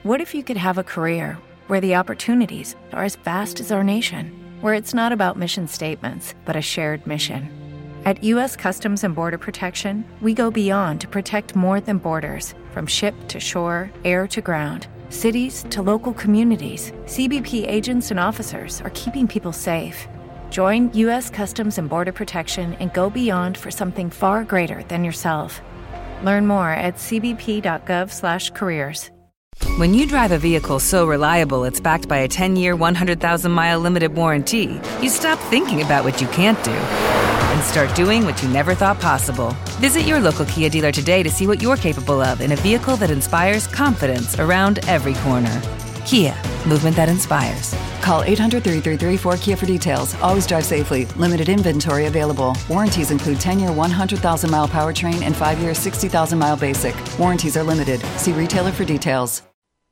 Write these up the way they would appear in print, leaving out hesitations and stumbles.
What if you could have a career where the opportunities are as vast as our nation, where it's not about mission statements, but a shared mission? At U.S. Customs and Border Protection, we go beyond to protect more than borders. From ship to shore, air to ground, cities to local communities, CBP agents and officers are keeping people safe. Join U.S. Customs and Border Protection and go beyond for something far greater than yourself. Learn more at cbp.gov/careers. When you drive a vehicle so reliable it's backed by a 10-year, 100,000-mile limited warranty, you stop thinking about what you can't do and start doing what you never thought possible. Visit your local Kia dealer today to see what you're capable of in a vehicle that inspires confidence around every corner. Kia, movement that inspires. Call 800-333-4KIA for details. Always drive safely. Limited inventory available. Warranties include 10-year 100,000-mile powertrain and 5-year 60,000-mile basic. Warranties are limited. See retailer for details.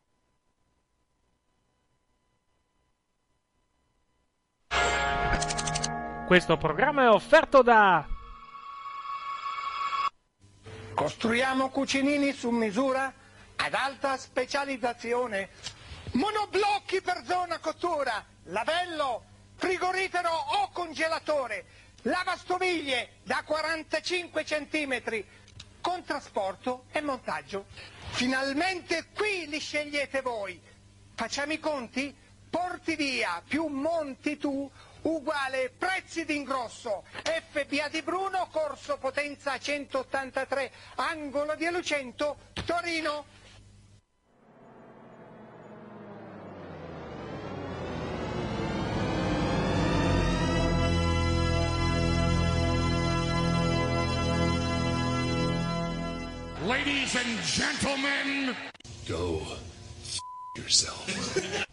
Questo programma è offerto da Costruiamo cucinini su misura ad alta specializzazione, monoblocchi per zona cottura, lavello, frigorifero o congelatore, lavastoviglie da 45 cm, con trasporto e montaggio. Finalmente qui li scegliete voi. Facciamo i conti? Porti via più monti tu uguale prezzi d'ingrosso. FBA di Bruno, corso Potenza 183, angolo di Lucento, Torino. Ladies and gentlemen, go yourself.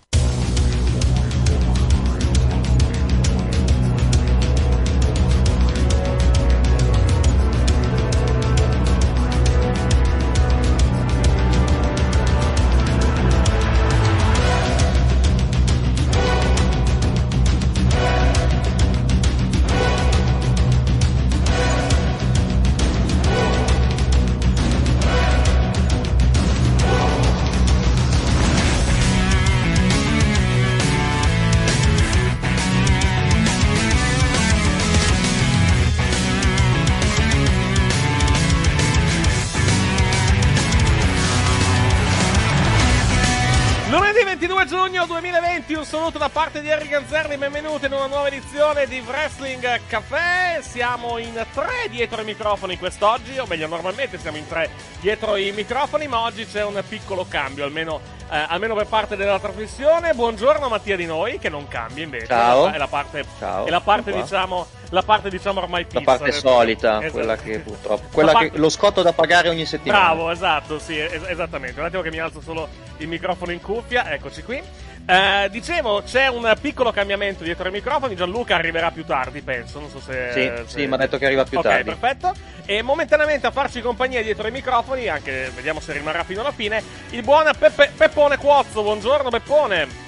Giugno 2020, un saluto da parte di Henry Ganzerni, benvenuti in una nuova edizione di Wrestling Café. Siamo in 3 dietro i microfoni quest'oggi, o meglio normalmente siamo in 3 dietro i microfoni, ma oggi c'è un piccolo cambio, almeno per parte della trasmissione. Buongiorno Mattia Di Noi, che non cambia invece. Ciao. È la parte, Ciao. è la parte diciamo ormai fissa. La parte solita, esatto. Quella che purtroppo, che lo scotto da pagare ogni settimana. Bravo, esatto, sì, esattamente. Un attimo che mi alzo solo il microfono in cuffia, eccoci qui. Dicevo, c'è un piccolo cambiamento dietro i microfoni. Gianluca arriverà più tardi, penso. Non so se. Sì, mi ha detto che arriva più tardi. Ok, perfetto. E momentaneamente a farci compagnia dietro i microfoni, anche vediamo se rimarrà fino alla fine, il buon Peppone Quozzo. Buongiorno, Peppone.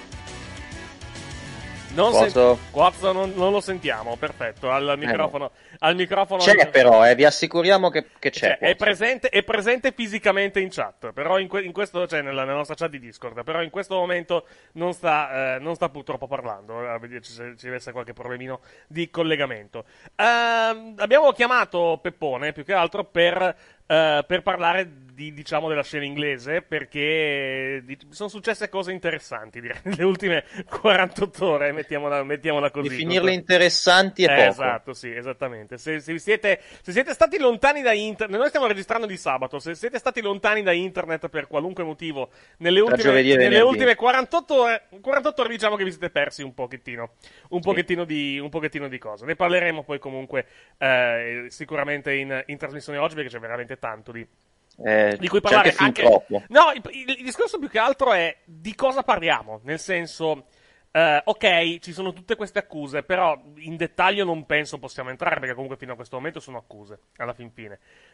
Quazzo non lo sentiamo, perfetto, al microfono. C'è però, vi assicuriamo che c'è. È presente fisicamente in chat, però in questo, cioè nella nostra chat di Discord, però in questo momento non sta purtroppo parlando, a vedere se ci deve essere qualche problemino di collegamento. Abbiamo chiamato Peppone più che altro per parlare diciamo della scena inglese, perché sono successe cose interessanti, direi, nelle ultime 48 ore, mettiamola così. Definirle interessanti è poco. Esatto, sì, esattamente. Se siete stati lontani da internet, noi stiamo registrando di sabato, se siete stati lontani da internet per qualunque motivo nelle ultime 48 ore, diciamo che vi siete persi un pochettino di cose. Ne parleremo poi comunque sicuramente in trasmissione oggi, perché c'è veramente tanto di cui parlare. Anche troppo. No, il discorso più che altro è di cosa parliamo, nel senso, ok, ci sono tutte queste accuse, però in dettaglio non penso possiamo entrare, perché comunque fino a questo momento sono accuse, alla fin fine.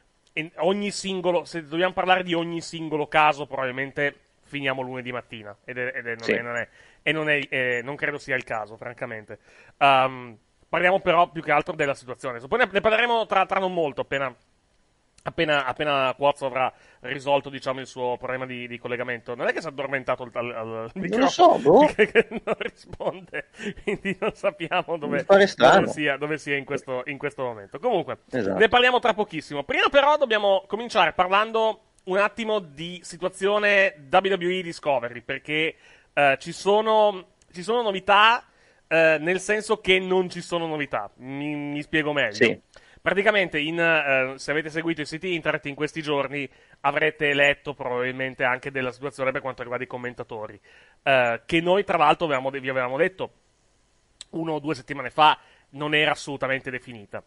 Se dobbiamo parlare di ogni singolo caso, probabilmente finiamo lunedì mattina, non credo sia il caso, francamente. Parliamo però più che altro della situazione. Poi ne parleremo tra non molto, appena Quazzo avrà risolto, diciamo, il suo problema di collegamento. Non è che si è addormentato al microfono, Non lo so, boh. che non risponde, quindi non sappiamo dove sia in questo momento. Comunque, esatto. Ne parliamo tra pochissimo. Prima però dobbiamo cominciare parlando un attimo di situazione WWE Discovery, perché ci sono novità, nel senso che non ci sono novità. Mi spiego meglio. Sì. Praticamente, se avete seguito i siti internet in questi giorni, avrete letto probabilmente anche della situazione per quanto riguarda i commentatori, che noi tra l'altro vi avevamo detto 1 o 2 settimane fa non era assolutamente definita.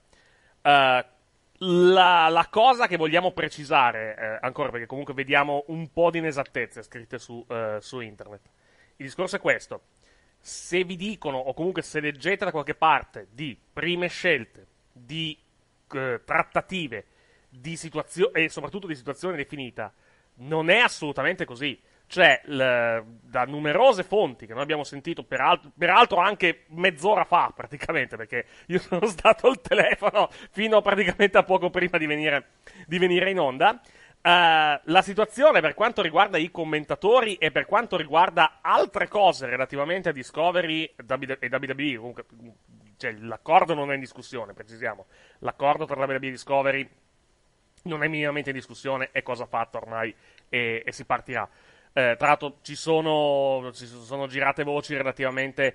La cosa che vogliamo precisare, ancora perché comunque vediamo un po' di inesattezze scritte su internet, il discorso è questo: se vi dicono, o comunque se leggete da qualche parte di prime scelte, di trattative, di e soprattutto di situazione definita, non è assolutamente così. Cioè, da numerose fonti che noi abbiamo sentito, peraltro anche mezz'ora fa, praticamente, perché io sono stato al telefono fino praticamente a poco prima di venire in onda, la situazione per quanto riguarda i commentatori e per quanto riguarda altre cose relativamente a Discovery e WWE, comunque, cioè, l'accordo non è in discussione, precisiamo. L'accordo tra WWE e Discovery non è minimamente in discussione, è cosa fatta ormai e si partirà. Tra l'altro ci sono girate voci relativamente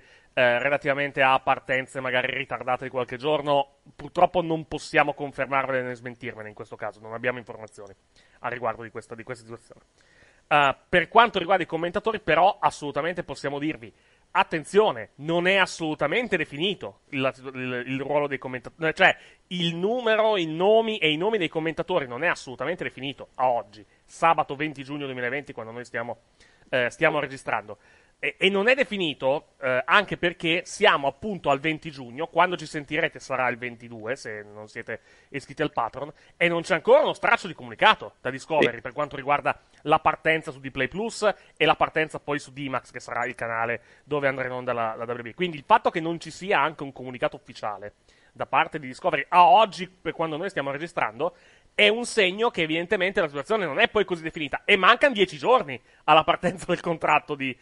a partenze magari ritardate di qualche giorno. Purtroppo non possiamo confermarvele né smentirvele in questo caso, non abbiamo informazioni a riguardo di questa situazione. Per quanto riguarda i commentatori, però, assolutamente possiamo dirvi: attenzione, non è assolutamente definito il ruolo dei commentatori, cioè il numero, i nomi dei commentatori non è assolutamente definito a oggi, sabato 20 giugno 2020, quando noi stiamo registrando. E non è definito anche perché siamo appunto al 20 giugno, quando ci sentirete sarà il 22, se non siete iscritti al Patreon, e non c'è ancora uno straccio di comunicato da Discovery per quanto riguarda la partenza su Dplay Plus e la partenza poi su D-Max, che sarà il canale dove andrà in onda la WWE. Quindi il fatto che non ci sia anche un comunicato ufficiale da parte di Discovery a oggi, per quando noi stiamo registrando, è un segno che evidentemente la situazione non è poi così definita, e mancano 10 giorni alla partenza del contratto di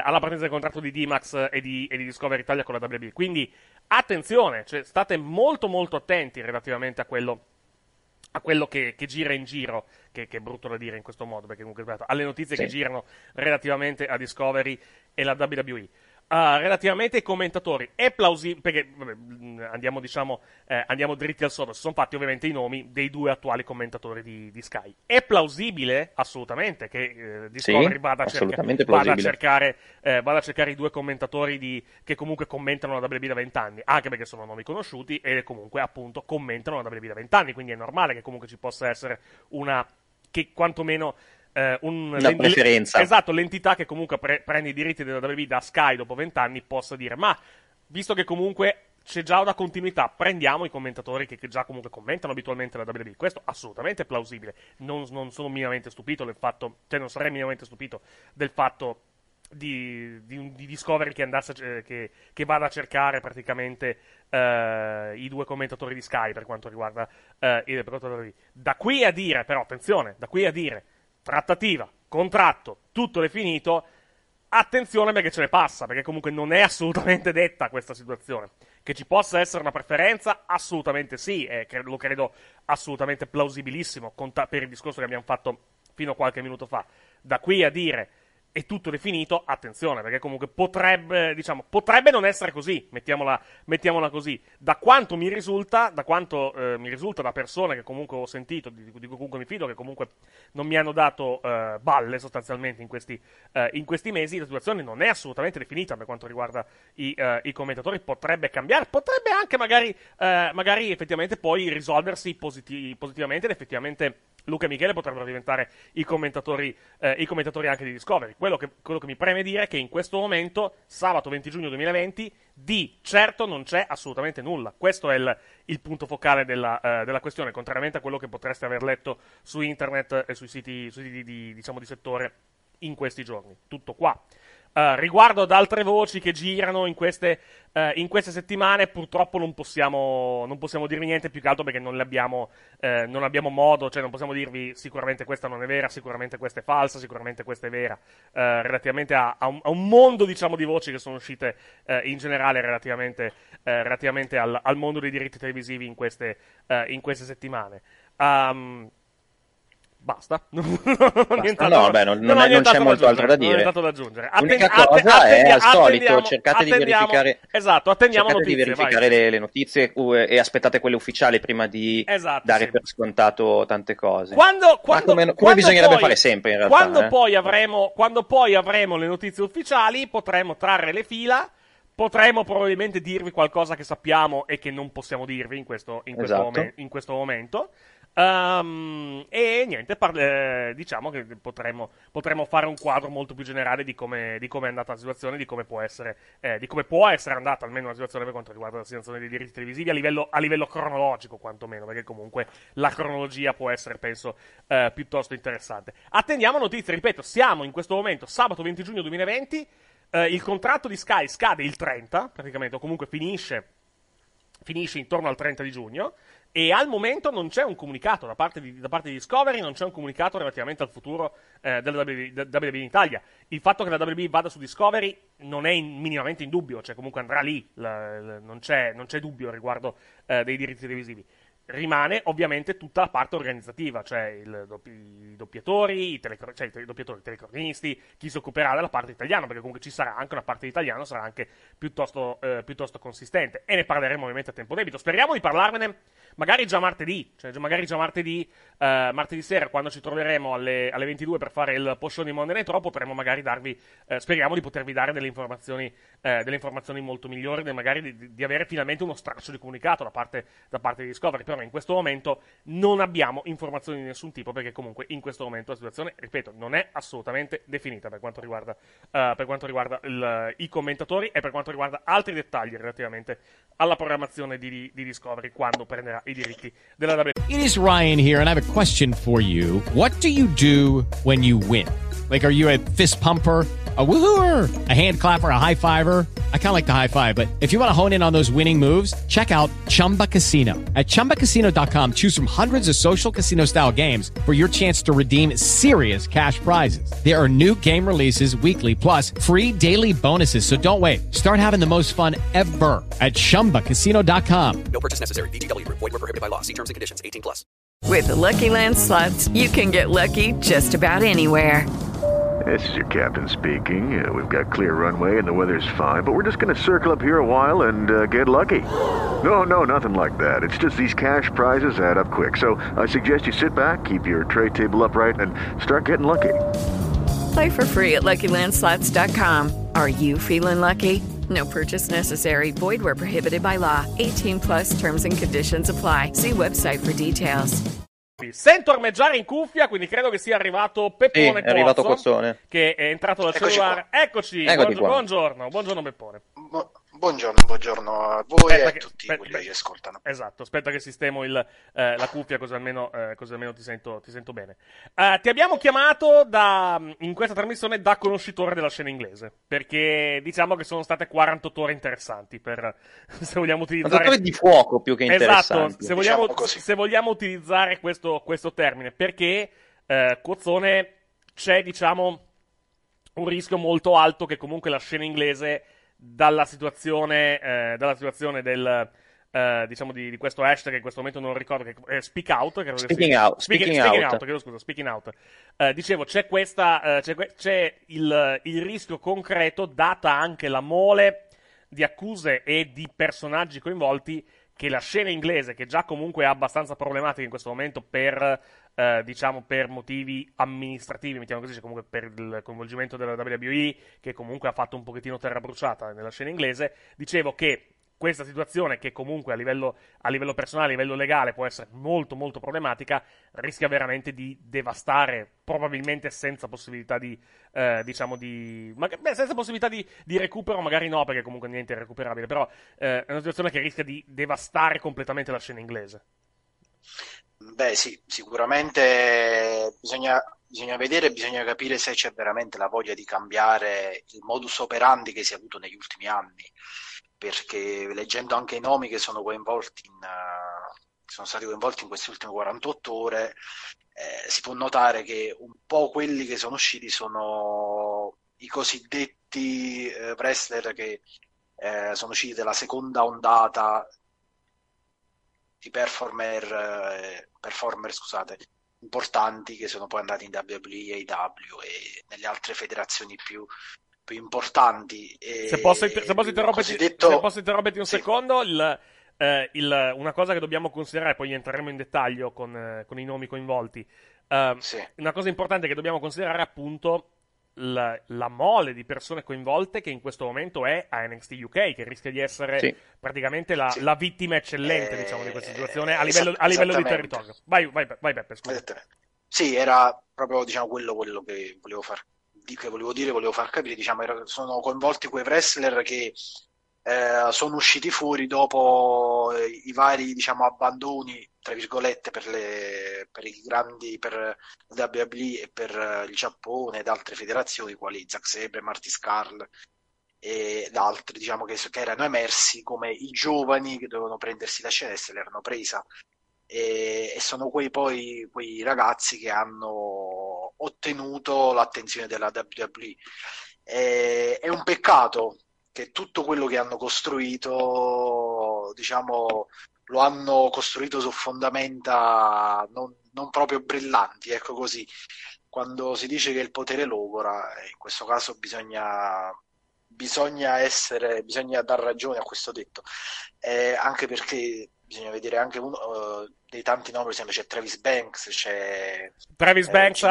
D-Max e di Discovery Italia con la WWE. Quindi attenzione, cioè, state molto molto attenti relativamente a quello che gira in giro, che è brutto da dire in questo modo, perché comunque alle notizie che girano relativamente a Discovery e la WWE. Relativamente ai commentatori, è plausibile, perché andiamo dritti al sodo, si sono fatti ovviamente i nomi dei 2 attuali commentatori di Sky. È plausibile, assolutamente, che Discovery vada a cercare i 2 commentatori che comunque commentano la WWE da 20 anni, anche perché sono nomi conosciuti e comunque appunto commentano la WWE da 20 anni, quindi è normale che comunque ci possa essere che quantomeno una preferenza. Esatto, l'entità che comunque prende i diritti della WWE da Sky dopo 20 anni possa dire: ma visto che comunque c'è già una continuità, prendiamo i commentatori che già comunque commentano abitualmente la WWE. Questo assolutamente è plausibile. Non sono minimamente stupito del fatto, cioè non sarei minimamente stupito del fatto di Discovery che vada a cercare praticamente i 2 commentatori di Sky per quanto riguarda il prodotto della WWE. Da qui a dire, però, attenzione, trattativa, contratto, tutto definito, attenzione perché ce ne passa, perché comunque non è assolutamente detta questa situazione. Che ci possa essere una preferenza, assolutamente sì, lo credo assolutamente plausibilissimo per il discorso che abbiamo fatto fino a qualche minuto fa. Da qui a dire è tutto definito, attenzione, perché comunque potrebbe non essere così, mettiamola così. Da quanto mi risulta da persone che comunque ho sentito, di cui comunque mi fido, che comunque non mi hanno dato balle sostanzialmente in questi mesi, la situazione non è assolutamente definita per quanto riguarda i commentatori. Potrebbe cambiare, potrebbe anche magari effettivamente poi risolversi positivamente, ed effettivamente Luca e Michele potrebbero diventare i commentatori anche di Discovery. Quello che mi preme dire è che in questo momento, sabato 20 giugno 2020, di certo non c'è assolutamente nulla. Questo è il punto focale della questione, contrariamente a quello che potreste aver letto su internet e sui siti di settore in questi giorni. Tutto qua. Riguardo ad altre voci che girano in queste settimane, purtroppo non possiamo dirvi niente, più che altro perché non abbiamo modo, cioè non possiamo dirvi sicuramente questa non è vera, sicuramente questa è falsa, sicuramente questa è vera, relativamente a un mondo, diciamo, di voci che sono uscite in generale relativamente al mondo dei diritti televisivi in queste settimane. Basta. Non c'è molto altro da dire. Non da aggiungere. L'unica cosa è, al solito, cercate di verificare. Esatto, attendiamo notizie. Di verificare le notizie e aspettate quelle ufficiali prima di dare per scontato tante cose. Come bisognerebbe fare sempre, in realtà. Quando poi avremo le notizie ufficiali, potremo trarre le fila. Potremmo probabilmente dirvi qualcosa che sappiamo e che non possiamo dirvi in questo momento. E niente, diciamo che potremmo fare un quadro molto più generale di come è andata la situazione, di come può essere andata almeno la situazione per quanto riguarda l'assegnazione dei diritti televisivi a livello cronologico, quantomeno, perché comunque la cronologia può essere, penso, piuttosto interessante. Attendiamo notizie, ripeto, siamo in questo momento sabato 20 giugno 2020. Il contratto di Sky scade il 30, praticamente, o comunque finisce intorno al 30 di giugno, e al momento non c'è un comunicato da parte di Discovery, non c'è un comunicato relativamente al futuro della WWE in Italia. Il fatto che la WWE vada su Discovery non è minimamente in dubbio, cioè comunque andrà lì, non c'è dubbio riguardo dei diritti televisivi. Rimane ovviamente tutta la parte organizzativa, cioè i doppiatori, i telecronisti, chi si occuperà della parte italiana, perché comunque ci sarà anche una parte di italiano, sarà anche piuttosto consistente, e ne parleremo ovviamente a tempo debito. Speriamo di parlarvene magari già martedì, martedì sera, quando ci troveremo alle 22 per fare il post show di Monday Night Raw, potremo magari darvi, speriamo di potervi dare delle informazioni molto migliori, magari di avere finalmente uno straccio di comunicato da parte di Discovery. Però in questo momento non abbiamo informazioni di nessun tipo, perché comunque in questo momento la situazione, ripeto, non è assolutamente definita per quanto riguarda i commentatori e per quanto riguarda altri dettagli relativamente alla programmazione di Discovery quando prenderà i diritti della WWE. It is Ryan here, and I have a question for you. What do you do when you win? Like, are you a fist pumper, a woohooer, a hand clapper, a high fiver? I kind of like the high five, but if you want to hone in on those winning moves, check out Chumba Casino. At ChumbaCasino.com, choose from hundreds of social casino-style games for your chance to redeem serious cash prizes. There are new game releases weekly, plus free daily bonuses, so don't wait. Start having the most fun ever at ChumbaCasino.com. No purchase necessary. VGW. Void where prohibited by law. See terms and conditions. 18+. With the Lucky Land Slots, you can get lucky just about anywhere. This is your captain speaking. We've got clear runway and the weather's fine, but we're just going to circle up here a while and get lucky. No, nothing like that. It's just these cash prizes add up quick. So I suggest you sit back, keep your tray table upright, and start getting lucky. Play for free at LuckyLandSlots.com. Are you feeling lucky? No purchase necessary. Void where prohibited by law. 18+ terms and conditions apply. See website for details. Sento armeggiare in cuffia, quindi credo che sia arrivato Peppone. Sì, è arrivato Cozzone, che è entrato dal cellulare. Eccoci, buongiorno Peppone. Buongiorno a voi e a tutti quelli che ci ascoltano. Esatto, aspetta che sistemo la cuffia, così almeno ti sento bene. Ti abbiamo chiamato in questa trasmissione da conoscitore della scena inglese, perché diciamo che sono state 48 ore interessanti, se vogliamo utilizzare di fuoco più che interessanti. Esatto, se vogliamo utilizzare questo termine, perché Cozzone, c'è, diciamo, un rischio molto alto che comunque la scena inglese, dalla situazione del diciamo di questo hashtag che in questo momento non ricordo, che è Speaking Out. Dicevo, c'è il rischio concreto, data anche la mole di accuse e di personaggi coinvolti, che la scena inglese, che già comunque è abbastanza problematica in questo momento per motivi amministrativi, mettiamo così, cioè comunque per il coinvolgimento della WWE, che comunque ha fatto un pochettino terra bruciata nella scena inglese. Dicevo che questa situazione, che comunque a livello personale, a livello legale può essere molto molto problematica, rischia veramente di devastare, probabilmente senza possibilità senza possibilità di recupero, magari no, perché comunque niente è recuperabile, però è una situazione che rischia di devastare completamente la scena inglese. Beh sì, sicuramente bisogna bisogna vedere, bisogna capire se c'è veramente la voglia di cambiare il modus operandi che si è avuto negli ultimi anni, perché leggendo anche i nomi che sono stati coinvolti in queste ultime 48 ore, si può notare che un po' quelli che sono usciti sono i cosiddetti wrestler che sono usciti dalla seconda ondata di performer, scusate, importanti, che sono poi andati in WWE, AEW e nelle altre federazioni più importanti. Se posso interromperti un secondo, una cosa che dobbiamo considerare, poi entreremo in dettaglio con i nomi coinvolti. Una cosa importante che dobbiamo considerare è appunto la mole di persone coinvolte che in questo momento è a NXT UK, che rischia di essere praticamente la vittima eccellente, diciamo, di questa situazione a livello di territorio. Vai Peppe, scusa. Sì, era proprio, diciamo, quello che volevo far capire, diciamo, sono coinvolti quei wrestler che sono usciti fuori dopo i vari, diciamo, abbandoni, tra virgolette, per WWE e per il Giappone ed altre federazioni quali Zack Sabre, Marty Scurll ed altri, diciamo, che erano emersi come i giovani che dovevano prendersi la scena e se l'erano presa, e sono quei ragazzi che hanno ottenuto l'attenzione della WWE. È un peccato che tutto quello che hanno costruito, diciamo, lo hanno costruito su fondamenta non proprio brillanti, ecco così. Quando si dice che il potere logora, in questo caso bisogna dar ragione a questo detto, anche perché bisogna vedere anche uno dei tanti nomi, per esempio c'è Travis Banks, Travis Banks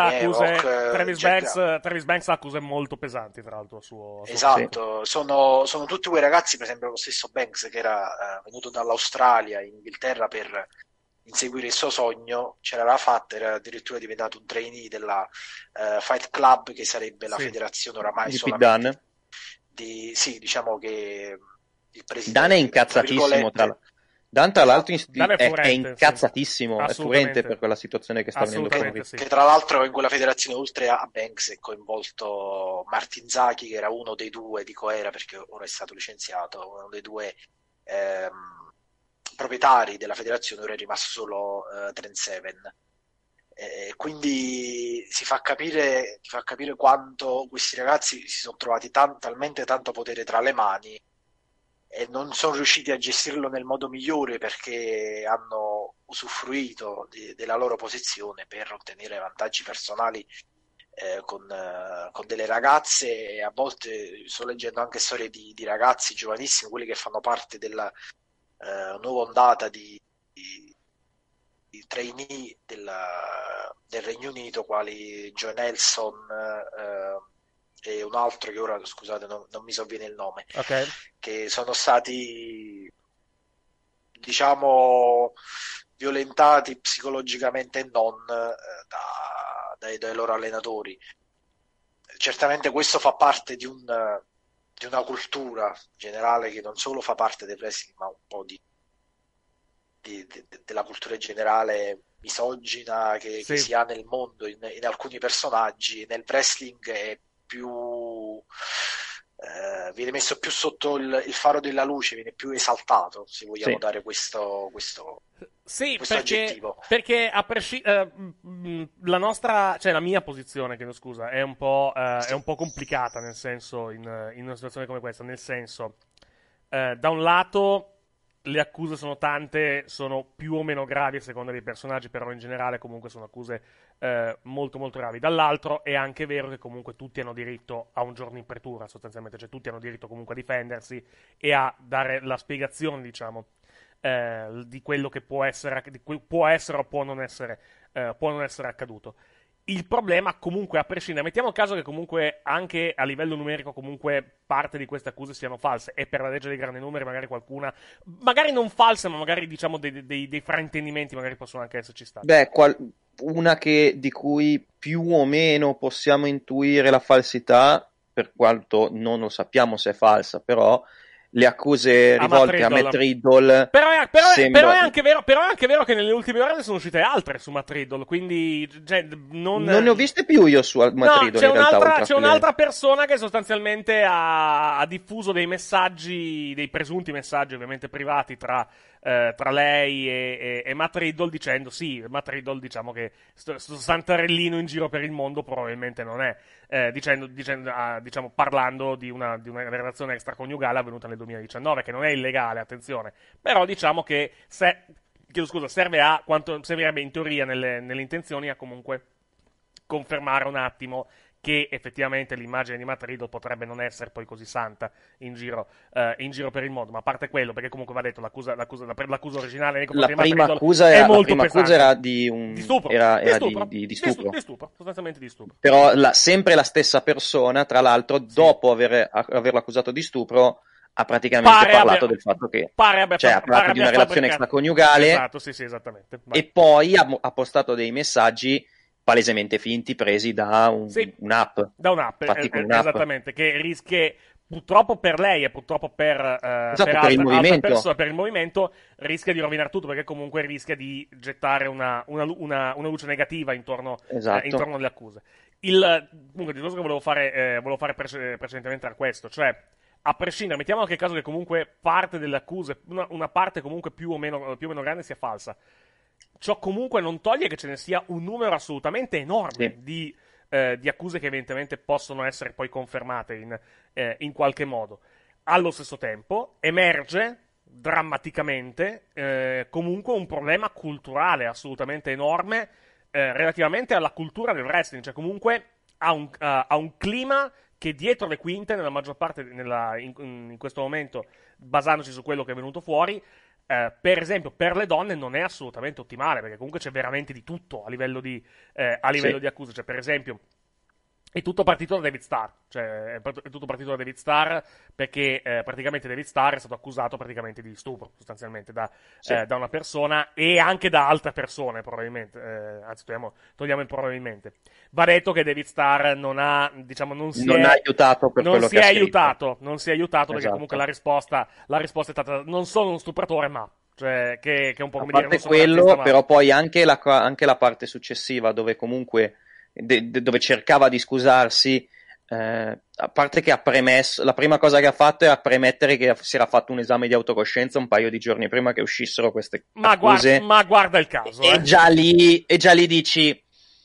ha accuse molto pesanti, tra l'altro, suo esatto, sì. Sono tutti quei ragazzi, per esempio lo stesso Banks, che era venuto dall'Australia in Inghilterra per inseguire il suo sogno, ce l'aveva fatta, era addirittura diventato un trainee della Fight Club, che sarebbe la federazione oramai solamente diciamo che il presidente Dan è incazzatissimo tra l'altro è incazzatissimo, è furente per quella situazione che sta venendo fuori. Sì. Che tra l'altro in quella federazione, oltre a Banks, è coinvolto Martin Zaki, che era uno dei due, dico era perché ora è stato licenziato, uno dei due proprietari della federazione, ora è rimasto solo Trent Seven. Quindi ti fa capire quanto questi ragazzi si sono trovati talmente tanto potere tra le mani e non sono riusciti a gestirlo nel modo migliore, perché hanno usufruito della loro posizione per ottenere vantaggi personali con delle ragazze, e a volte sto leggendo anche storie di ragazzi giovanissimi, quelli che fanno parte della nuova ondata di trainee del Regno Unito, quali Joe Nelson e un altro che ora, scusate, non mi sovviene il nome, che sono stati, diciamo, violentati psicologicamente e non dai loro allenatori. Certamente questo fa parte di una cultura generale che non solo fa parte del wrestling, ma un po' della cultura generale misogina che si ha nel mondo in alcuni personaggi. Nel wrestling è più viene messo più sotto il faro della luce, viene più esaltato, se vogliamo dare questo aggettivo. Perché la mia posizione, chiedo scusa, è un po' complicata, nel senso, in una situazione come questa, nel senso, da un lato le accuse sono tante, sono più o meno gravi a seconda dei personaggi, però in generale comunque sono accuse molto molto gravi. Dall'altro è anche vero che comunque tutti hanno diritto a un giorno in pretura, sostanzialmente, cioè tutti hanno diritto comunque a difendersi e a dare la spiegazione, diciamo, di quello che può essere o può non essere accaduto. Il problema comunque, a prescindere, mettiamo il caso che comunque anche a livello numerico comunque parte di queste accuse siano false, e per la legge dei grandi numeri magari qualcuna, magari non false, ma magari, diciamo, dei fraintendimenti magari possono anche esserci stati. Una di cui più o meno possiamo intuire la falsità, per quanto non lo sappiamo se è falsa, però le accuse rivolte a Matt Riddle. Però è anche vero che nelle ultime ore ne sono uscite altre su Matt Riddle, quindi non ne ho viste più io su Matt Riddle. C'è un'altra persona che sostanzialmente ha diffuso dei messaggi, dei presunti messaggi ovviamente privati tra lei e Matt Riddle, dicendo sì, Matt Riddle diciamo che sto santarellino in giro per il mondo probabilmente non è, diciamo parlando di una relazione extraconiugale avvenuta nel 2019, che non è illegale, attenzione, però diciamo che servirebbe in teoria nelle intenzioni a comunque confermare un attimo che effettivamente l'immagine di Matt Riddle potrebbe non essere poi così santa in giro per il mondo, ma a parte quello, perché comunque va detto l'accusa originale nei confronti di Matt Riddle è molto pesante. Era di stupro. Di stupro, sostanzialmente di stupro. Però sempre la stessa persona, tra l'altro, dopo averlo accusato di stupro, ha praticamente parlato del fatto che ha parlato di una relazione extraconiugale. Esatto, sì, esattamente. E poi ha postato dei messaggi palesemente finti, presi da un'app. Da un'app, esattamente, che rischia, purtroppo per lei e purtroppo per altre persone, per il movimento, rischia di rovinare tutto, perché comunque rischia di gettare una luce negativa intorno alle accuse. Comunque il discorso che volevo fare precedentemente era questo, cioè, a prescindere, mettiamo anche il caso che comunque parte delle accuse, una parte comunque più o meno grande sia falsa. Ciò comunque non toglie che ce ne sia un numero assolutamente enorme di accuse che evidentemente possono essere poi confermate in qualche modo. Allo stesso tempo emerge drammaticamente comunque un problema culturale assolutamente enorme relativamente alla cultura del wrestling, cioè comunque ha un clima che dietro le quinte, nella maggior parte in questo momento, basandosi su quello che è venuto fuori, per esempio per le donne non è assolutamente ottimale, perché comunque c'è veramente di tutto a livello di accuse. Cioè, per esempio, è tutto partito da David Starr, perché praticamente David Starr è stato accusato praticamente di stupro, sostanzialmente, da una persona e anche da altre persone, probabilmente, anzi togliamo il probabilmente. Va detto che David Starr non ha aiutato per quello che ha scritto. Non si è aiutato perché comunque la risposta è stata: non sono uno stupratore, ma... Cioè, che è un po' come dire... A parte quello, però poi anche la parte successiva, dove comunque... dove cercava di scusarsi, a parte che ha premesso, la prima cosa che ha fatto è premettere che si era fatto un esame di autocoscienza un paio di giorni prima che uscissero queste accuse. Ma guarda il caso, e già lì dici: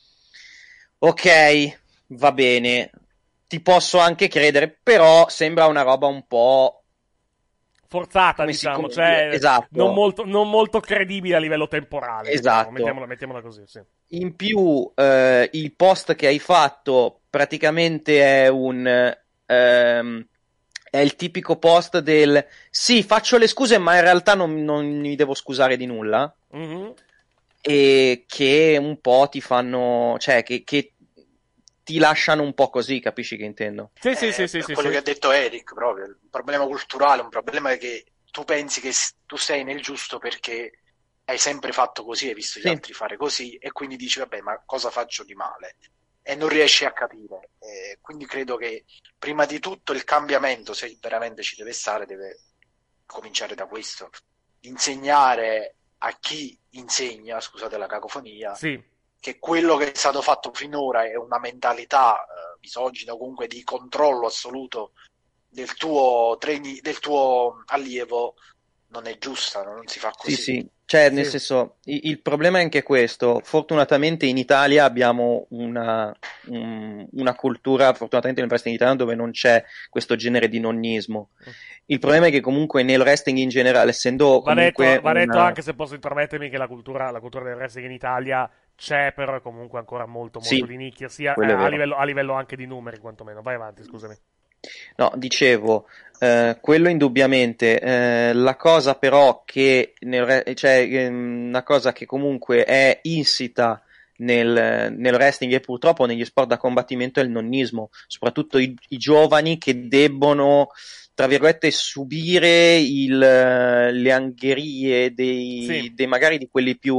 ok, va bene, ti posso anche credere, però sembra una roba un po' forzata, diciamo, esatto. non molto credibile a livello temporale. Esatto. Diciamo. Mettiamola così, sì. In più, il post che hai fatto praticamente è il tipico post del sì, faccio le scuse, ma in realtà non mi devo scusare di nulla. Mm-hmm. E che un po' ti fanno, cioè che ti lasciano un po' così, capisci che intendo? Sì. Quello che ha detto Eric, proprio, un problema culturale, un problema che tu pensi che tu sei nel giusto perché hai sempre fatto così, hai visto gli altri fare così, e quindi dici, vabbè, ma cosa faccio di male? E non riesci a capire. Quindi credo che prima di tutto il cambiamento, se veramente ci deve stare, deve cominciare da questo. Insegnare a chi insegna, scusate la cacofonia, che quello che è stato fatto finora è una mentalità misogina, o comunque di controllo assoluto del tuo allievo, non è giusta, non si fa così. Sì. Cioè, nel senso, il problema è anche questo. Fortunatamente in Italia abbiamo una cultura, fortunatamente nel wrestling italiano, dove non c'è questo genere di nonnismo. Il problema è che comunque nel wrestling in generale, essendo comunque va detto, anche se posso intromettermi, che la cultura del wrestling in Italia c'è, però è comunque ancora molto di nicchia, sia a livello anche di numeri, quantomeno. Vai avanti, scusami. No, dicevo, quello indubbiamente, la cosa però che una cosa che comunque è insita nel wrestling e purtroppo negli sport da combattimento è il nonnismo, soprattutto i giovani che debbono, tra virgolette, subire le angherie dei magari di quelli più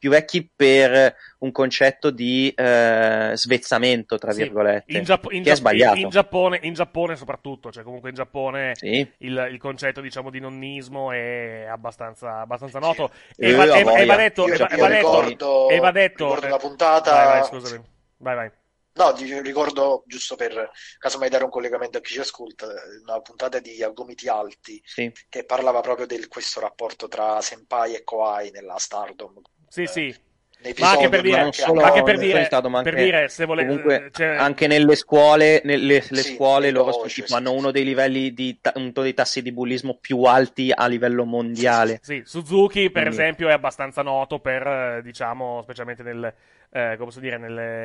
più vecchi per un concetto di svezzamento, tra virgolette, che è sbagliato. In Giappone soprattutto, cioè comunque in Giappone il concetto, diciamo, di nonnismo è abbastanza noto. E va detto, ricordo una puntata. Vai, scusami. Vai. No, ricordo, giusto per casomai dare un collegamento a chi ci ascolta, una puntata di Gomiti Alti che parlava proprio di questo rapporto tra Senpai e Kohai nella Stardom. Sì. Ma anche per dire, se volete, comunque, anche nelle scuole, scuole loro hanno uno dei livelli uno dei tassi di bullismo più alti a livello mondiale. Sì, Suzuki per esempio è abbastanza noto per, diciamo, specialmente come posso dire,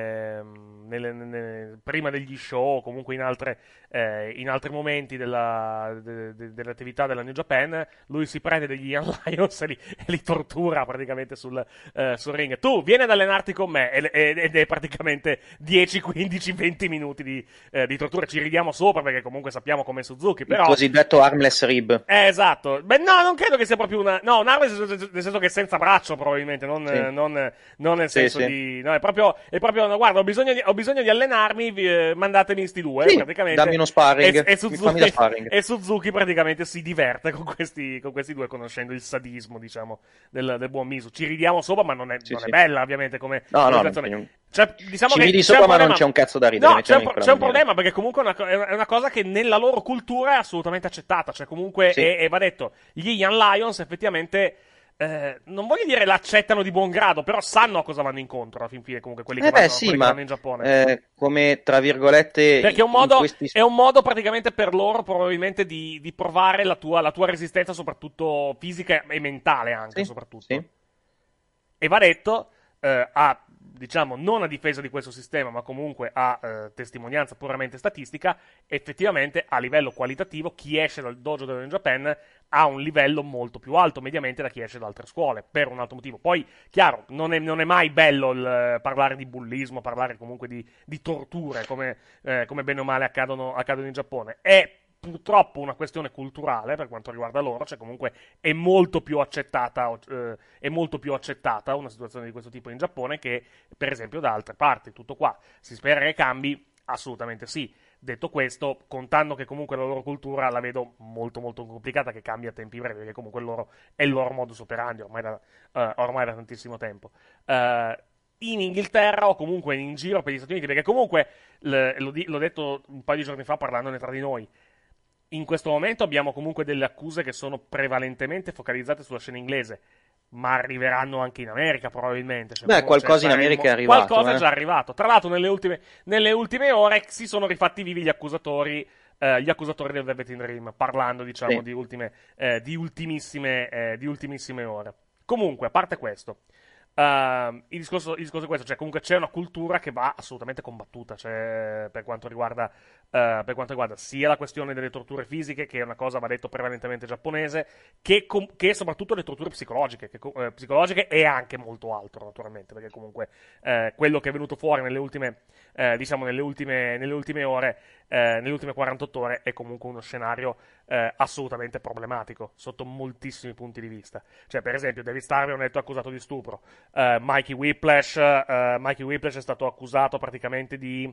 prima degli show o comunque in altri momenti dell'attività della New Japan, lui si prende degli Young Lions e li tortura praticamente sul ring. Tu vieni ad allenarti con me ed è praticamente 10, 15, 20 minuti di tortura. Ci ridiamo sopra perché comunque sappiamo com'è Suzuki, però... Il cosiddetto armless rib. Esatto. Beh, no, non credo che sia proprio un armless nel senso che è senza braccio probabilmente, non nel senso di... No, è proprio guarda, ho bisogno di allenarmi, mandatemi sti due, praticamente. Dammi uno sparring, fammi da sparring. E Suzuki praticamente si diverte con questi due, conoscendo il sadismo, diciamo, del buon Misu. Ci ridiamo sopra, ma non è bella, ovviamente, come situazione. Cioè, diciamo ci che ridi sopra, ma non c'è un cazzo da ridere. No, c'è un problema, perché comunque è una cosa che nella loro cultura è assolutamente accettata. Cioè, comunque, e va detto, gli Young Lions effettivamente... non voglio dire l'accettano di buon grado, però sanno a cosa vanno incontro alla fin fine, comunque quelli che vanno in Giappone. Come tra virgolette, perché è un modo praticamente per loro probabilmente di provare la tua resistenza, soprattutto fisica e mentale anche, soprattutto. E va detto, diciamo, non a difesa di questo sistema, ma comunque a testimonianza puramente statistica, effettivamente a livello qualitativo chi esce dal dojo della New Japan ha un livello molto più alto mediamente da chi esce da altre scuole, per un altro motivo. Poi, chiaro, non è mai bello parlare di bullismo, parlare comunque di torture, come bene o male accadono in Giappone. È purtroppo una questione culturale per quanto riguarda loro, cioè comunque è molto più accettata una situazione di questo tipo in Giappone che per esempio da altre parti. Tutto qua. Si spera che cambi? Assolutamente sì. Detto questo, contando che comunque la loro cultura la vedo molto molto complicata che cambia a tempi brevi, perché comunque è il loro modus operandi ormai da tantissimo tempo. In Inghilterra o comunque in giro per gli Stati Uniti, perché comunque l'ho detto un paio di giorni fa parlandone tra di noi, in questo momento abbiamo comunque delle accuse che sono prevalentemente focalizzate sulla scena inglese, ma arriveranno anche in America probabilmente. Cioè, qualcosa in America è arrivato. Qualcosa è già arrivato. Tra l'altro nelle ultime ore si sono rifatti vivi gli accusatori del Velvet in Dream, parlando, diciamo, di ultimissime ore. Comunque, a parte questo, il discorso è questo, cioè comunque c'è una cultura che va assolutamente combattuta, cioè, per quanto riguarda sia la questione delle torture fisiche, che è una cosa, va detto, prevalentemente giapponese, che soprattutto le torture psicologiche, e anche molto altro, naturalmente, perché comunque quello che è venuto fuori nelle ultime ore, nelle ultime 48 ore, è comunque uno scenario assolutamente problematico sotto moltissimi punti di vista. Cioè, per esempio, David Starr è accusato di stupro, Mikey Whiplash è stato accusato praticamente di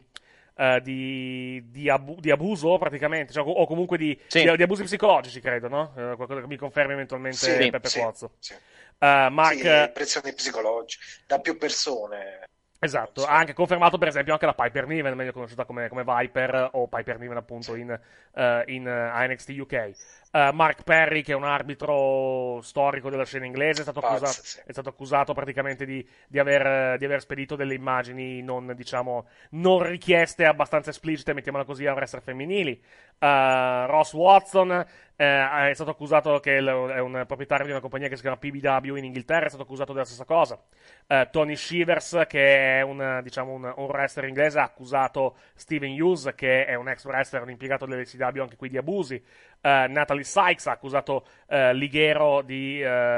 abuso, praticamente, cioè, o comunque di abusi psicologici, credo, no? Qualcosa che mi confermi eventualmente Peppe Pozzo. pressioni psicologiche da più persone. Esatto, ha anche confermato per esempio anche la Piper Niven, meglio conosciuta come Viper o Piper Niven appunto in NXT UK. Mark Perry, che è un arbitro storico della scena inglese, è stato accusato praticamente di aver spedito delle immagini non richieste, abbastanza esplicite, mettiamola così, a wrestler femminili. Ross Watson è stato accusato, che è un proprietario di una compagnia che si chiama PBW in Inghilterra, è stato accusato della stessa cosa. Tony Shivers, che è un wrestler inglese, ha accusato Steven Hughes, che è un ex wrestler, un impiegato dell'ECW, anche qui di abusi. Natalie Sykes ha accusato Ligero di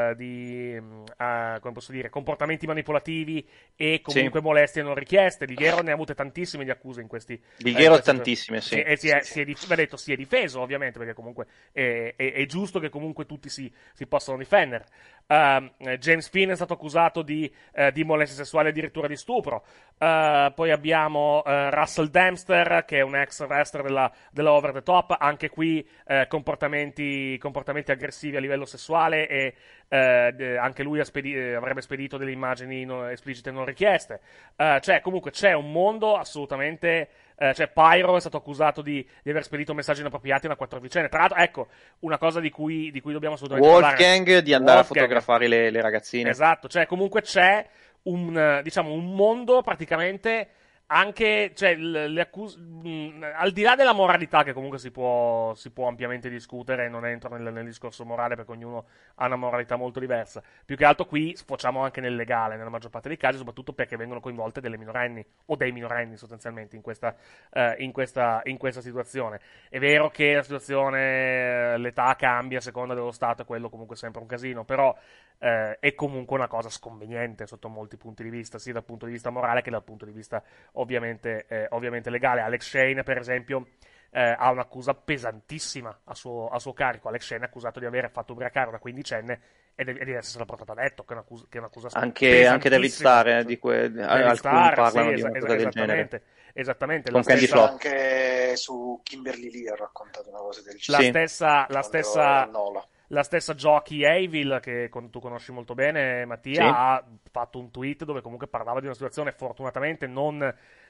come posso dire, comportamenti manipolativi e comunque molestie non richieste. Ligero ne ha avute tantissime di accuse in questi. Ligero tantissime, sì. E si è difeso, ovviamente, perché comunque è giusto che comunque tutti si possano difendere. James Finn è stato accusato di molestia sessuale e addirittura di stupro. Poi abbiamo Russell Dempster, che è un ex wrestler della Over the Top, anche qui comportamenti aggressivi a livello sessuale, e anche lui avrebbe spedito delle immagini esplicite non richieste. Cioè, comunque c'è un mondo assolutamente. Cioè, Pyro è stato accusato di aver spedito messaggi inappropriati a una quattordicenne. Tra l'altro, ecco, una cosa di cui dobbiamo assolutamente parlare. Wolfgang di andare a fotografare le ragazzine. Esatto, cioè comunque c'è un mondo praticamente anche, cioè, le accuse, al di là della moralità, che comunque si può ampiamente discutere, non entro nel discorso morale perché ognuno ha una moralità molto diversa. Più che altro qui sfociamo anche nel legale nella maggior parte dei casi, soprattutto perché vengono coinvolte delle minorenni o dei minorenni sostanzialmente in questa situazione. È vero che la situazione, l'età cambia a seconda dello stato, e quello comunque è sempre un casino, però è comunque una cosa sconveniente sotto molti punti di vista, sia dal punto di vista morale che dal punto di vista ovviamente legale. Alex Shane, per esempio, ha un'accusa pesantissima a suo carico. Alex Shane è accusato di aver fatto ubriacare una quindicenne e di essersela portata a letto, che è un'accusa anche David Starr, alcuni parlano di una cosa del genere. Esattamente, con Candy Flop. Anche su Kimberly Lee ha raccontato una cosa del genere. La stessa Jockey Avil, che tu conosci molto bene, Mattia, sì, ha fatto un tweet dove comunque parlava di una situazione fortunatamente non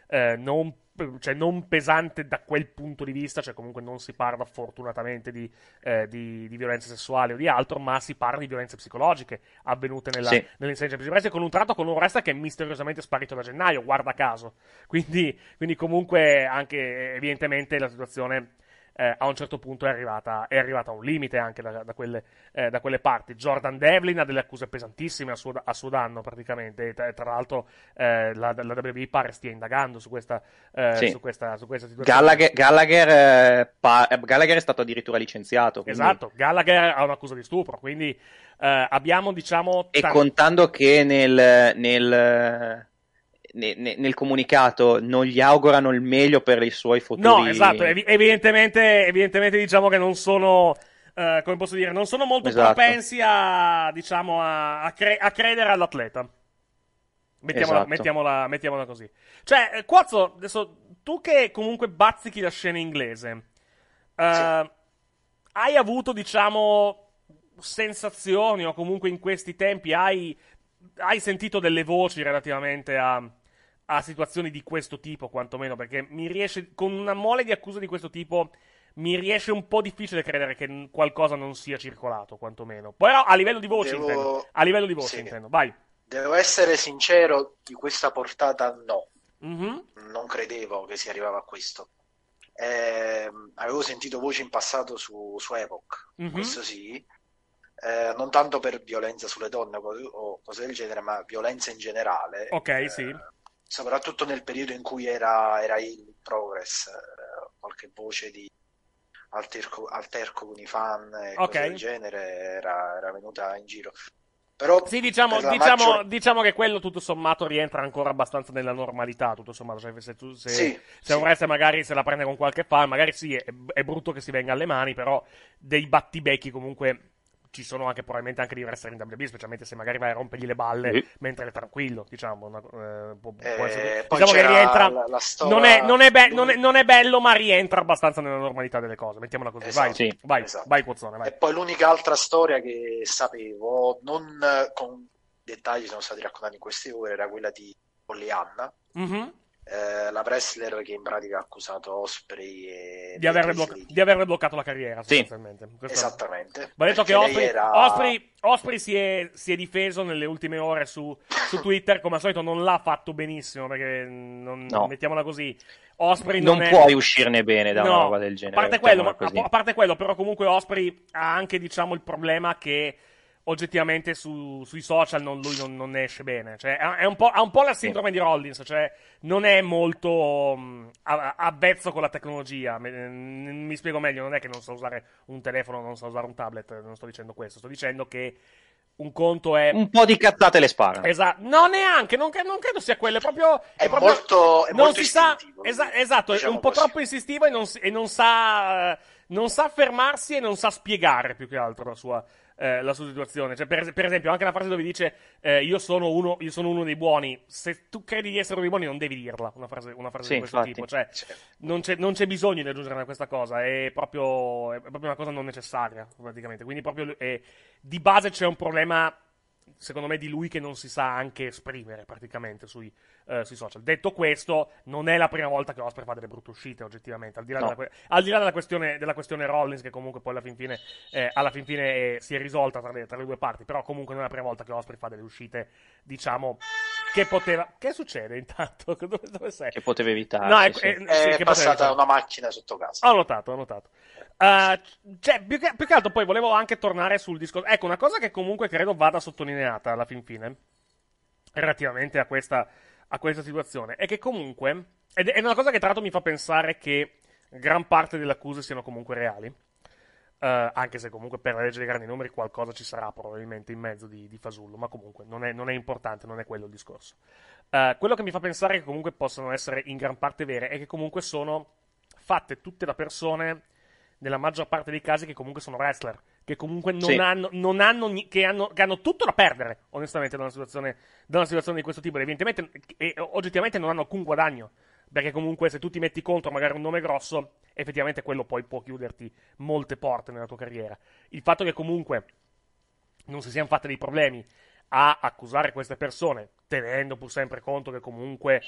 pesante da quel punto di vista, cioè comunque non si parla fortunatamente di violenze sessuali o di altro, ma si parla di violenze psicologiche avvenute nell'insegnamento di wrestling, con un wrestler che è misteriosamente sparito da gennaio, guarda caso. Quindi comunque anche evidentemente la situazione a un certo punto è arrivata a un limite anche da quelle parti. Jordan Devlin ha delle accuse pesantissime a suo danno praticamente, tra l'altro la WWE pare stia indagando su questa situazione. Gallagher è stato addirittura licenziato, quindi... Esatto, Gallagher ha un'accusa di stupro, quindi abbiamo, diciamo, e contando che nel comunicato non gli augurano il meglio per i suoi futuri. No, esatto, evidentemente diciamo che non sono, come posso dire, non sono molto propensi a credere all'atleta. Mettiamola così. Cioè, Quazzo, adesso tu che comunque bazzichi la scena inglese, hai avuto, diciamo, sensazioni, o comunque in questi tempi hai sentito delle voci relativamente a situazioni di questo tipo, quantomeno, perché mi riesce, con una mole di accuse di questo tipo, mi riesce un po' difficile credere che qualcosa non sia circolato, quantomeno. Però a livello di voci intendo. Vai. Devo essere sincero, di questa portata no. Mm-hmm. Non credevo che si arrivava a questo. Avevo sentito voci in passato su Epoch, questo sì. Non tanto per violenza sulle donne o cose del genere, ma violenza in generale. Ok, sì. Soprattutto nel periodo in cui era il Progress, qualche voce di alterco con i fan e cose del genere era venuta in giro. Però sì, diciamo che quello tutto sommato rientra ancora abbastanza nella normalità, tutto sommato. Cioè, se un wrestler magari se la prende con qualche fan, magari sì, è brutto che si venga alle mani, però dei battibecchi comunque ci sono anche probabilmente anche di wrestler in WWE, specialmente se magari vai a rompergli le balle mentre è tranquillo, diciamo. Può essere, diciamo che rientra, la storia non è bello, ma rientra abbastanza nella normalità delle cose, mettiamola così. Esatto. Vai, esatto. Vai, Quazzone, vai. E poi l'unica altra storia che sapevo, non con dettagli sono stati raccontati in queste ore, era quella di Pollyanna. Mm-hmm. La wrestler che in pratica ha accusato Osprey di averle bloccato la carriera, sostanzialmente. Esattamente. Va detto che Osprey si è difeso nelle ultime ore su Twitter, come al solito non l'ha fatto benissimo, perché mettiamola così, Osprey non puoi uscirne bene da una roba del genere. A parte quello, però comunque Osprey ha anche, diciamo, il problema che oggettivamente sui social lui non ne esce bene, cioè ha un po' la sindrome di Rollins, cioè non è molto avvezzo con la tecnologia. Mi spiego meglio, non è che non sa usare un telefono, non sa usare un tablet, non sto dicendo questo, sto dicendo che un conto è un po' di cazzate le spara. Esatto, no, neanche, non credo sia quello, è molto non si istintivo. Esatto, diciamo, è un po' troppo insistivo e non sa non sa fermarsi e non sa spiegare più che altro la sua situazione. Cioè, per esempio, anche la frase dove dice io sono uno dei buoni. Se tu credi di essere uno dei buoni, non devi dirla. Una frase Sì, di questo infatti. tipo. Cioè, non c'è bisogno di aggiungere questa cosa. È proprio una cosa non necessaria, praticamente. Quindi, proprio di base c'è un problema, secondo me, di lui che non si sa anche esprimere praticamente sui social. Detto questo, non è la prima volta che Osprey fa delle brutte uscite, oggettivamente. Al di là della questione Rollins, che comunque poi alla fin fine si è risolta tra le due parti. Però comunque non è la prima volta che Osprey fa delle uscite, diciamo, che poteva. Che succede intanto? Dove sei? Che poteva evitare. No, sì. È passata una macchina sotto casa. Ho notato. Cioè, più che altro poi volevo anche tornare sul discorso. Ecco, una cosa che comunque credo vada sottolineata alla fin fine, relativamente a questa situazione, è che comunque, ed è una cosa che tra l'altro mi fa pensare che gran parte delle accuse siano comunque reali, anche se comunque per la legge dei grandi numeri qualcosa ci sarà probabilmente in mezzo di fasullo, ma comunque non è importante, non è quello il discorso. Quello che mi fa pensare che comunque possano essere in gran parte vere è che comunque sono fatte tutte da persone, nella maggior parte dei casi, che comunque sono wrestler, che comunque che hanno tutto da perdere, onestamente, da una situazione di questo tipo. Evidentemente e oggettivamente non hanno alcun guadagno, perché comunque se tu ti metti contro magari un nome grosso, effettivamente quello poi può chiuderti molte porte nella tua carriera. Il fatto che comunque non si siano fatti dei problemi a accusare queste persone, tenendo pur sempre conto che comunque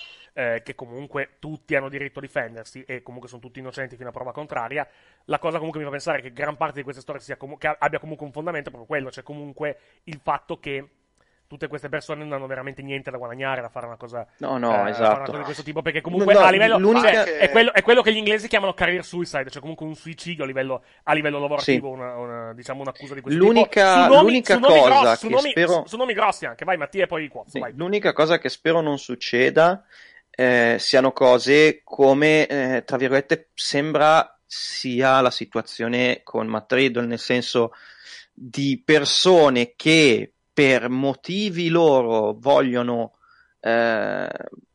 tutti hanno diritto a difendersi e comunque sono tutti innocenti fino a prova contraria, la cosa comunque mi fa pensare che gran parte di queste storie che abbia comunque un fondamento, proprio quello, cioè comunque il fatto che tutte queste persone non hanno veramente niente da guadagnare da fare una cosa, esatto. fare una cosa di questo tipo, perché comunque a livello è quello che gli inglesi chiamano career suicide, cioè comunque un suicidio a livello lavorativo, sì. Diciamo un'accusa di questo l'unica tipo. cosa che spero su nomi grossi anche, vai Mattia e poi Quozzo, sì, vai. L'unica cosa che spero non succeda siano cose come, tra virgolette, sembra sia la situazione con Matt Riddle, nel senso di persone che per motivi loro vogliono, tra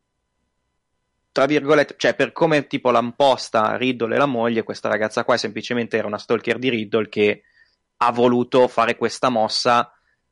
virgolette, cioè per come tipo l'ha imposta Riddle e la moglie, questa ragazza qua semplicemente era una stalker di Riddle che ha voluto fare questa mossa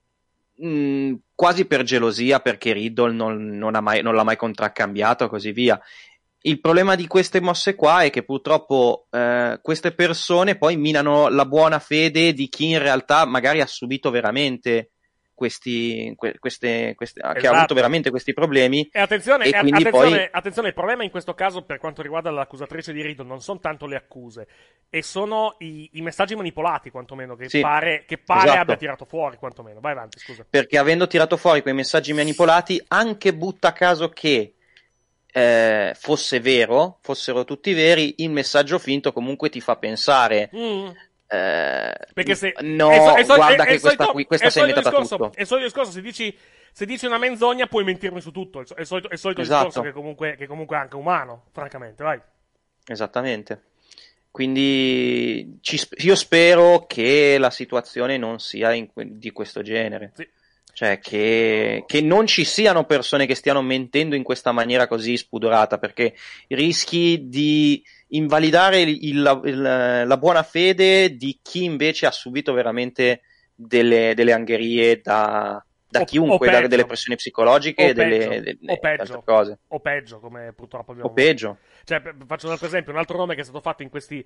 quasi per gelosia, perché Riddle non l'ha mai contraccambiato e così via. Il problema di queste mosse qua è che purtroppo queste persone poi minano la buona fede di chi in realtà magari ha subito veramente che ha avuto veramente questi problemi. E attenzione, poi il problema in questo caso per quanto riguarda l'accusatrice di Riddle non sono tanto le accuse, e sono i messaggi manipolati, quantomeno, che pare esatto. abbia tirato fuori, quantomeno. Vai avanti, scusa. Perché avendo tirato fuori quei messaggi manipolati, anche butta caso che fossero tutti veri, il messaggio finto comunque ti fa pensare perché se guarda che questa si è inventata tutto. È il solito discorso, se dici una menzogna puoi mentirmi su tutto, è il solito esatto. discorso che comunque è anche umano, francamente, vai. Esattamente. Quindi io spero che la situazione non sia di questo genere. Sì. Cioè che non ci siano persone che stiano mentendo in questa maniera così spudorata, perché rischi di invalidare la buona fede di chi invece ha subito veramente delle angherie da chiunque, delle pressioni psichologiche e delle altre cose. O peggio, come purtroppo abbiamo. O peggio. Cioè, faccio un altro esempio, un altro nome che è stato fatto in questi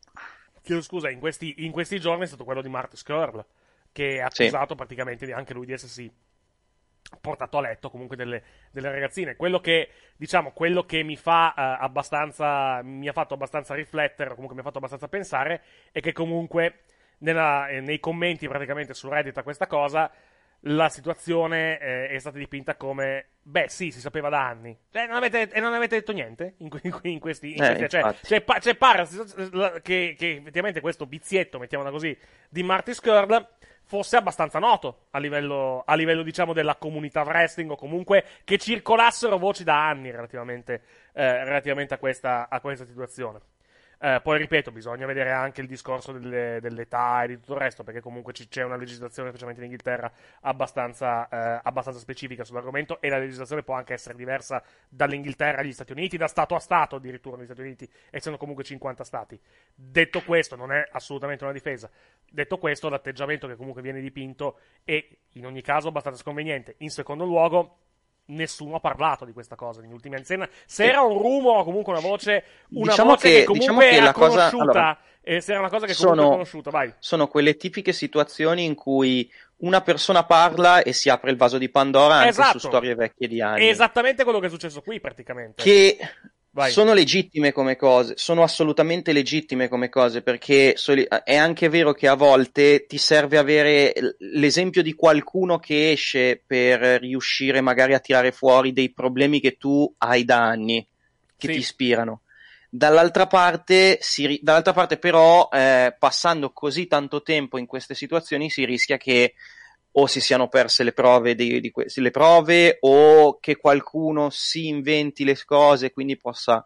giorni è stato quello di Marty Scurll, che ha accusato praticamente anche lui di essersi portato a letto comunque delle ragazzine. Quello che mi fa mi ha fatto abbastanza riflettere, o comunque mi ha fatto abbastanza pensare, è che comunque nei commenti praticamente su Reddit a questa cosa la situazione è stata dipinta come sì, si sapeva da anni, non avete detto niente in questi cioè pare che effettivamente questo vizietto, mettiamola così, di Marty Scurll fosse abbastanza noto a livello diciamo della comunità wrestling, o comunque che circolassero voci da anni relativamente a questa situazione. Poi ripeto, bisogna vedere anche il discorso dell'età e di tutto il resto, perché comunque c'è una legislazione, specialmente in Inghilterra, abbastanza specifica sull'argomento, e la legislazione può anche essere diversa dall'Inghilterra agli Stati Uniti, da stato a stato addirittura negli Stati Uniti, e sono comunque 50 stati. Detto questo, non è assolutamente una difesa. Detto questo, l'atteggiamento che comunque viene dipinto è in ogni caso abbastanza sconveniente. In secondo luogo, nessuno ha parlato di questa cosa negli ultimi anni. Se era un rumore o comunque una voce che comunque era conosciuta, se era una cosa che comunque è conosciuta, vai. Sono quelle tipiche situazioni in cui una persona parla e si apre il vaso di Pandora anche su storie vecchie di anni. È esattamente quello che è successo qui, praticamente. Che sono legittime come cose, sono assolutamente legittime come cose, perché è anche vero che a volte ti serve avere l'esempio di qualcuno che esce per riuscire magari a tirare fuori dei problemi che tu hai da anni, che ti ispirano. Dall'altra parte però, passando così tanto tempo in queste situazioni, si rischia che o si siano perse le prove le prove, o che qualcuno si inventi le cose, quindi possa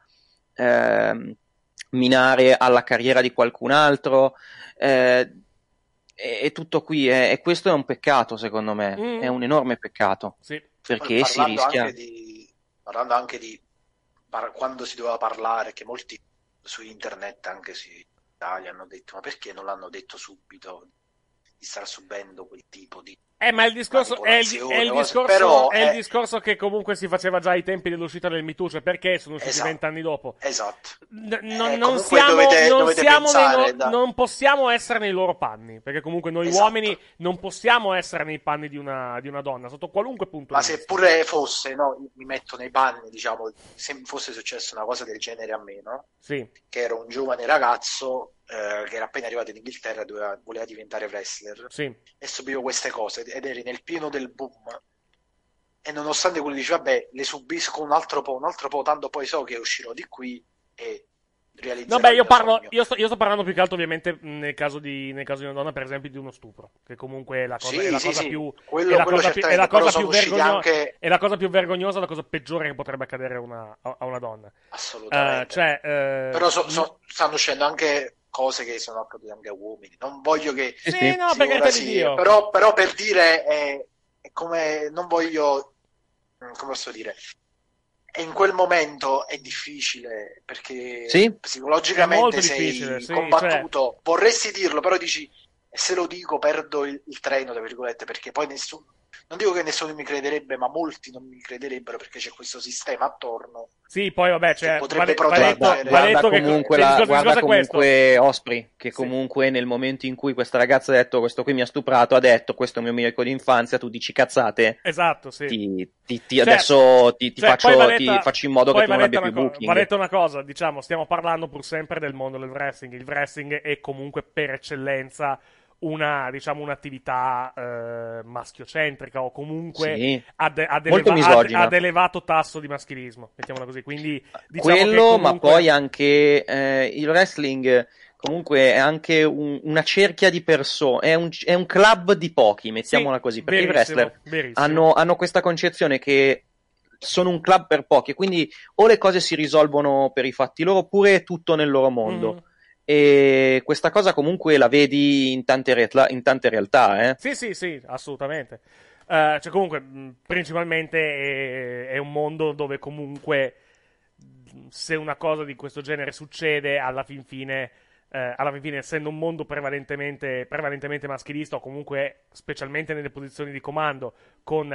minare alla carriera di qualcun altro. È tutto qui, e questo è un peccato, secondo me, è un enorme peccato, perché si rischia... Parlando anche di quando si doveva parlare, che molti su internet, anche in Italia, hanno detto: ma perché non l'hanno detto subito di star subendo quel tipo di ma il discorso è il discorso che comunque si faceva già ai tempi dell'uscita del Me Too, cioè perché sono usciti 20 anni dopo. Esatto. Non possiamo essere nei loro panni, perché comunque noi uomini non possiamo essere nei panni di una donna, sotto qualunque punto ma di vista. Seppure fosse, mi metto nei panni, diciamo, se fosse successa una cosa del genere a me, no? Sì. Che ero un giovane ragazzo che era appena arrivato in Inghilterra, voleva diventare wrestler, e subivo queste cose ed eri nel pieno del boom, e nonostante quello dici vabbè, le subisco un altro po', tanto poi so che uscirò di qui e realizzerò. No, io sto parlando più che altro ovviamente nel caso di una donna, per esempio, di uno stupro, che comunque è la cosa più vergognosa, la cosa peggiore che potrebbe accadere a una donna. Assolutamente. Però stanno uscendo anche cose che sono accadute anche a uomini. Non voglio che però per dire è come, non voglio, come posso dire, e in quel momento è difficile, perché psicologicamente sei combattuto, vorresti dirlo, però dici, se lo dico perdo il treno, tra virgolette, perché poi non dico che nessuno mi crederebbe, ma molti non mi crederebbero, perché c'è questo sistema attorno. Sì, poi vabbè, cioè, potrebbe guarda comunque Osprey, che comunque nel momento in cui questa ragazza ha detto questo qui mi ha stuprato, ha detto questo è il mio amico di infanzia, tu dici cazzate. Esatto, sì. Adesso ti faccio in modo che tu non abbia più booking. Va detto una cosa, diciamo, stiamo parlando pur sempre del mondo del wrestling. Il wrestling è comunque per eccellenza un'attività maschiocentrica, o comunque ad elevato tasso di maschilismo, mettiamola così. Quindi diciamo quello, che comunque... ma poi anche il wrestling comunque è anche una cerchia di persone, è un club di pochi, mettiamola così, perché i wrestler hanno questa concezione che sono un club per pochi, e quindi o le cose si risolvono per i fatti loro, oppure è tutto nel loro mondo. E questa cosa comunque la vedi in tante realtà, Sì, assolutamente. Cioè comunque principalmente è un mondo dove comunque se una cosa di questo genere succede, alla fin fine essendo un mondo prevalentemente maschilista, o comunque specialmente nelle posizioni di comando con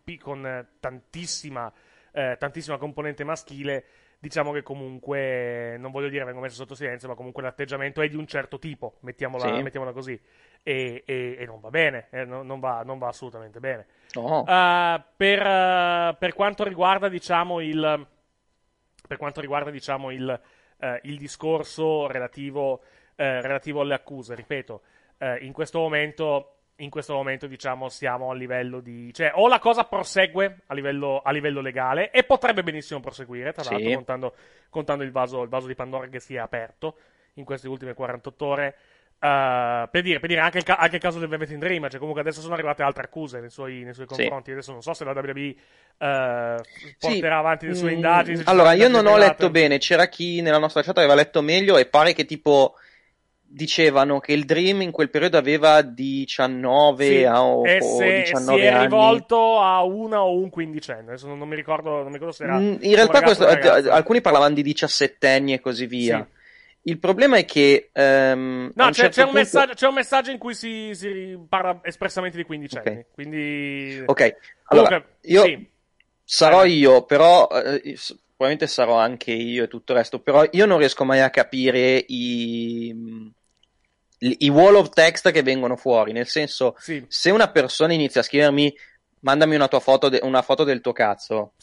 tantissima componente maschile, diciamo che comunque, non voglio dire vengo messo sotto silenzio, ma comunque l'atteggiamento è di un certo tipo, mettiamola così, e non va bene, non va assolutamente bene. Per quanto riguarda diciamo il discorso relativo alle accuse, ripeto, in questo momento diciamo siamo a livello di, cioè, o la cosa prosegue a livello legale, e potrebbe benissimo proseguire, tra l'altro, contando il vaso di Pandora che si è aperto in queste ultime 48 ore, Per dire anche il caso del Velvet in Dream, cioè comunque adesso sono arrivate altre accuse nei suoi confronti. Adesso non so se la WWE porterà avanti le sue indagini. Allora, io non ho letto bene, c'era chi nella nostra chat aveva letto meglio e pare che tipo dicevano che il Dream in quel periodo aveva 19 o 19 si è anni. rivolto a una o un quindicenne. Adesso non mi ricordo se era in realtà alcuni parlavano di 17enni e così via. Sì. Il problema è che c'è un messaggsto in cui si parla espressamente di quindicenni. Okay. Quindi ok, allora comunque, io sarò io, però probabilmente sarò anche io e tutto il resto, però io non riesco mai a capire i wall of text che vengono fuori, nel senso, se una persona inizia a scrivermi mandami una tua foto, una foto del tuo cazzo,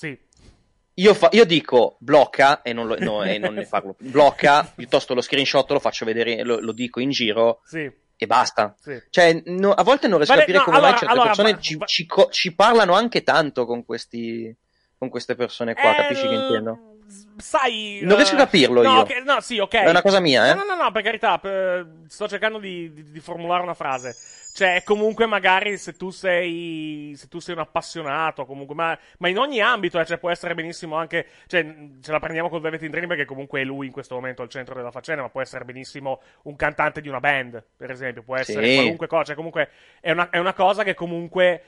io dico blocca e non ne parlo, blocca, piuttosto lo screenshot lo faccio vedere, lo dico in giro e basta. Cioè, a volte non riesco a capire come mai certe persone ci parlano anche tanto con queste persone qua, capisci che intendo? Sai, non riesco a capirlo io. Ok. È una cosa mia, No, per carità, sto cercando di formulare una frase. Cioè, comunque, magari se tu sei un appassionato, comunque, ma in ogni ambito, cioè, può essere benissimo anche, cioè, ce la prendiamo col Velvet in Dream perché comunque è lui in questo momento al centro della faccenda, ma può essere benissimo un cantante di una band, per esempio, può essere qualunque cosa, cioè, comunque, è una cosa che comunque,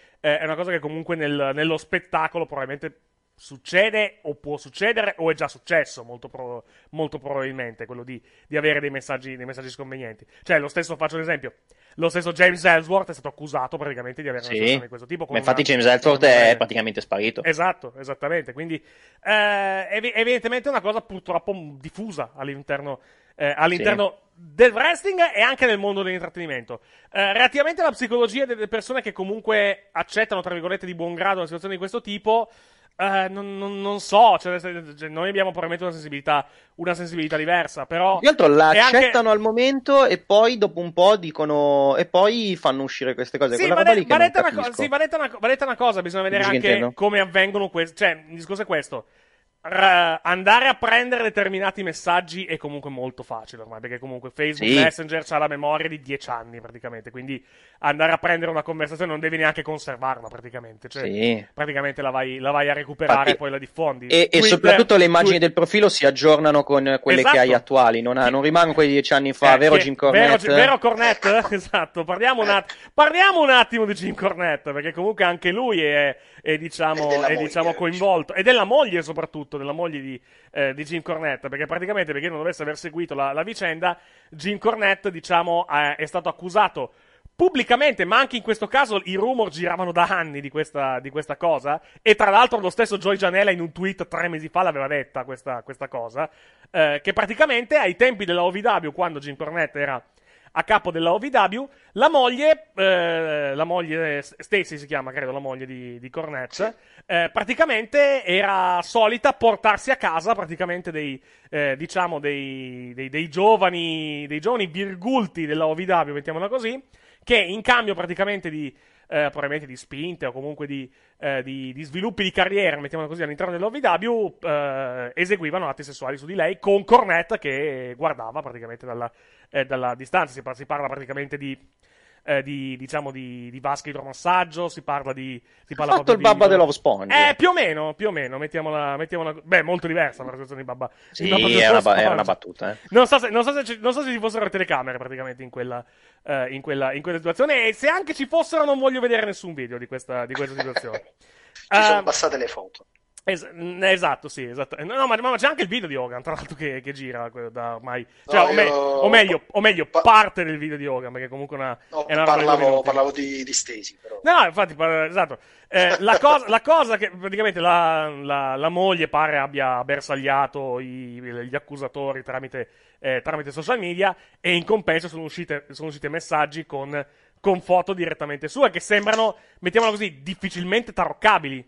nello spettacolo probabilmente succede o può succedere o è già successo molto probabilmente quello di avere dei messaggi sconvenienti. Cioè faccio un esempio, lo stesso James Ellsworth è stato accusato praticamente di avere una situazione di questo tipo, ma infatti James Ellsworth è praticamente sparito. Esattamente, quindi evidentemente è una cosa purtroppo diffusa all'interno del wrestling e anche nel mondo dell'intrattenimento. Relativamente alla psicologia delle persone che comunque accettano tra virgolette di buon grado una situazione di questo tipo, non so, cioè, noi abbiamo probabilmente una sensibilità diversa, però più altro la accettano al momento e poi dopo un po' dicono e poi fanno uscire queste cose. Va detta una cosa, bisogna vedere anche come avvengono queste, cioè il discorso è questo. Andare a prendere determinati messaggi è comunque molto facile ormai, perché comunque Facebook Messenger c'ha la memoria di 10 anni praticamente, quindi andare a prendere una conversazione non devi neanche conservarla praticamente, cioè praticamente la vai a recuperare e poi la diffondi. E soprattutto le immagini del profilo si aggiornano con quelle che hai attuali, non rimangono quelli di 10 anni fa, vero Jim Cornette? Vero Cornette? Esatto, parliamo un attimo di Jim Cornette, perché comunque anche lui è coinvolto, e della moglie soprattutto, della moglie di Jim Cornette, perché praticamente, perché non dovesse aver seguito la vicenda, Jim Cornette è stato accusato pubblicamente, ma anche in questo caso i rumor giravano da anni di questa cosa, e tra l'altro lo stesso Joey Janela in un tweet 3 mesi fa l'aveva detta questa cosa, che praticamente ai tempi della OVW, quando Jim Cornette era a capo della OVW, la moglie Stacy si chiama, credo, la moglie di Cornette, praticamente era solita portarsi a casa praticamente dei giovani virgulti della OVW, mettiamola così, che in cambio praticamente probabilmente di spinte o comunque di sviluppi di carriera, mettiamola così, all'interno dell'OVW, eseguivano atti sessuali su di lei con Cornette che guardava praticamente dalla distanza. Si parla praticamente di vasche idromassaggio, si parla fatto il Babba de Love Sponge. Più o meno, mettiamola, beh, molto diversa la situazione di Babba. Sì, era una battuta, Non so se ci fossero telecamere praticamente in quella situazione, e se anche ci fossero non voglio vedere nessun video di questa situazione. Ci sono passate le foto. Esatto, sì, esatto. No, ma c'è anche il video di Hogan, tra l'altro, che gira da ormai. Cioè, o meglio, parte del video di Hogan, perché comunque è una parlavo di Stacy, però. No, infatti, esatto. La cosa che praticamente la moglie pare abbia bersagliato gli accusatori tramite social media, e in compenso sono usciti messaggi con foto direttamente sue che sembrano, mettiamola così, difficilmente taroccabili.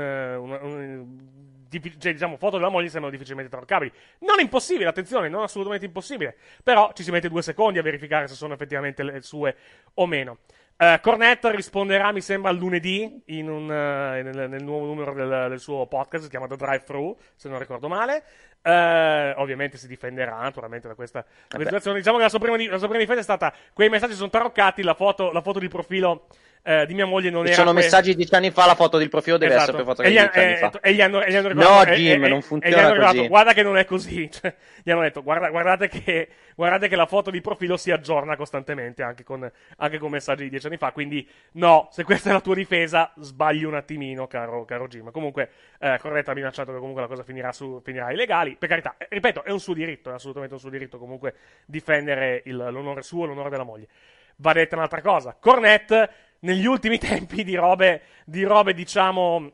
Foto della moglie sembrano difficilmente taroccabili. Non impossibile, attenzione, non assolutamente impossibile. Però ci si mette 2 secondi a verificare se sono effettivamente le sue o meno. Cornette risponderà, mi sembra, lunedì nel nuovo numero del suo podcast, si chiama The Drive Thru, se non ricordo male. Ovviamente si difenderà naturalmente da questa situazione. Diciamo che la sua prima difesa è stata: quei messaggi sono taroccati, la foto di profilo di mia moglie non era. Sono messaggi 10 anni fa, la foto del profilo deve essere per forza di 10 anni fa. E gli hanno ricordato, no, Jim, non funziona così. Guarda che non è così. Cioè, gli hanno detto: guardate che la foto di profilo si aggiorna costantemente anche con messaggi di 10 anni fa. Quindi, no, se questa è la tua difesa, sbagli un attimino, caro Jim. Comunque, Cornette ha minacciato che comunque la cosa finirà ai legali. Per carità, ripeto, è un suo diritto, è assolutamente un suo diritto comunque difendere l'onore suo e l'onore della moglie. Va detta un'altra cosa: Cornette, negli ultimi tempi di robe diciamo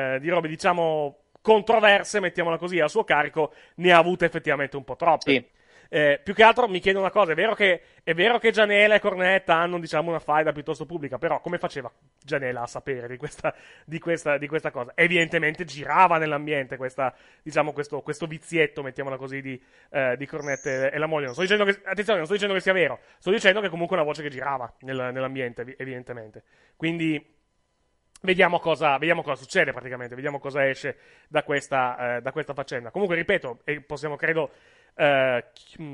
controverse, mettiamola così, a suo carico, ne ha avute effettivamente un po' troppe. Sì. Più che altro mi chiedo una cosa: è vero che Gianella e Cornette hanno, diciamo, una faida piuttosto pubblica, però come faceva Gianella a sapere di questa cosa? Evidentemente girava nell'ambiente questo vizietto, mettiamola così, di Cornette e la moglie. Attenzione, non sto dicendo che sia vero, sto dicendo che comunque è una voce che girava nell'ambiente, evidentemente. Quindi vediamo cosa succede praticamente, vediamo cosa esce da questa faccenda. Comunque, ripeto, e possiamo, credo, prima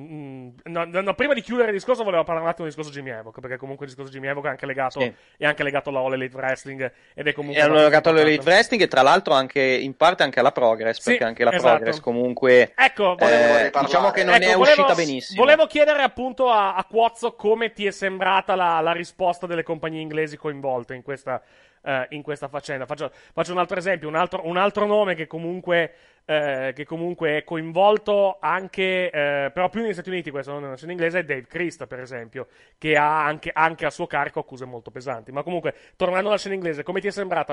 di chiudere il discorso volevo parlare un attimo del discorso Jimmy Havoc, perché comunque il discorso Jimmy Havoc è anche legato alla All Elite Wrestling, ed è comunque legato alla Elite Wrestling, e tra l'altro anche in parte anche alla Progress, perché anche la Progress comunque diciamo che non è uscita benissimo. Volevo chiedere appunto a Quozzo come ti è sembrata la risposta delle compagnie inglesi coinvolte in questa faccenda. Faccio un altro esempio, un altro nome che comunque è coinvolto anche, però più negli Stati Uniti, questo non nella scena inglese, è Dave Christ, per esempio, che ha anche a suo carico accuse molto pesanti. Ma comunque, tornando alla scena inglese, come ti è sembrata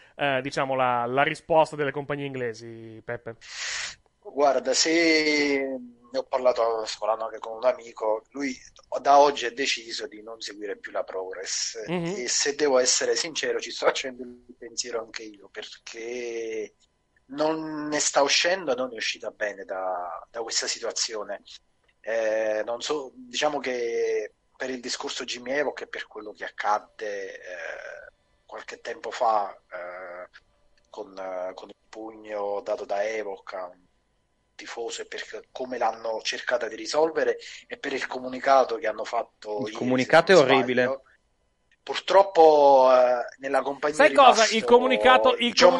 la risposta delle compagnie inglesi, Peppe? Guarda, se ne ho parlato anche con un amico, lui da oggi ha deciso di non seguire più la Progress, e se devo essere sincero ci sto facendo il pensiero anche io, perché non ne sta uscendo, non è uscita bene da questa situazione. Non so, diciamo che per il discorso Jimmy Havoc e per quello che accadde qualche tempo fa con il pugno dato da Havoc a un tifoso, e per come l'hanno cercata di risolvere e per il comunicato che hanno fatto. Il comunicato è orribile. Purtroppo nella compagnia, sai cosa? Il comunicato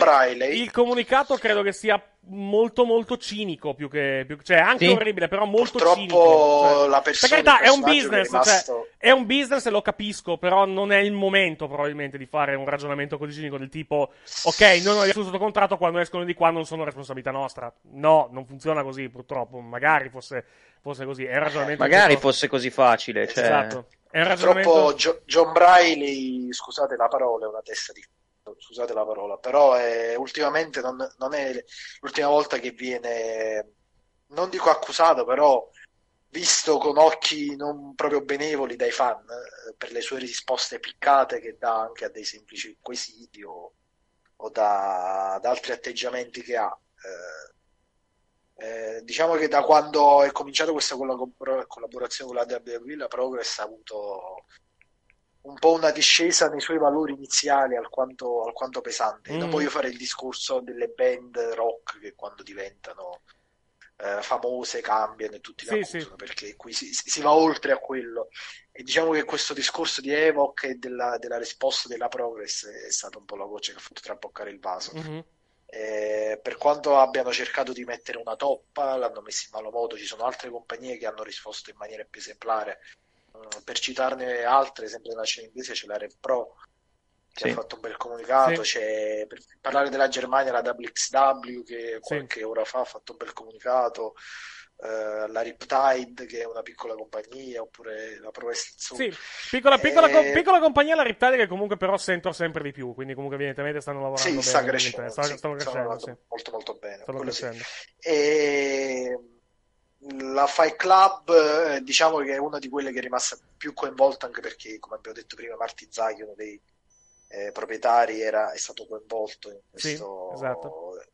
credo che sia molto molto cinico, cioè anche orribile, però molto cinico. Purtroppo la persona, per carità, è un business, è un business e lo capisco, però non è il momento probabilmente di fare un ragionamento così cinico del tipo: ok, noi non abbiamo sotto contratto, quando escono di qua non sono responsabilità nostra. No, non funziona così, purtroppo. Magari fosse così, è un ragionamento magari fosse così facile, cioè. Esatto. Purtroppo John Briley, scusate la parola, è una testa di scusate la parola, però ultimamente non è l'ultima volta che viene, non dico accusato, però visto con occhi non proprio benevoli dai fan per le sue risposte piccate che dà anche a dei semplici quesiti o da altri atteggiamenti che ha. Diciamo che da quando è cominciata questa collaborazione con la WWE, la Progress ha avuto un po' una discesa nei suoi valori iniziali alquanto pesante. Non voglio fare il discorso delle band rock che quando diventano famose cambiano e tutti la accusano, perché qui si va oltre a quello, e diciamo che questo discorso di Havoc e della risposta della Progress è stata un po' la goccia che ha fatto traboccare il vaso. Per quanto abbiano cercato di mettere una toppa, l'hanno messa in malo modo. Ci sono altre compagnie che hanno risposto in maniera più esemplare. Per citarne altre, sempre nella scena inglese, c'è la Rev Pro che ha fatto un bel comunicato, c'è, per parlare della Germania, la WXW che qualche ora fa ha fatto un bel comunicato, la Riptide che è una piccola compagnia, oppure la Pro Wrestling. Piccola compagnia, la Riptide, che comunque però sento sempre di più, quindi comunque evidentemente stanno lavorando bene, sta crescendo, stanno crescendo molto molto bene, stanno crescendo. E la Fight Club diciamo che è una di quelle che è rimasta più coinvolta, anche perché, come abbiamo detto prima, Marty Zacchi, uno dei proprietari, è stato coinvolto in questo,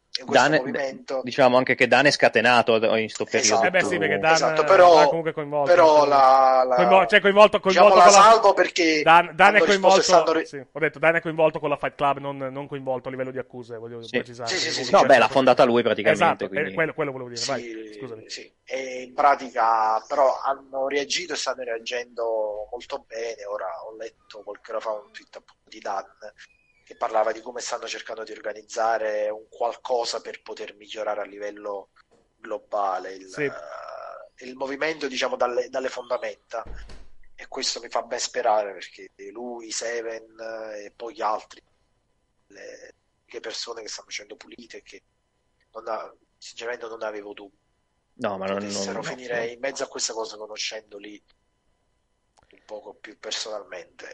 movimento. Diciamo anche che Dan è scatenato in sto periodo. Esatto, sì, perché Dan, esatto, però, è comunque coinvolto. Però coinvolto diciamo la salvo perché Dan è coinvolto. Sì, ho detto Dan è coinvolto con la Fight Club, non coinvolto a livello di accuse, voglio precisare. Sì, no, l'ha fondata lui praticamente. Esatto, quindi... quello volevo dire. Vai, scusami. Sì. E in pratica però hanno reagito e stanno reagendo molto bene. Ora ho letto qualche ora fa un tweet appunto di Dan che parlava di come stanno cercando di organizzare un qualcosa per poter migliorare a livello globale il movimento, diciamo, dalle fondamenta, e questo mi fa ben sperare, perché lui, Seven e poi gli altri, le persone che stanno facendo pulite, che sinceramente non avevo dubbi potessero finire in mezzo a questa cosa, conoscendoli un poco più personalmente.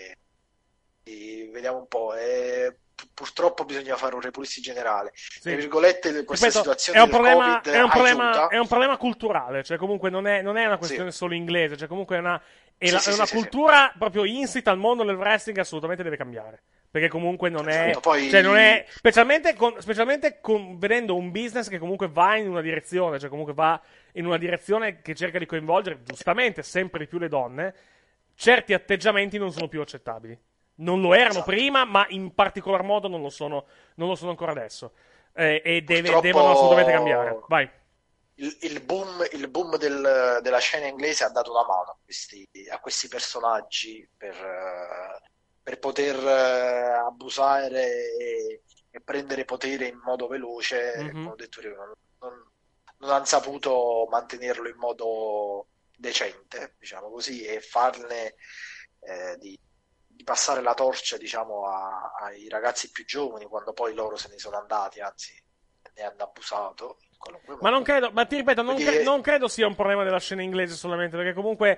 E vediamo un po'. Purtroppo bisogna fare un repulisi generale. Tra virgolette, questa situazione è un del problema, Covid è un problema culturale, cioè comunque non è una questione solo inglese, cioè comunque è una cultura proprio insita al mondo del wrestling, assolutamente deve cambiare. Perché comunque non è, cioè non è, specialmente vedendo un business che comunque va in una direzione, cioè comunque va in una direzione che cerca di coinvolgere giustamente sempre di più le donne, certi atteggiamenti non sono più accettabili. Non lo erano prima, ma in particolar modo non lo sono ancora adesso. E devono assolutamente cambiare. Vai. Il boom della scena inglese ha dato una mano a questi personaggi per poter abusare e prendere potere in modo veloce. Come ho detto prima, non hanno saputo mantenerlo in modo decente, diciamo così, e farne di passare la torcia, diciamo, ai ragazzi più giovani, quando poi loro se ne sono andati, anzi ne hanno abusato. Ma non credo, ma ti ripeto, non credo sia un problema della scena inglese solamente, perché comunque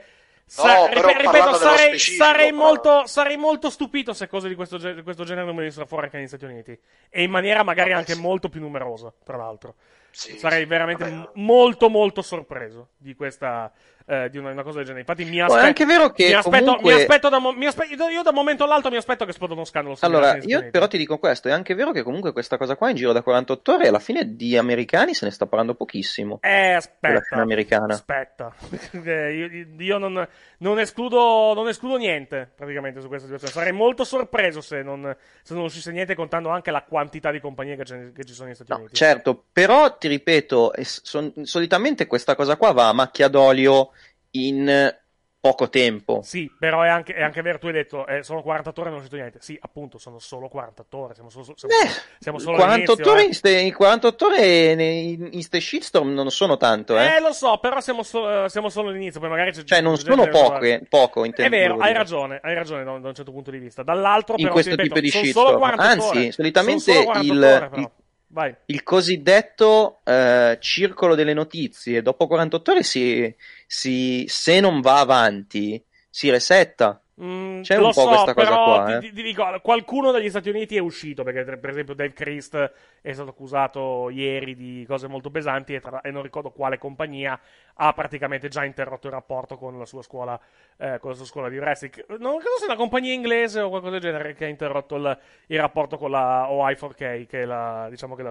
sarei molto stupito se cose di questo genere non venissero fuori anche negli Stati Uniti, e in maniera magari anche molto più numerosa, tra l'alro. Sarei veramente molto sorpreso di questa di una cosa del genere. Infatti mi aspetto, è anche vero che io da un momento all'altro mi aspetto che esploda uno scandalo. Allora, io però ti dico questo, è anche vero che comunque questa cosa qua in giro da 48 ore alla fine di americani se ne sta parlando pochissimo. Aspetta. Americana. Aspetta. io non escludo niente praticamente su questa situazione. Sarei molto sorpreso se non uscisse niente, contando anche la quantità di compagnie che ci sono negli Stati Uniti. Certo, però ti ripeto, solitamente questa cosa qua va a macchia d'olio in poco tempo. Sì, però è anche vero, tu hai detto sono 48 ore e non c'è niente. Sì, appunto, sono solo 48 ore. Siamo solo 48 ore in 48 ore in ste shitstorm non sono tanto, lo so, però siamo solo all'inizio, poi magari non sono poco in tempo. È vero, hai ragione da un certo punto di vista. Dall'altro, in però, questo tipo di sono shitstorm. solo 48 Anzi, ore. solitamente Vai. Il cosiddetto circolo delle notizie dopo 48 ore se non va avanti si resetta. C'è un po' questa cosa qua. Ti dico, qualcuno dagli Stati Uniti è uscito, perché per esempio Dave Christ è stato accusato ieri di cose molto pesanti e non ricordo quale compagnia ha praticamente già interrotto il rapporto con la sua scuola di wrestling. Non credo sia una compagnia inglese o qualcosa del genere che ha interrotto il rapporto con la OI4K, che è la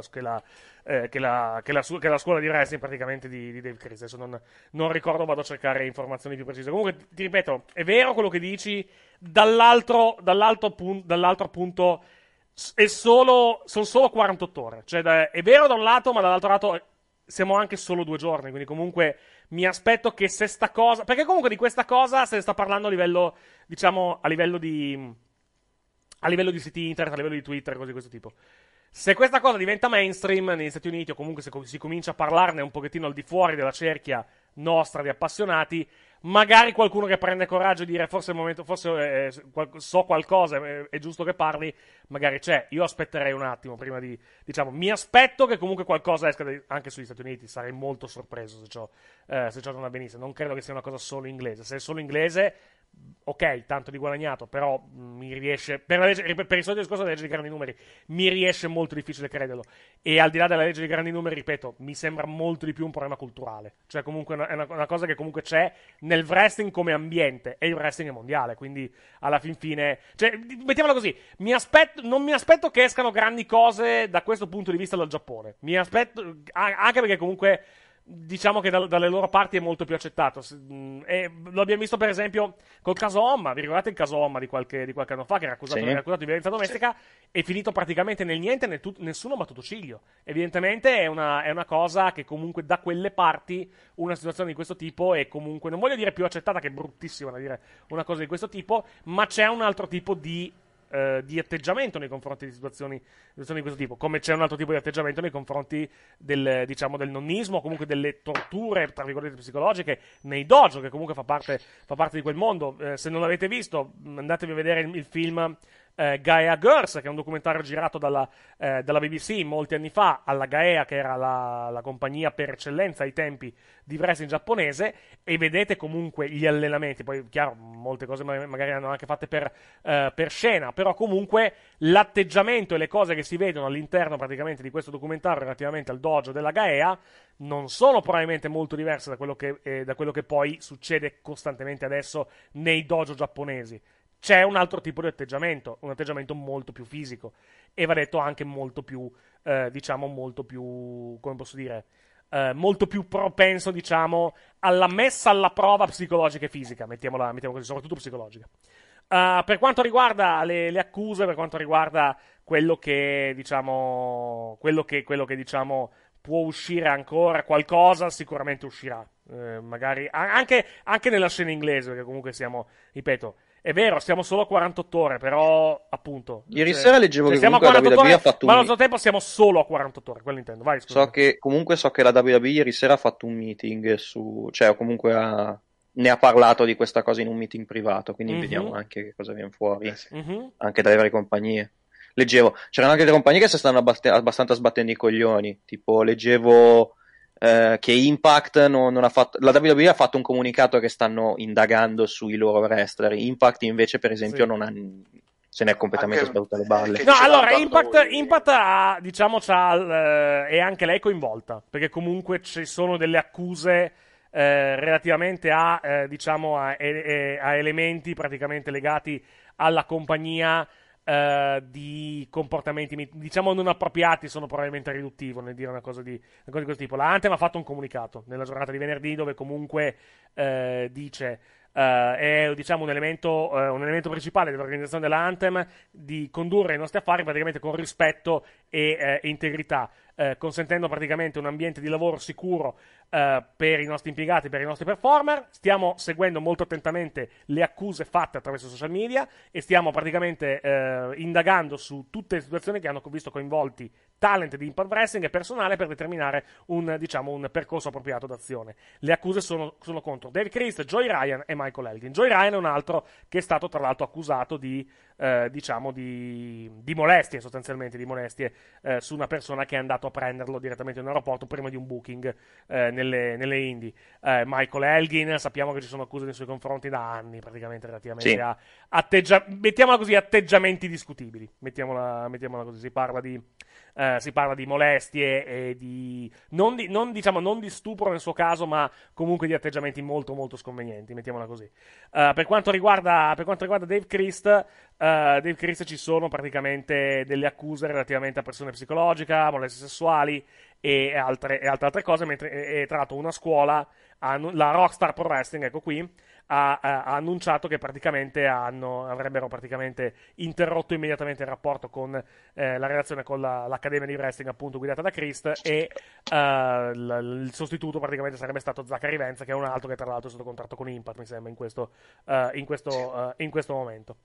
scuola di wrestling praticamente di Dave Christ. Adesso non ricordo, vado a cercare informazioni più precise. Comunque ti ripeto, è vero quello che dici. Dall'altro appunto sono solo 48 ore, cioè è vero da un lato, ma dall'altro lato siamo anche solo 2 giorni, quindi comunque mi aspetto che se sta cosa, perché comunque di questa cosa se ne sta parlando a livello, diciamo, a livello di siti internet, a livello di Twitter, cose di questo tipo. Se questa cosa diventa mainstream negli Stati Uniti, o comunque se si comincia a parlarne un pochettino al di fuori della cerchia nostra di appassionati, magari qualcuno che prende coraggio e dire forse è il momento, so qualcosa, è giusto che parli, magari c'è. Io aspetterei un attimo prima di, diciamo, mi aspetto che comunque qualcosa esca anche sugli Stati Uniti. Sarei molto sorpreso se ciò non avvenisse. Non credo che sia una cosa solo inglese. Se è solo inglese, ok, tanto di guadagnato, però mi riesce, per il solito discorso della legge dei grandi numeri, mi riesce molto difficile crederlo. E al di là della legge dei grandi numeri, ripeto, mi sembra molto di più un problema culturale. Cioè, comunque, è una cosa che comunque c'è nel wrestling come ambiente, e il wrestling è mondiale, quindi alla fin fine, cioè, mettiamola così, non mi aspetto che escano grandi cose da questo punto di vista dal Giappone. Mi aspetto, anche perché comunque diciamo che dalle loro parti è molto più accettato. E lo abbiamo visto per esempio col caso Omma. Vi ricordate il caso Omma di qualche anno fa, che era accusato di violenza domestica? È finito praticamente nel niente, nessuno ha battuto ciglio. Evidentemente è una cosa che comunque da quelle parti, una situazione di questo tipo è comunque, non voglio dire più accettata, che è bruttissima da dire una cosa di questo tipo, ma c'è un altro tipo di atteggiamento nei confronti di situazioni di questo tipo, come c'è un altro tipo di atteggiamento nei confronti del nonnismo, o comunque delle torture tra virgolette psicologiche nei dojo, che comunque fa parte di quel mondo. Se non l'avete visto, andatevi a vedere il film Gaea Girls, che è un documentario girato dalla BBC molti anni fa, alla Gaea, che era la compagnia per eccellenza ai tempi di wrestling giapponese, e vedete comunque gli allenamenti. Poi chiaro, molte cose magari hanno anche fatte per scena, però comunque l'atteggiamento e le cose che si vedono all'interno praticamente di questo documentario relativamente al dojo della Gaea non sono probabilmente molto diverse da quello che poi succede costantemente adesso nei dojo giapponesi. C'è un altro tipo di atteggiamento, un atteggiamento molto più fisico, e va detto anche molto più, molto più, come posso dire, molto più propenso, diciamo, alla messa alla prova psicologica e fisica, mettiamola così, soprattutto psicologica. Per quanto riguarda le accuse, per quanto riguarda quello che diciamo può uscire ancora, qualcosa sicuramente uscirà, magari anche nella scena inglese, perché comunque siamo, ripeto, è vero, siamo solo a 48 ore, però appunto ieri sera leggevo che siamo comunque la WWE ha fatto ma allo stesso tempo siamo solo a 48 ore, quello intendo. Vai, scusa. So che la WWE ieri sera ha fatto un meeting cioè comunque ne ha parlato di questa cosa in un meeting privato, quindi vediamo anche che cosa viene fuori, anche dalle varie compagnie. Leggevo, c'erano anche delle compagnie che si stanno abbastanza sbattendo i coglioni, tipo leggevo che Impact non ha fatto, la WWE ha fatto un comunicato che stanno indagando sui loro wrestler. Impact invece per esempio se ne è completamente sbattuta le balle. No, allora Impact ha, diciamo, è anche lei coinvolta, perché comunque ci sono delle accuse relativamente a elementi praticamente legati alla compagnia, di comportamenti, diciamo, non appropriati. Sono probabilmente riduttivo nel dire una cosa di questo tipo. La Anthem ha fatto un comunicato nella giornata di venerdì dove comunque dice è, diciamo, un elemento principale dell'organizzazione della Anthem di condurre i nostri affari praticamente con rispetto e integrità, consentendo praticamente un ambiente di lavoro sicuro per i nostri impiegati, per i nostri performer. Stiamo seguendo molto attentamente le accuse fatte attraverso i social media e stiamo praticamente indagando su tutte le situazioni che hanno visto coinvolti talent di Impact Wrestling e personale per determinare un percorso appropriato d'azione. Le accuse sono contro Dave Christ, Joey Ryan e Michael Elgin. Joey Ryan è un altro che è stato tra l'altro accusato di molestie, sostanzialmente di molestie su una persona che è andato a prenderlo direttamente in un aeroporto prima di un booking nelle indie. Michael Elgin, sappiamo che ci sono accuse nei suoi confronti da anni praticamente relativamente a mettiamola così, atteggiamenti discutibili, mettiamola così. Si parla di molestie e non di stupro nel suo caso, ma comunque di atteggiamenti molto molto sconvenienti, mettiamola così. Per quanto riguarda Dave Christ, ci sono praticamente delle accuse relativamente a pressione psicologica, molestie sessuali e altre cose, mentre tra l'altro una scuola, la Rockstar Pro Wrestling, ecco qui, ha annunciato che praticamente avrebbero praticamente interrotto immediatamente il rapporto con la relazione con l'Accademia di Wrestling, appunto, guidata da Christ, e il sostituto praticamente sarebbe stato Zachary Vance, che è un altro che tra l'altro è sotto contratto con Impact, mi sembra, in questo momento.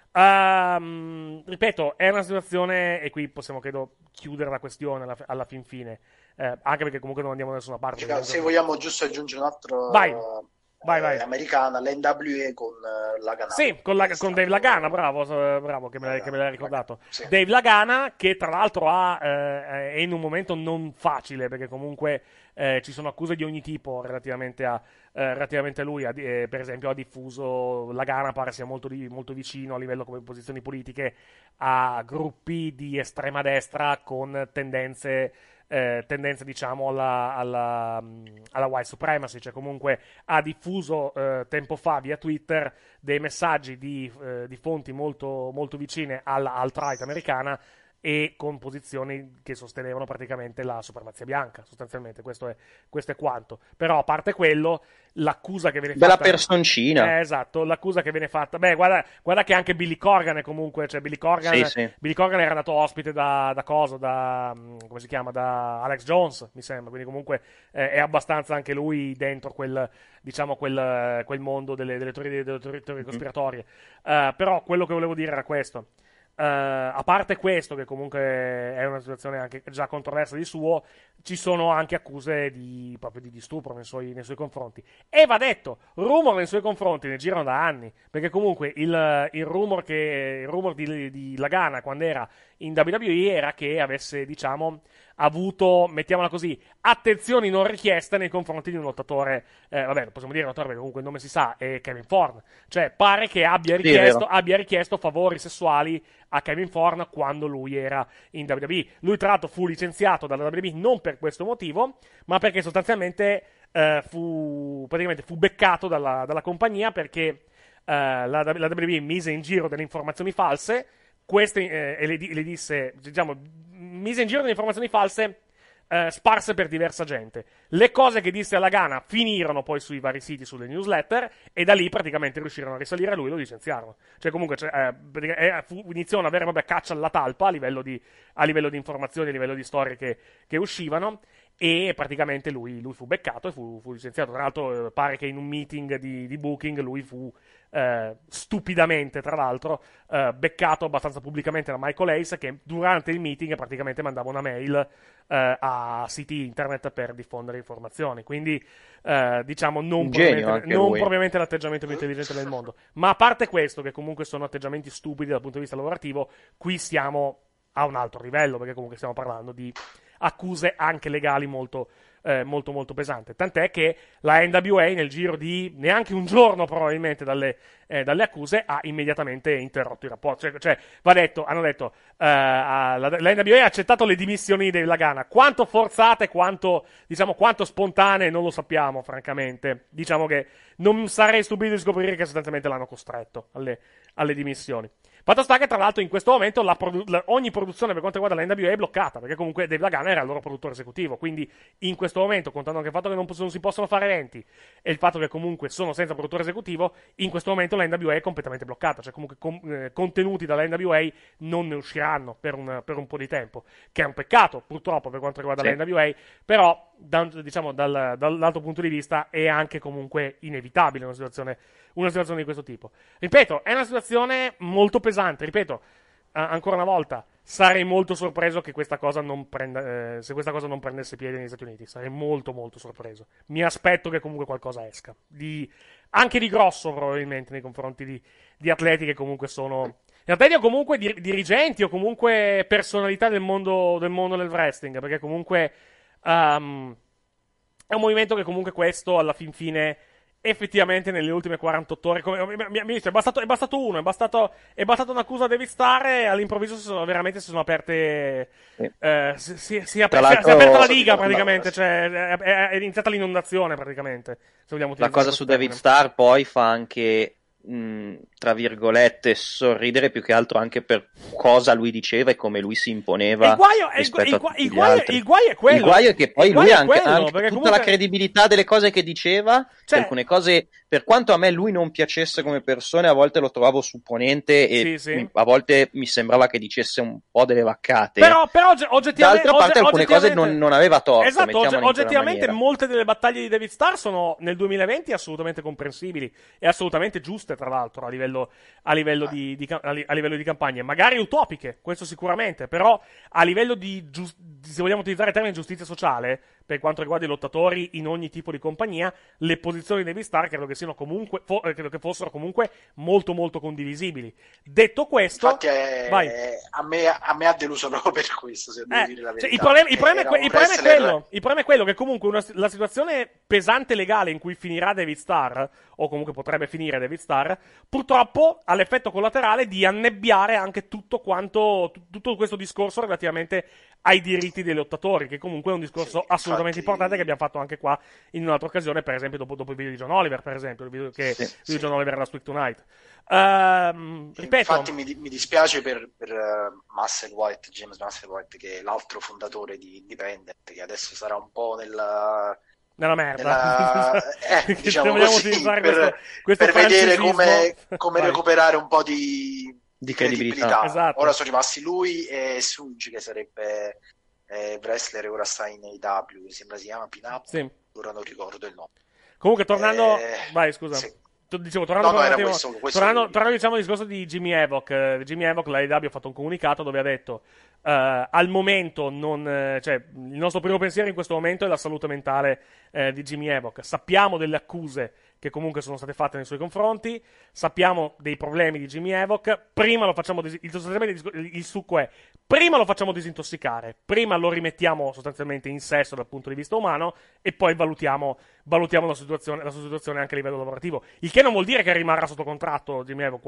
Ripeto, è una situazione, e qui possiamo credo chiudere la questione alla fine, anche perché comunque non andiamo da nessuna parte. Se vogliamo giusto aggiungere un altro, vai. americana, l'NWA con Lagana. Sì, con Dave Lagana, bravo che me l'hai ricordato. Sì. Dave Lagana, che tra l'altro è in un momento non facile, perché comunque ci sono accuse di ogni tipo relativamente a lui. Per esempio ha diffuso, Lagana pare sia molto vicino a livello come posizioni politiche a gruppi di estrema destra con tendenze diciamo alla white supremacy, cioè comunque ha diffuso tempo fa via Twitter dei messaggi di fonti molto, molto vicine alla alt-right americana e con posizioni che sostenevano praticamente la supremazia bianca, sostanzialmente questo è quanto. Però a parte quello, l'accusa che viene fatta, bella personcina, esatto, l'accusa che viene fatta, guarda che anche Billy Corgan è comunque, cioè Billy Corgan era andato ospite da come si chiama, da Alex Jones, mi sembra, quindi comunque è abbastanza anche lui dentro quel mondo delle teorie cospiratorie. Però quello che volevo dire era questo. A parte questo, che comunque è una situazione anche già controversa di suo, ci sono anche accuse proprio di stupro nei suoi confronti. E va detto, rumor nei suoi confronti ne girano da anni, perché comunque il rumor di Lagana quando era in WWE era che avesse, diciamo, avuto, mettiamola così, attenzioni non richieste nei confronti di un lottatore, non possiamo dire lottatore perché comunque il nome si sa, è Kevin Thorne, cioè pare che abbia richiesto favori sessuali a Kevin Thorne quando lui era in WWE. Lui tra l'altro fu licenziato dalla WWE non per questo motivo, ma perché sostanzialmente fu beccato dalla compagnia perché la WWE mise in giro delle informazioni false, e le disse, diciamo, mise in giro delle informazioni false sparse per diversa gente. Le cose che disse alla Gana finirono poi sui vari siti, sulle newsletter, e da lì praticamente riuscirono a risalire a lui e lo licenziarono. Cioè comunque iniziò una vera e propria caccia alla talpa a livello di informazioni, a livello di storie che uscivano, e praticamente lui fu beccato e fu licenziato. Tra l'altro pare che in un meeting di booking lui fu stupidamente, tra l'altro, beccato abbastanza pubblicamente da Michael Hayes, che durante il meeting praticamente mandava una mail a siti internet per diffondere informazioni. Quindi diciamo non propriamente l'atteggiamento più intelligente del mondo. Ma a parte questo, che comunque sono atteggiamenti stupidi dal punto di vista lavorativo, qui siamo a un altro livello, perché comunque stiamo parlando di accuse anche legali molto molto pesanti. Tant'è che la NWA nel giro di neanche un giorno probabilmente dalle accuse ha immediatamente interrotto i rapporti. Cioè va detto, hanno detto la NWA ha accettato le dimissioni di Lagana. Quanto forzate, quanto spontanee non lo sappiamo, francamente. Diciamo che non sarei stupito di scoprire che sostanzialmente l'hanno costretto alle dimissioni. Fatto sta che tra l'altro in questo momento ogni produzione per quanto riguarda la NWA è bloccata, perché comunque Dave Lagana era il loro produttore esecutivo, quindi in questo momento, contando anche il fatto che non si possono fare eventi e il fatto che comunque sono senza produttore esecutivo, in questo momento la NWA è completamente bloccata, cioè comunque contenuti dalla NWA non ne usciranno per un po' di tempo, che è un peccato purtroppo per quanto riguarda la NWA, però dall'altro punto di vista è anche comunque inevitabile una situazione di questo tipo. Ripeto, è una situazione molto pesante, ripeto, ancora una volta, sarei molto sorpreso che questa cosa non se questa cosa non prendesse piede negli Stati Uniti, sarei molto molto sorpreso. Mi aspetto che comunque qualcosa esca, anche di grosso probabilmente nei confronti di atleti che comunque sono atleti o comunque dirigenti o comunque personalità del mondo del wrestling, perché comunque è un movimento che comunque questo alla fin fine effettivamente nelle ultime 48 ore mi dice, è bastato uno, è bastata un'accusa a David Starr e all'improvviso si sono aperte si è aperta la liga praticamente, cioè è iniziata l'inondazione praticamente, se vogliamo la cosa su David Starr poi fa anche tra virgolette sorridere, più che altro anche per cosa lui diceva e come lui si imponeva. Il guaio è che poi lui ha anche tutta comunque la credibilità delle cose che diceva, cioè, alcune cose, per quanto a me lui non piacesse come persona, a volte lo trovavo supponente e a volte mi sembrava che dicesse un po' delle vaccate, però oggettivamente d'altra parte alcune cose non aveva torto. Esatto, oggettivamente molte delle battaglie di David Starr sono nel 2020 assolutamente comprensibili e assolutamente giuste, tra l'altro, a livello di campagne, magari utopiche, questo sicuramente, però a livello se vogliamo utilizzare il termine giustizia sociale, per quanto riguarda i lottatori in ogni tipo di compagnia, le posizioni di David Starr credo che siano comunque, credo che fossero comunque molto molto condivisibili. Detto questo, infatti vai. A me ha deluso proprio per questo, se devo dire la verità. Il problema è quello che comunque la situazione pesante legale in cui finirà David Starr, o comunque potrebbe finire David Starr, purtroppo ha l'effetto collaterale di annebbiare anche tutto questo discorso relativamente ai diritti dei lottatori, che comunque è un discorso assolutamente importante che abbiamo fatto anche qua in un'altra occasione, per esempio dopo il video di John Oliver, per esempio, il video di John Oliver Last Week Tonight. Ripeto, infatti mi dispiace per James Musselwhite, che è l'altro fondatore di Independent, che adesso sarà un po' nella merda, diciamo così, per vedere come recuperare un po' di credibilità. Esatto. Ora sono rimasti lui e Suji, che sarebbe wrestler, ora sta in AEW, mi sembra si chiama Pin-Up, ora non ricordo il nome. Comunque tornando vai, scusa. Sì. Dicevo, tornando questo diciamo al discorso di Jimmy Havoc, l'AEW ha fatto un comunicato dove ha detto al momento il nostro primo pensiero in questo momento è la salute mentale di Jimmy Havoc. Sappiamo delle accuse che comunque sono state fatte nei suoi confronti, sappiamo dei problemi di Jimmy Havoc, prima lo facciamo il succo è prima lo facciamo disintossicare, prima lo rimettiamo sostanzialmente in sesto dal punto di vista umano e poi valutiamo la sua situazione anche a livello lavorativo, il che non vuol dire che rimarrà sotto contratto Jimmy Havoc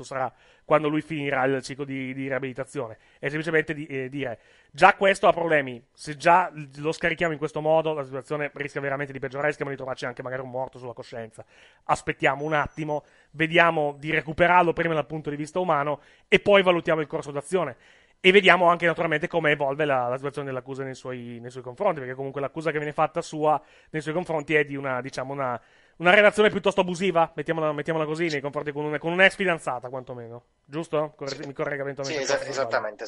quando lui finirà il ciclo di riabilitazione, è semplicemente dire già questo ha problemi, se già lo scarichiamo in questo modo la situazione rischia veramente di peggiorare, rischiamo di trovarci anche magari un morto sulla coscienza. Aspettiamo un attimo, vediamo di recuperarlo prima dal punto di vista umano e poi valutiamo il corso d'azione e vediamo anche naturalmente come evolve la situazione dell'accusa nei suoi confronti, perché comunque l'accusa che viene fatta nei suoi confronti è di una relazione piuttosto abusiva, mettiamola così, nei confronti con un'ex fidanzata quantomeno, giusto? Mi corregga eventualmente. Sì, esattamente.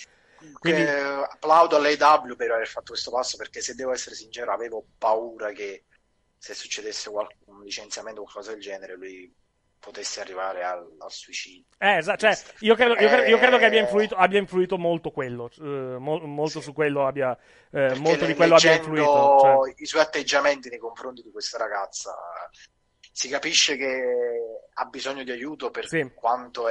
Quindi applaudo all'AEW per aver fatto questo passo, perché se devo essere sincero avevo paura che se succedesse un licenziamento o qualcosa del genere lui potesse arrivare al suicidio. Io credo che abbia influito molto quello, molto su quello molto di quello abbia influito. I suoi atteggiamenti nei confronti di questa ragazza, si capisce che ha bisogno di aiuto per quanto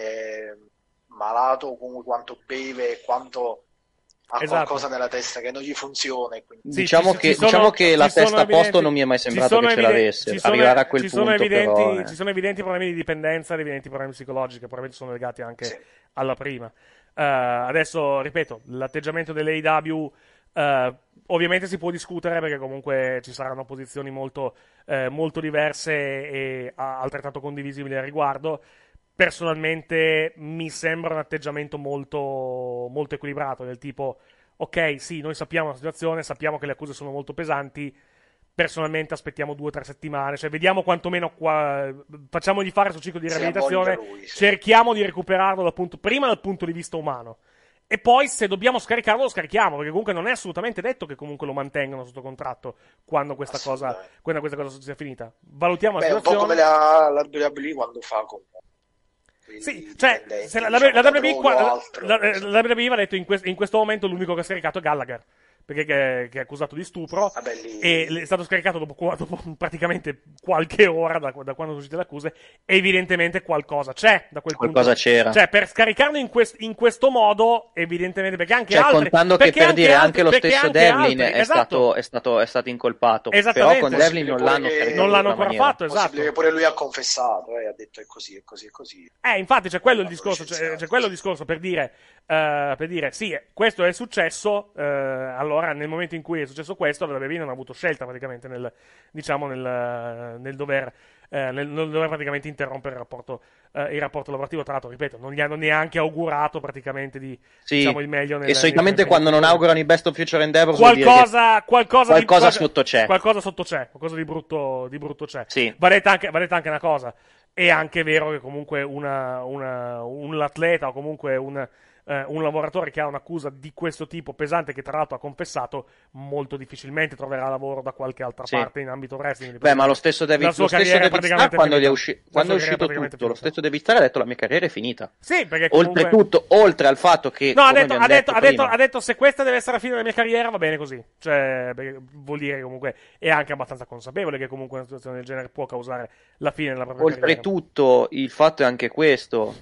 è malato, o comunque quanto beve, quanto ha qualcosa nella testa che non gli funziona. Quindi... Diciamo che la testa a posto non mi è mai sembrato che ce l'avesse. Arrivare a quel punto però... Ci sono evidenti problemi di dipendenza, evidenti problemi psicologici che probabilmente sono legati anche alla prima. Adesso, ripeto, l'atteggiamento dell'AEW ovviamente si può discutere, perché comunque ci saranno posizioni molto diverse e altrettanto condivisibili al riguardo. Personalmente mi sembra un atteggiamento molto, molto equilibrato, del tipo, ok, sì, noi sappiamo la situazione, sappiamo che le accuse sono molto pesanti, personalmente aspettiamo 2 o 3 settimane, cioè vediamo quantomeno facciamogli fare il suo ciclo di riabilitazione, cerchiamo di recuperarlo prima dal punto di vista umano, e poi se dobbiamo scaricarlo lo scarichiamo, perché comunque non è assolutamente detto che comunque lo mantengano sotto contratto quando questa cosa sia finita. Valutiamo la situazione. Un po' come la WWE quando fa con... Sì, cioè la WWE ha detto in questo momento l'unico che ha scaricato è Gallagher, perché che è accusato di stupro, e è stato scaricato dopo praticamente qualche ora da quando sono uscite le accuse, e evidentemente qualcosa c'è da quel qualcosa punto. C'era, cioè per scaricarlo in questo modo evidentemente, perché anche contando che per dire anche lo stesso Devlin è stato incolpato, però con Devlin non l'hanno ancora fatto, esatto, che pure lui ha confessato, ha detto è così. Infatti c'è quello il discorso, c'è quello il discorso per dire sì, questo è successo, allora nel momento in cui è successo questo la WWE non ha avuto scelta praticamente nel dover praticamente interrompere il rapporto lavorativo. Tra l'altro, ripeto, non gli hanno neanche augurato praticamente di il meglio. E solitamente quando non augurano i Best of Future Endeavor qualcosa sotto c'è. Qualcosa sotto c'è, qualcosa di brutto c'è. Sì. Va detta anche una cosa. È anche vero che comunque un atleta o comunque un lavoratore che ha un'accusa di questo tipo pesante, che tra l'altro ha confessato, molto difficilmente troverà lavoro da qualche altra parte in ambito wrestling. Beh, ma lo stesso David Starr, quando è uscito tutto, lo stesso David Starr ha detto: la mia carriera è finita. Sì, perché comunque... Oltretutto, oltre al fatto che ha detto se questa deve essere la fine della mia carriera, va bene così. Cioè, vuol dire che comunque è anche abbastanza consapevole che comunque una situazione del genere può causare la fine della propria carriera. Oltretutto, il fatto è anche questo.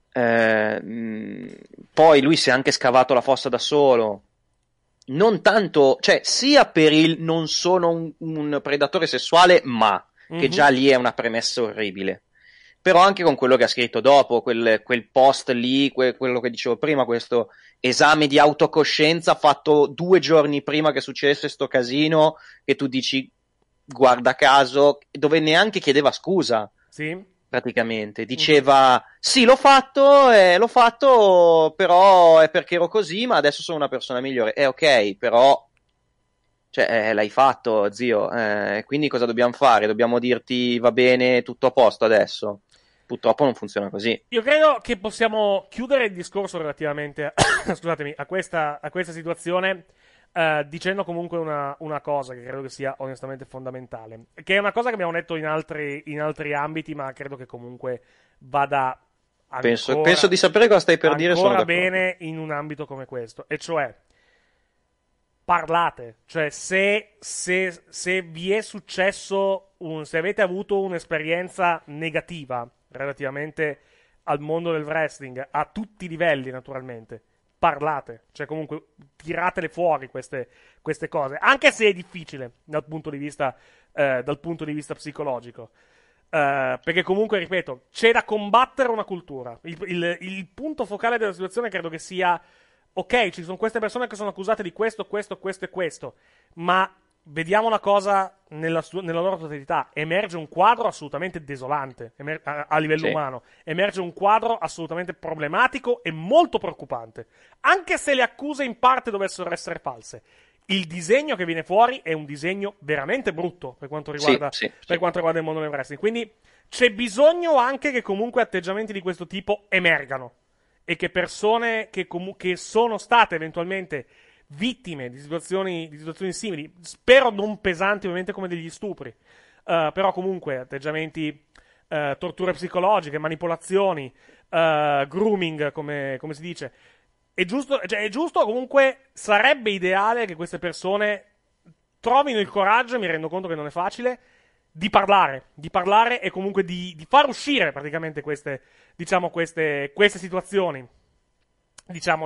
Poi lui si è anche scavato la fossa da solo, non tanto, cioè sia per il non sono un predatore sessuale, ma che già lì è una premessa orribile, però anche con quello che ha scritto dopo, quel post lì, quello che dicevo prima, questo esame di autocoscienza fatto 2 giorni prima che succedesse sto casino, che tu dici guarda caso, dove neanche chiedeva scusa. Sì. Praticamente diceva sì, l'ho fatto, però è perché ero così, ma adesso sono una persona migliore. Ok, però cioè, l'hai fatto, zio, quindi cosa dobbiamo fare? Dobbiamo dirti va bene, tutto a posto adesso? Purtroppo non funziona così. Io credo che possiamo chiudere il discorso relativamente scusatemi, a questa situazione dicendo comunque una cosa che credo che sia onestamente fondamentale, che è una cosa che abbiamo detto in altri ambiti, ma credo che comunque vada ancora, penso di sapere cosa stai per dire. Ancora bene in un ambito come questo, e cioè parlate, cioè se vi è successo se avete avuto un'esperienza negativa relativamente al mondo del wrestling a tutti i livelli, naturalmente parlate, cioè comunque tiratele fuori queste cose, anche se è difficile dal punto di vista psicologico, perché comunque, ripeto, c'è da combattere una cultura. Il punto focale della situazione credo che sia: ok, ci sono queste persone che sono accusate di questo, e questo, ma vediamo una cosa nella loro totalità. Emerge un quadro assolutamente desolante a livello umano. Emerge un quadro assolutamente problematico e molto preoccupante. Anche se le accuse in parte dovessero essere false, il disegno che viene fuori è un disegno veramente brutto per quanto riguarda il mondo del wrestling. Quindi c'è bisogno anche che comunque atteggiamenti di questo tipo emergano, e che persone che sono state eventualmente vittime di situazioni simili, spero non pesanti ovviamente come degli stupri, però comunque atteggiamenti, torture psicologiche, manipolazioni, grooming, come si dice, è giusto comunque, sarebbe ideale che queste persone trovino il coraggio, mi rendo conto che non è facile, di parlare e comunque di far uscire praticamente queste situazioni, diciamo,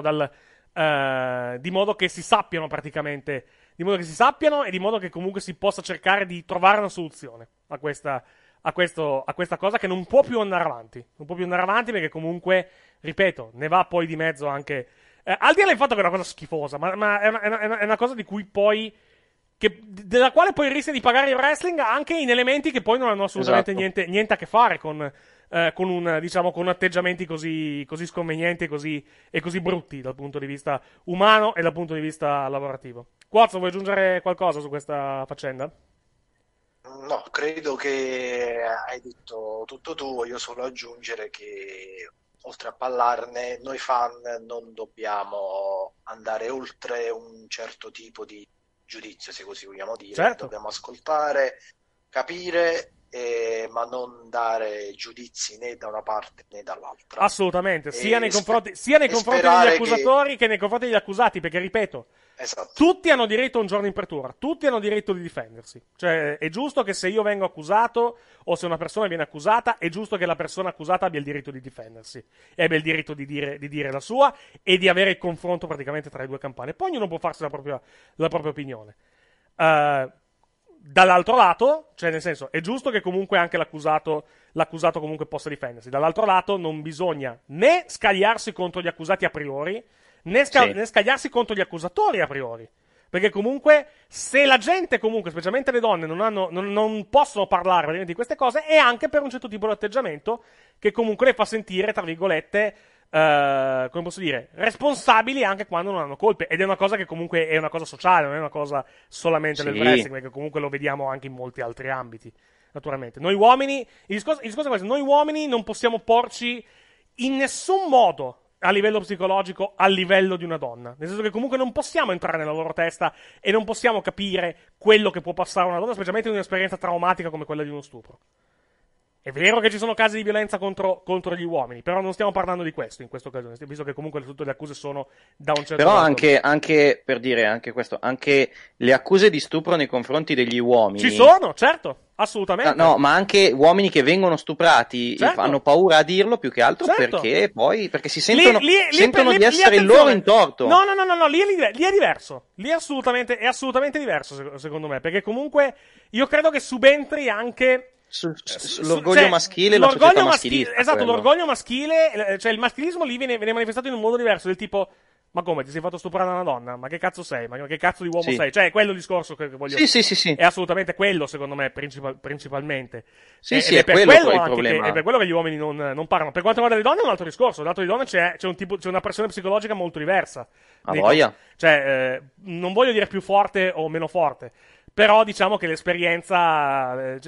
di modo che si sappiano praticamente, e di modo che comunque si possa cercare di trovare una soluzione a questa cosa che non può più andare avanti. Non può più andare avanti perché comunque, ripeto, ne va poi di mezzo anche, al di là del fatto che è una cosa schifosa, ma è una cosa di cui poi, della quale poi rischia di pagare il wrestling anche in elementi che poi non hanno assolutamente niente a che fare con con atteggiamenti così sconvenienti e così brutti dal punto di vista umano e dal punto di vista lavorativo. Quazzo, vuoi aggiungere qualcosa su questa faccenda? No, credo che hai detto tutto tu. Voglio solo aggiungere che, oltre a parlarne, noi fan non dobbiamo andare oltre un certo tipo di giudizio, se così vogliamo dire. Certo. Dobbiamo ascoltare, capire, ma non dare giudizi né da una parte né dall'altra. Assolutamente, sia nei confronti degli accusatori che nei confronti degli accusati, perché, ripeto, tutti hanno diritto a un giorno in pretura, tutti hanno diritto di difendersi. Cioè, è giusto che se io vengo accusato, o se una persona viene accusata, è giusto che la persona accusata abbia il diritto di difendersi, e abbia il diritto di dire la sua, e di avere il confronto praticamente tra le due campane. Poi ognuno può farsi la propria opinione. Dall'altro lato, cioè nel senso, è giusto che comunque anche l'accusato comunque possa difendersi. Dall'altro lato non bisogna né scagliarsi contro gli accusati a priori, né scagliarsi contro gli accusatori a priori. Perché comunque, se la gente comunque, specialmente le donne, non possono parlare di queste cose, è anche per un certo tipo di atteggiamento che comunque le fa sentire, tra virgolette, come posso dire, responsabili anche quando non hanno colpe. Ed è una cosa che comunque è una cosa sociale, non è una cosa solamente del wrestling, perché comunque lo vediamo anche in molti altri ambiti, naturalmente. Noi uomini, il discorso è questo: noi uomini non possiamo porci in nessun modo a livello psicologico a livello di una donna, nel senso che comunque non possiamo entrare nella loro testa e non possiamo capire quello che può passare a una donna, specialmente in un'esperienza traumatica come quella di uno stupro. È vero che ci sono casi di violenza contro gli uomini, però non stiamo parlando di questo in questa occasione, visto che comunque tutte le accuse sono da un certo Però lato. anche per dire anche questo, anche le accuse di stupro nei confronti degli uomini Ci sono, certo, assolutamente. No, ma anche uomini che vengono stuprati Certo. hanno paura a dirlo più che altro Certo. perché si sentono, sentono lì di essere il attenzione. loro in torto. No, lì è diverso. Lì è assolutamente diverso, secondo me, perché comunque io credo che subentri anche L'orgoglio maschile, la società maschilista. Esatto, quello. l'orgoglio maschile, cioè il maschilismo lì viene manifestato in un modo diverso, del tipo: ma come, ti sei fatto stuprare da una donna? Ma che cazzo sei? Ma che cazzo di uomo Sì. sei? Cioè, è quello il discorso che voglio... Sì. È assolutamente quello, secondo me, principalmente. Sì, È è per quello poi il anche problema. è per quello che gli uomini non parlano. Per quanto riguarda le donne è un altro discorso. Dato le donne c'è una pressione psicologica molto diversa. A voglia. Cioè, non voglio dire più forte o meno forte, però diciamo che l'esperienza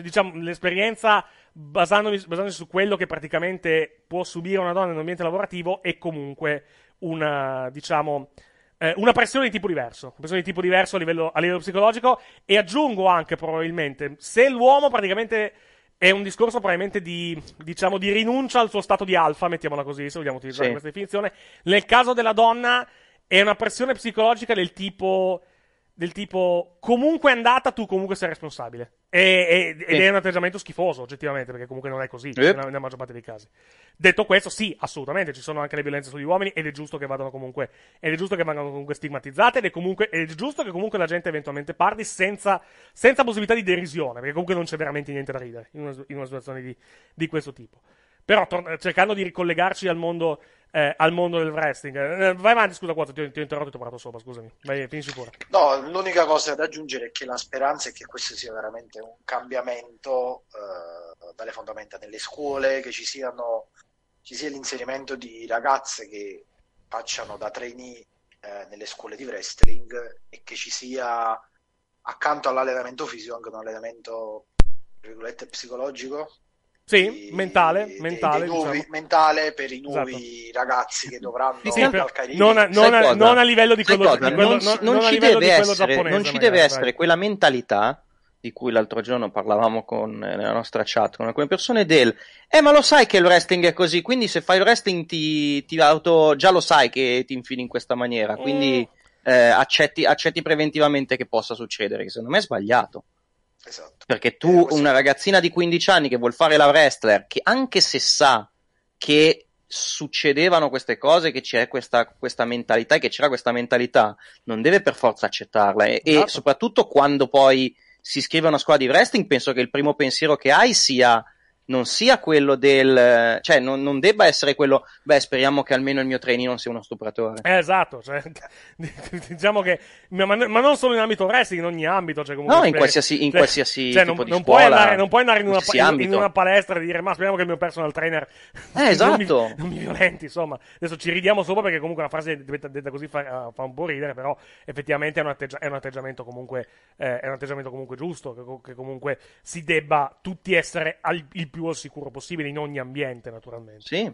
basandosi su quello che praticamente può subire una donna in un ambiente lavorativo è comunque una pressione di tipo diverso, a livello psicologico. E aggiungo anche, probabilmente, se l'uomo praticamente è un discorso probabilmente di rinuncia al suo stato di alfa, mettiamola così, se vogliamo utilizzare questa definizione. Nel caso della donna è una pressione psicologica del tipo comunque è andata, tu comunque sei responsabile. Ed è un atteggiamento schifoso, oggettivamente, perché comunque non è così nella maggior parte dei casi. Detto questo, sì, assolutamente, ci sono anche le violenze sugli uomini ed è giusto che vengano comunque stigmatizzate ed è giusto che comunque la gente eventualmente parli senza possibilità di derisione, perché comunque non c'è veramente niente da ridere in una situazione di questo tipo. Però cercando di ricollegarci al mondo del wrestling. Vai avanti, scusa, Quattro, ti ho interrotto e ti ho parlato sopra, scusami. Vai, finisci pure. No, l'unica cosa da aggiungere è che la speranza è che questo sia veramente un cambiamento dalle fondamenta nelle scuole, che ci sia l'inserimento di ragazze che facciano da trainee nelle scuole di wrestling e che ci sia, accanto all'allenamento fisico, anche un allenamento, tra virgolette, psicologico. Sì, mentale, mentale per i nuovi ragazzi che dovranno non a livello di quello giapponese. Non ci deve essere quella mentalità di cui l'altro giorno parlavamo nella nostra chat con alcune persone ma lo sai che il wrestling è così, quindi se fai il wrestling già lo sai che ti infili in questa maniera, quindi accetti preventivamente che possa succedere, che secondo me è sbagliato. Esatto. Perché tu, una ragazzina di 15 anni che vuol fare la wrestler, che anche se sa che succedevano queste cose, che c'è questa mentalità e che c'era questa mentalità, non deve per forza accettarla. E soprattutto quando poi si iscrive a una scuola di wrestling, penso che il primo pensiero che hai non sia quello cioè non debba essere quello, speriamo che almeno il mio trainee non sia uno stupratore. Esatto, cioè, diciamo che ma non solo in ambito wrestling, in ogni ambito, cioè comunque in qualsiasi cioè, tipo di non scuola, puoi andare in una palestra e dire ma speriamo che il mio personal trainer esatto. non mi violenti, insomma. Adesso ci ridiamo sopra perché comunque una frase detta così fa un po' ridere, però effettivamente è un atteggiamento comunque giusto, che comunque si debba tutti essere il più al sicuro possibile in ogni ambiente, naturalmente. Sì.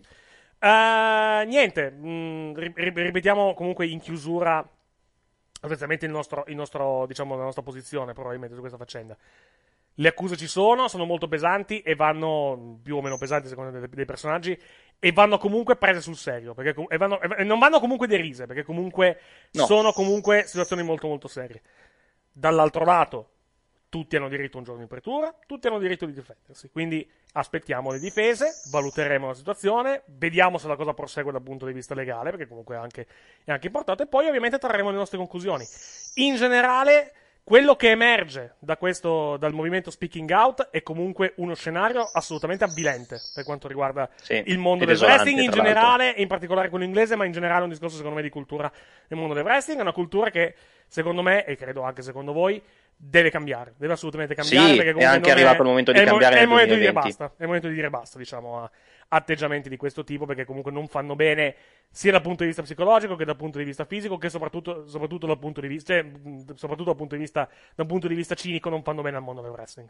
Niente, ripetiamo comunque in chiusura sostanzialmente la nostra posizione probabilmente su questa faccenda. Le accuse ci sono molto pesanti e vanno più o meno pesanti secondo dei personaggi, e vanno comunque prese sul serio, perché non vanno comunque derise, perché comunque sono comunque situazioni molto molto serie. Dall'altro lato tutti hanno diritto a un giorno in pretura, tutti hanno diritto di difendersi, quindi aspettiamo le difese, valuteremo la situazione, vediamo se la cosa prosegue dal punto di vista legale, perché comunque è anche importante, e poi ovviamente trarremo le nostre conclusioni. In generale, quello che emerge dal movimento Speaking Out è comunque uno scenario assolutamente avvilente per quanto riguarda il mondo del wrestling in generale, e in particolare quello inglese, ma in generale è un discorso secondo me di cultura nel mondo del wrestling. È una cultura che secondo me, e credo anche secondo voi, deve cambiare, deve assolutamente cambiare, perché comunque è anche arrivato il momento di cambiare nel 2020. È il momento di dire basta, diciamo, a atteggiamenti di questo tipo, perché comunque non fanno bene sia dal punto di vista psicologico che dal punto di vista fisico, che soprattutto dal punto di vista, cioè, soprattutto dal punto di vista cinico, non fanno bene al mondo del wrestling.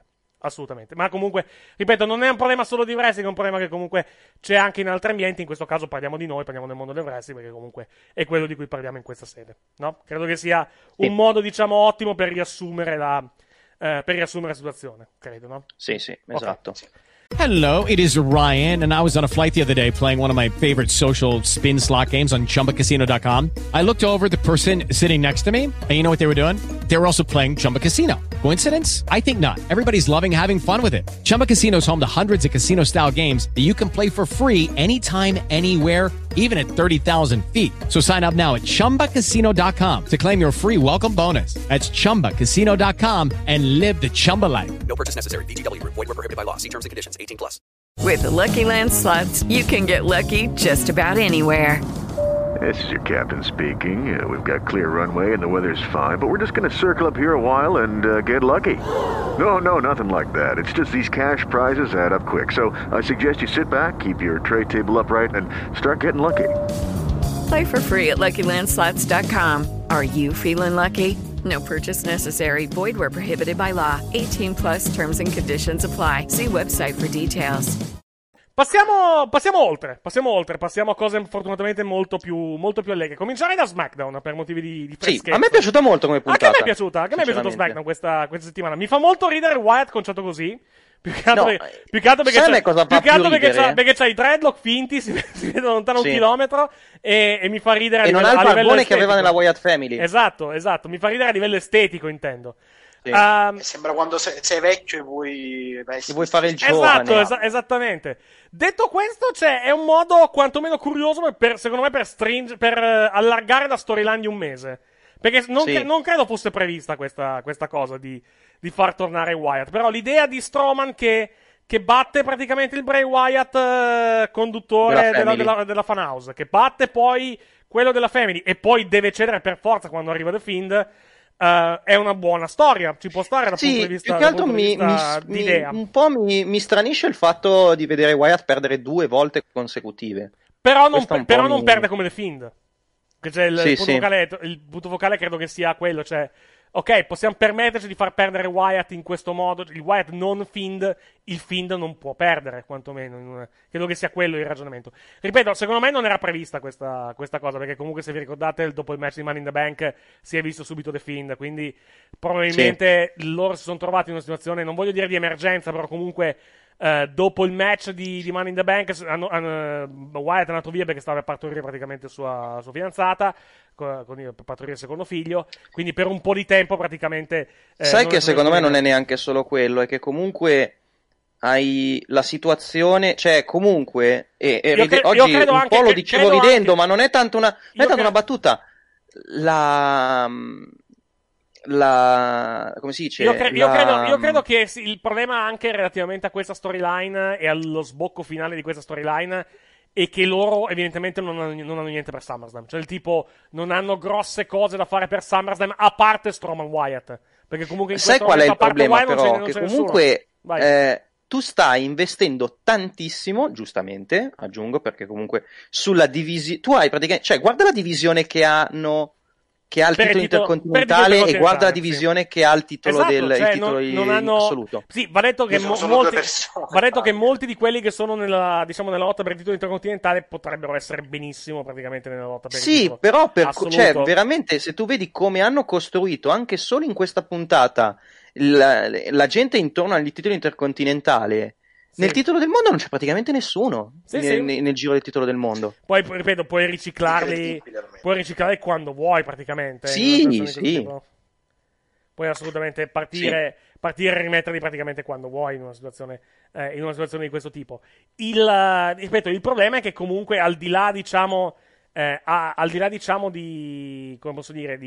assolutamente. Ma comunque, ripeto, non è un problema solo di wrestling, è un problema che comunque c'è anche in altri ambienti. In questo caso parliamo di noi, parliamo del mondo del wrestling, perché comunque è quello di cui parliamo in questa sede, no? Credo che sia un modo, diciamo, ottimo per riassumere la situazione, credo, no? Sì, esatto. Okay. Hello, it is Ryan, and I was on a flight the other day playing one of my favorite social spin slot games on ChumbaCasino.com. I looked over at the person sitting next to me, and you know what they were doing? They were also playing Chumba Casino. Coincidence? I think not. Everybody's loving having fun with it. Chumba Casino is home to hundreds of casino-style games that you can play for free anytime, anywhere, even at 30,000 feet. So sign up now at ChumbaCasino.com to claim your free welcome bonus. That's ChumbaCasino.com and live the Chumba life. No purchase necessary. VGW. Void where prohibited by law. See terms and conditions. 18+. With the Lucky Land Slots, you can get lucky just about anywhere. This is your captain speaking. We've got clear runway and the weather's fine, but we're just going to circle up here a while and get lucky. No, nothing like that. It's just these cash prizes add up quick. So I suggest you sit back, keep your tray table upright, and start getting lucky. Play for free at LuckyLandSlots.com. Are you feeling lucky? No purchase necessary. Void where prohibited by law. 18+ terms and conditions apply. See website for details. Passiamo oltre, passiamo a cose fortunatamente molto più allegre. Comincerei da SmackDown per motivi di freschezza. Sì, a me è piaciuta molto come puntata. Anche a me è piaciuto SmackDown questa settimana. Mi fa molto ridere Wyatt conciato così. Più che altro perché c'ha i dreadlock finti, si vede lontano un chilometro e mi fa ridere e non ha il barbone che aveva nella Wyatt Family. Esatto, mi fa ridere a livello estetico, intendo. Sì. Sembra quando sei vecchio e vuoi fare il giovane. Esatto, esattamente. Detto questo, è un modo quantomeno curioso secondo me per allargare la storyline di un mese. Perché non credo fosse prevista questa cosa di far tornare Wyatt. Però l'idea di Strowman che batte praticamente il Bray Wyatt conduttore della Funhouse, che batte poi quello della Family e poi deve cedere per forza quando arriva The Fiend. È una buona storia, ci può stare dal punto di vista, più che altro d'idea. Un po' mi stranisce il fatto di vedere Wyatt perdere 2 volte consecutive. Però non perde come The Fiend. Che c'è il punto vocale credo che sia quello, cioè ok, possiamo permetterci di far perdere Wyatt in questo modo, il Wyatt non Fiend, il Fiend non può perdere, quantomeno. Credo che sia quello il ragionamento. Ripeto, secondo me non era prevista questa cosa, perché comunque se vi ricordate dopo il match di Money in the Bank si è visto subito The Fiend, quindi probabilmente loro si sono trovati in una situazione, non voglio dire di emergenza, però comunque dopo il match di Money in the Bank Wyatt è andato via perché stava per partorire praticamente sua fidanzata, per partorire il secondo figlio, quindi per un po' di tempo praticamente sai che secondo me non è neanche solo quello, è che comunque hai la situazione, cioè comunque oggi un po' lo dicevo ridendo, ma non è tanto una battuta, come si dice? Io credo che il problema anche relativamente a questa storyline e allo sbocco finale di questa storyline è che loro evidentemente non hanno niente per SummerSlam, cioè il tipo non hanno grosse cose da fare per SummerSlam a parte Strowman Wyatt, perché comunque in sai qual è il problema Wyatt però? Che comunque tu stai investendo tantissimo, giustamente, aggiungo, perché comunque sulla divisione tu hai praticamente, cioè guarda la divisione che ha il titolo intercontinentale e guarda la divisione che ha il titolo il titolo in assoluto. Sì, va detto che molti di quelli che sono nella lotta per il titolo intercontinentale potrebbero essere benissimo praticamente nella lotta per il titolo. Sì, però veramente se tu vedi come hanno costruito anche solo in questa puntata la gente intorno al titolo intercontinentale. Nel titolo del mondo non c'è praticamente nessuno nel giro del titolo del mondo. Poi, ripeto, puoi riciclarli quando vuoi praticamente. Sì. Puoi assolutamente partire e rimetterli praticamente quando vuoi in una situazione di questo tipo. Ripeto, il problema è che comunque al di là di come posso dire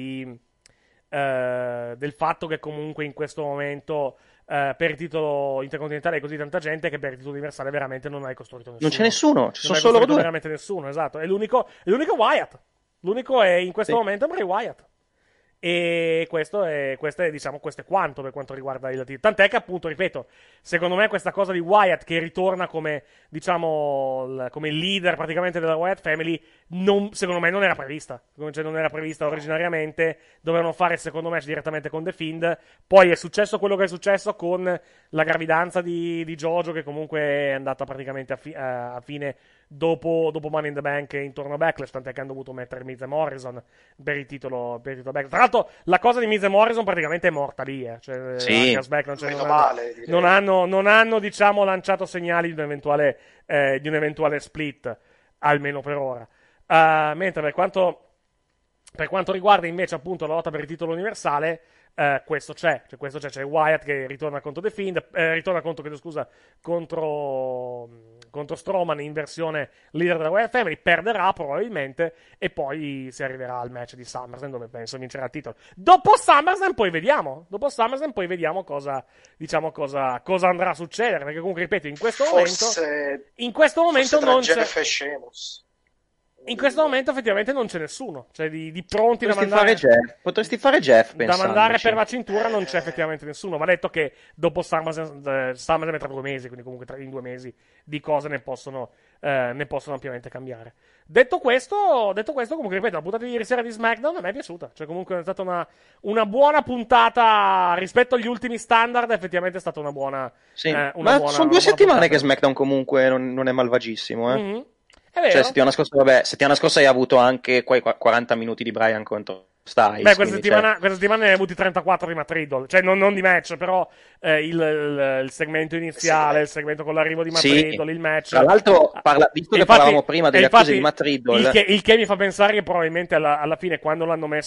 del fatto che comunque in questo momento per il titolo intercontinentale hai così tanta gente che per il titolo universale veramente non hai costruito nessuno. Non c'è nessuno, ci sono solo 2. Veramente nessuno, esatto. È l'unico Wyatt. L'unico è in questo momento è Bray Wyatt. E questo è quanto per quanto riguarda il titolo. Tant'è che, appunto, ripeto, secondo me questa cosa di Wyatt che ritorna come, diciamo, come leader praticamente della Wyatt Family, secondo me non era prevista. Cioè, non era prevista originariamente. Dovevano fare il secondo match direttamente con The Fiend. Poi è successo quello che è successo con la gravidanza di Jojo, che comunque è andata praticamente a fine dopo Money in the Bank intorno a Backlash, tant'è che hanno dovuto mettere Miz e Morrison per il titolo Backlash. Tra l'altro la cosa di Miz e Morrison praticamente è morta lì, cioè, sì. non hanno diciamo lanciato segnali di un eventuale split, almeno per ora. Mentre per quanto riguarda invece appunto la lotta per il titolo universale, questo c'è Wyatt che ritorna contro The Fiend, contro Strowman in versione leader della Wyatt Family, perderà probabilmente e poi si arriverà al match di SummerSlam dove penso vincerà il titolo. Dopo SummerSlam poi vediamo cosa andrà a succedere, perché comunque ripeto, in questo momento non c'è Jeff e Sheamus. In questo momento effettivamente non c'è nessuno, cioè di pronti da mandare. Potresti fare Jeff, da mandare per la cintura non c'è effettivamente nessuno. Va detto che dopo SummerSlam è tra 2 mesi, quindi comunque in 2 mesi di cose ne possono ampiamente cambiare. Detto questo, comunque ripeto, la puntata di ieri sera di SmackDown a me è piaciuta. Cioè comunque è stata una buona puntata rispetto agli ultimi standard, effettivamente è stata una buona. Sì, ma sono 2 settimane che SmackDown comunque non è malvagissimo, Mm-hmm. Cioè, settimana scorsa hai avuto anche quei 40 minuti di Bryan contro Styles. Beh, questa settimana ne hai avuti 34 di Matt Riddle. Cioè, non di match, però il segmento iniziale, il segmento con l'arrivo di Matt Riddle, il match. Tra l'altro, visto che parlavamo prima delle accuse di Matt Riddle, il che mi fa pensare che probabilmente alla fine, quando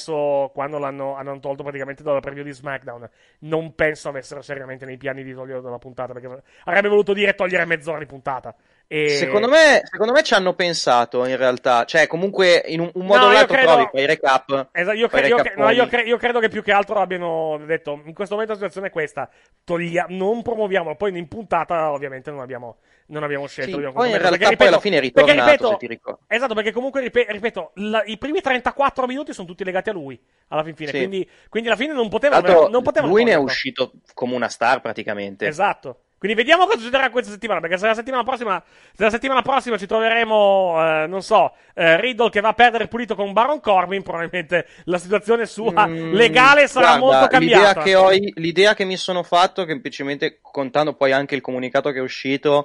hanno tolto praticamente dalla preview di SmackDown, non penso avessero seriamente nei piani di toglierlo dalla puntata, perché avrebbe voluto dire togliere mezz'ora di puntata. Secondo me ci hanno pensato in realtà, cioè comunque in un modo o l'altro provi, fai recap. Esatto, io credo che più che altro abbiano detto in questo momento la situazione è questa, non promuoviamolo, poi in puntata ovviamente non abbiamo scelto. Sì, poi in realtà poi alla fine è ritornato, se ti ricordi. Esatto, perché comunque ripeto, i primi 34 minuti sono tutti legati a lui alla fine, sì. quindi alla fine non poteva lui ne è uscito come una star praticamente. Esatto. Quindi vediamo cosa succederà questa settimana, perché se la settimana prossima ci troveremo, Riddle che va a perdere pulito con Baron Corbin, probabilmente la situazione sua legale sarà molto cambiata. L'idea che mi sono fatto, che semplicemente contando poi anche il comunicato che è uscito,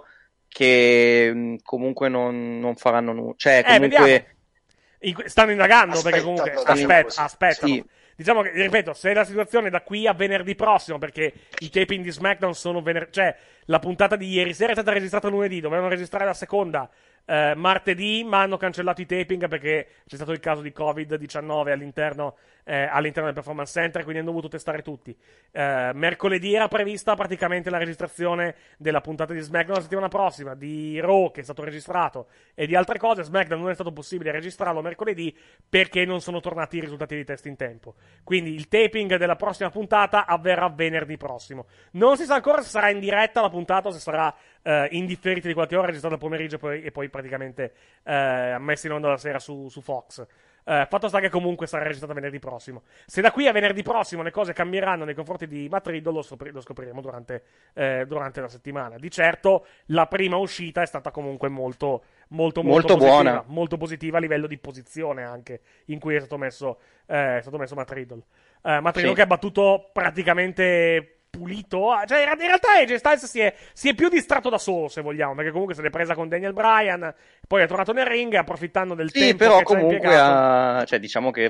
che comunque non faranno nulla. Cioè, comunque stanno indagando, perché comunque aspetta. Sì. Diciamo che, ripeto, se la situazione da qui a venerdì prossimo, perché i taping di SmackDown sono cioè la puntata di ieri sera è stata registrata lunedì, dovevano registrare la seconda martedì, ma hanno cancellato i taping perché c'è stato il caso di Covid-19 all'interno del Performance Center, quindi hanno dovuto testare tutti. Mercoledì era prevista praticamente la registrazione della puntata di SmackDown la settimana prossima, di Raw che è stato registrato e di altre cose. SmackDown non è stato possibile registrarlo mercoledì perché non sono tornati i risultati di test in tempo. Quindi il taping della prossima puntata avverrà venerdì prossimo. Non si sa ancora se sarà in diretta la puntata o se sarà in differita di qualche ora, registrata al pomeriggio e poi praticamente messa in onda la sera su Fox. Fatto sta che comunque sarà registrata venerdì prossimo. Se da qui a venerdì prossimo le cose cambieranno nei confronti di Matt Riddle, lo scopriremo durante la settimana. Di certo la prima uscita è stata comunque molto positiva, buona, molto positiva a livello di posizione anche in cui è stato messo Matt Riddle. Matt Riddle che ha battuto praticamente pulito, cioè in realtà AJ Styles si è più distratto da solo, se vogliamo, perché comunque se l'è presa con Daniel Bryan, poi è tornato nel ring approfittando del tempo però che comunque cioè diciamo che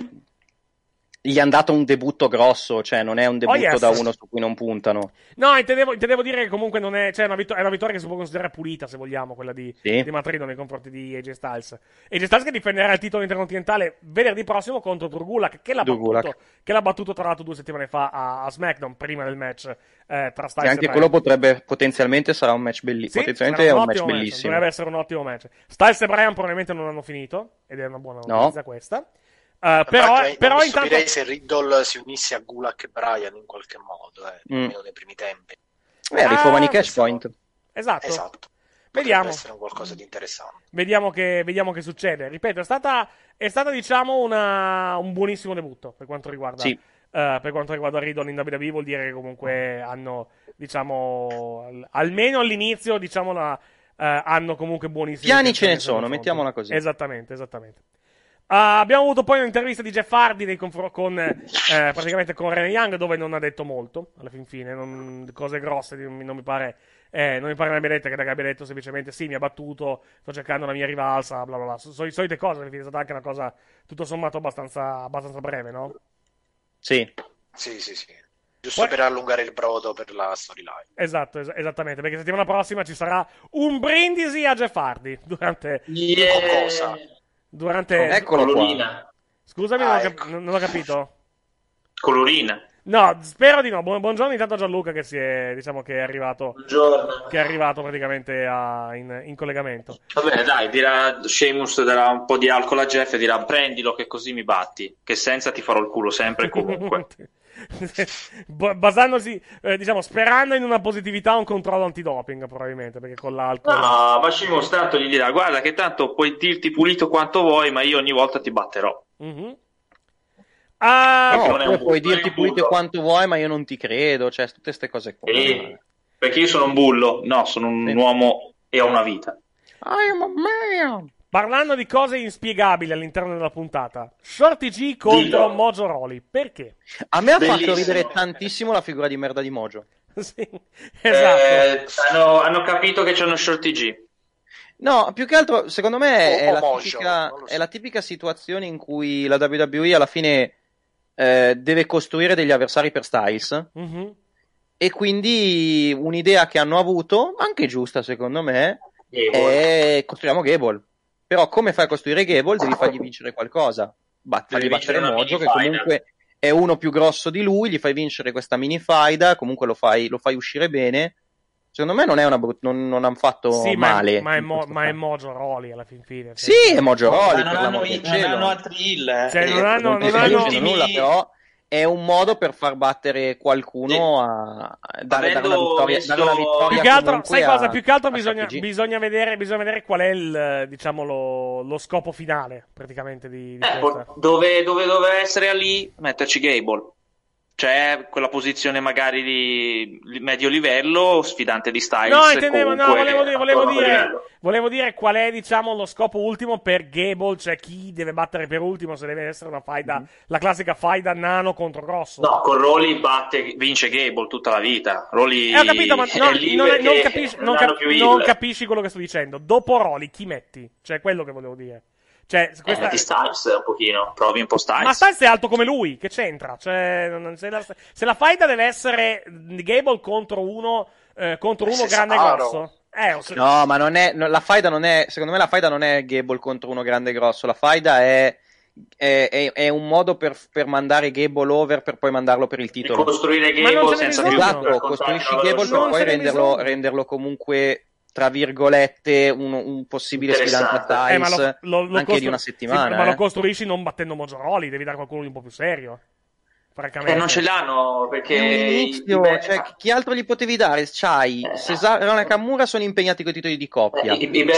gli hanno dato un debutto grosso, cioè non è un debutto da uno su cui non puntano. No, intendevo dire che comunque non è, cioè è una vittoria che si può considerare pulita, se vogliamo, quella di Matt Riddle nei confronti di AJ Styles. AJ Styles che difenderà il titolo intercontinentale venerdì prossimo contro Drew Gulak, che l'ha battuto tra l'altro 2 settimane fa a SmackDown, prima del match tra Styles e anche quello potenzialmente sarà un match bellissimo. Potenzialmente è un match bellissimo. Dovrebbe essere un ottimo match. Styles e Bryan probabilmente non hanno finito, ed è una buona notizia questa. Però non mi intanto stupirei se Riddle si unisse a Gulak e Bryan in qualche modo, almeno nei primi tempi. Riformano i Cash Point. Esatto. Vediamo. essere un qualcosa di interessante. Vediamo che succede. Ripeto, è stata diciamo un buonissimo debutto per quanto riguarda Riddle in WWE. Vuol dire che comunque hanno, diciamo, almeno all'inizio, diciamo, hanno comunque buonissimi piani, ce ne sono, mettiamola così. Esattamente. Abbiamo avuto poi un'intervista di Jeff Hardy praticamente con Renee Young, dove non ha detto molto alla fin fine, cose grosse, non mi pare abbia detto, che abbia detto semplicemente sì, mi ha battuto, sto cercando la mia rivalsa, bla bla bla, solite cose. Alla fine è stata anche una cosa tutto sommato abbastanza breve, no? Sì. Giusto per allungare il brodo per la storyline. Esatto, esattamente, perché settimana prossima ci sarà un brindisi a Jeff Hardy durante Eccolo qua. Scusami, non ho capito. Colorina. No, spero di no. Buongiorno intanto a Gianluca che che è arrivato. Buongiorno. Che è arrivato praticamente in collegamento. Va bene, dai, dirà Sheamus, darà un po' di alcol a Jeff e dirà prendilo che così mi batti, che senza ti farò il culo sempre e comunque. Basandosi, sperando in una positività, un controllo antidoping probabilmente, perché con l'alcol. No, ma Sheamus tanto gli dirà guarda che tanto puoi dirti pulito quanto vuoi, ma io ogni volta ti batterò. Mm-hmm. Puoi dirti pulito quanto vuoi, ma io non ti credo, cioè tutte queste cose qua. Perché io sono un bullo, no, sono un uomo e ho una vita. I am a man. Parlando di cose inspiegabili all'interno della puntata, Shorty G contro Mojo Rawley, perché? A me ha fatto ridere tantissimo la figura di merda di Mojo. Sì, esatto. Hanno capito che c'hanno Shorty G. No, più che altro, secondo me è la tipica situazione in cui la WWE alla fine deve costruire degli avversari per Styles. Mm-hmm. E quindi un'idea che hanno avuto, anche giusta secondo me, è costruiamo Gable. Però come fai a costruire Gable? Devi fargli vincere qualcosa. Fagli battere Mojo, che comunque è uno più grosso di lui, gli fai vincere questa mini faida, comunque lo fai uscire bene. Secondo me non è una non hanno fatto male. Ma è Mojo Rawley alla fin fine. Sì, è Mojo Rawley, per l'amor del cielo. Non hanno altri heal. Cioè, non hanno nulla, però è un modo per far battere qualcuno a dare una vittoria. Più che altro, sai cosa? Più che altro bisogna vedere qual è lo scopo finale, praticamente, di questa. Dove deve essere lì, metterci Gable. Cioè, quella posizione magari di medio livello, sfidante di Styles. No, intendevo, volevo dire qual è, lo scopo ultimo per Gable, cioè chi deve battere per ultimo, se deve essere una faida, la classica faida nano contro grosso. No, con Rawley vince Gable tutta la vita. Rawley ho capito, ma non capisci quello che sto dicendo. Dopo Rawley, chi metti? Cioè, quello che volevo dire. Cioè, metti Styles un pochino, provi un po' Styles. Ma Styles è alto come lui, che c'entra? Cioè, se la faida deve essere Gable contro uno grande grosso. No, ma non è, la faida non è, secondo me la faida non è Gable contro uno grande grosso, la faida è un modo per mandare Gable over per poi mandarlo per il titolo. Costruire Gable senza più. Esatto, costruisci Gable per poi renderlo comunque, tra virgolette, un possibile sfidante a Styles anche di una settimana. Sì, ma lo costruisci non battendo Mojo Rawley, devi dare qualcuno di un po' più serio. Non ce l'hanno perché cioè, chi altro gli potevi dare? C'hai Cesaro e Nakamura sono impegnati con i titoli di coppia.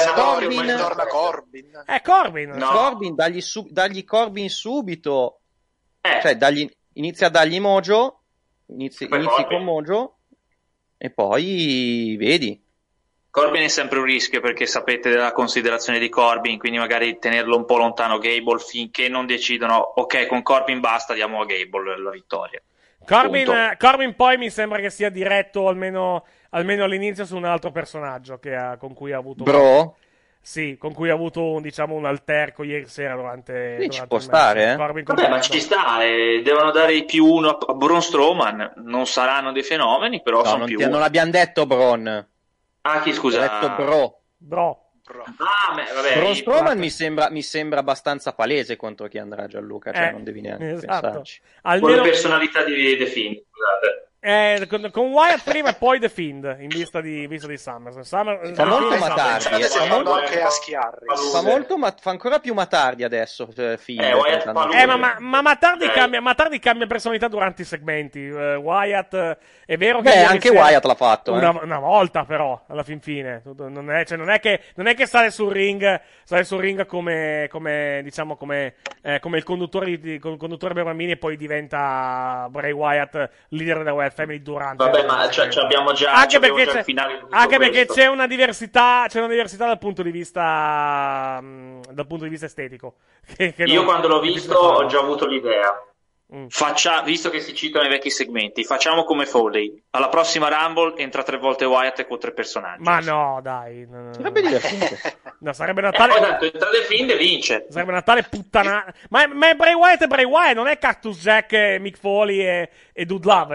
Corbin, dagli Corbin subito. Cioè, inizia a dargli Mojo, inizi con Mojo e poi vedi. Corbin è sempre un rischio perché sapete della considerazione di Corbin, quindi magari tenerlo un po' lontano Gable finché non decidono ok, con Corbin basta, diamo a Gable la vittoria. Corbin poi mi sembra che sia diretto almeno all'inizio su un altro personaggio con cui ha avuto con cui ha avuto un alterco ieri sera durante ci può stare, Vabbè, ma ci sta, devono dare i +1 a Braun Strowman, non saranno dei fenomeni, però sono più non l'abbiamo detto Braun. Ah, chi scusa? Ho detto Bro. Vabbè, Braun Strowman mi sembra abbastanza palese contro chi andrà, Gianluca, cioè non devi neanche pensarci. Con le personalità di The Fiend, scusate. Con Wyatt prima e poi The Fiend in vista di SummerSlam. Fa molto Matardi, fa molto anche Husky Harris. Fa ancora più Matardi adesso. Fiend, ma Matardi cambia personalità durante i segmenti. Wyatt è vero che anche Wyatt l'ha fatto una volta, però alla fine non è che sale sul ring come il conduttore Bernardini e poi diventa Bray Wyatt leader della Wyatt Family durante. Vabbè, ma abbiamo già anche perché il finale perché c'è una diversità dal punto di vista estetico. Io quando l'ho visto ho già avuto l'idea. Visto che si citano i vecchi segmenti, facciamo come Foley. Alla prossima Rumble entra 3 volte Wyatt con 3 personaggi. Ma no, dai. Sarebbe divertente. No, sarebbe Natale. Poi tanto entra The Fiend e vince. Sarebbe Natale puttana. Ma è Bray Wyatt, non è Cactus Jack, Mick Foley e Dude Love.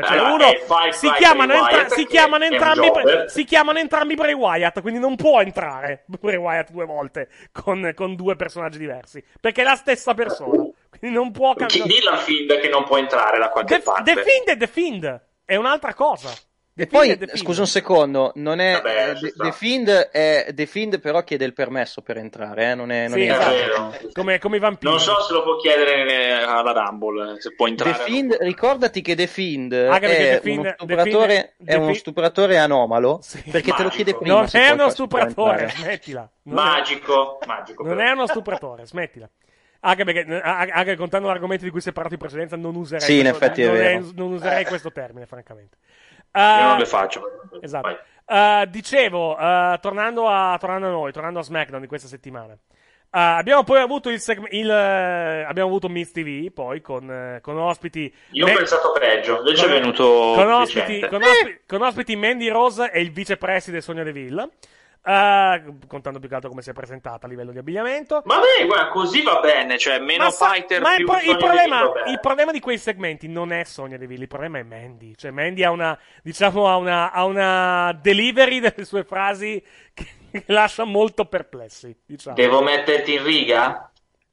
Si chiamano entrambi Bray Wyatt, quindi non può entrare Bray Wyatt 2 volte con 2 personaggi diversi. Perché è la stessa persona. Quindi non può cambiare. Dillo al Fiend che non può entrare da qualche parte. The Fiend è un'altra cosa. E poi, scusa un secondo, non è The Fiend però chiede il permesso per entrare, non è esatto. Come i vampiri. Non so se lo può chiedere alla Rumble, se può entrare. The Fiend, ricordati che The Fiend è uno stupratore anomalo, perché magico. Te lo chiede prima. Non è uno stupratore, smettila. Magico. Non è uno stupratore, smettila. Anche contando l'argomento di cui si è parlato in precedenza, non userei in effetti è vero. Non userei questo termine, francamente. Io non le faccio. Esatto. Dicevo, tornando a SmackDown di questa settimana. Abbiamo poi avuto abbiamo avuto Miz TV poi con ospiti. Io ho pensato peggio, invece è venuto con ospiti Mandy Rose e il vicepresidente Sonia Deville. Contando più che altro come si è presentata a livello di abbigliamento. Vabbè, guarda, così va bene, cioè meno fighter più il problema di quei segmenti non è Sonia Deville, il problema è Mandy. Cioè Mandy ha una delivery delle sue frasi che lascia molto perplessi, diciamo. Devo metterti in riga?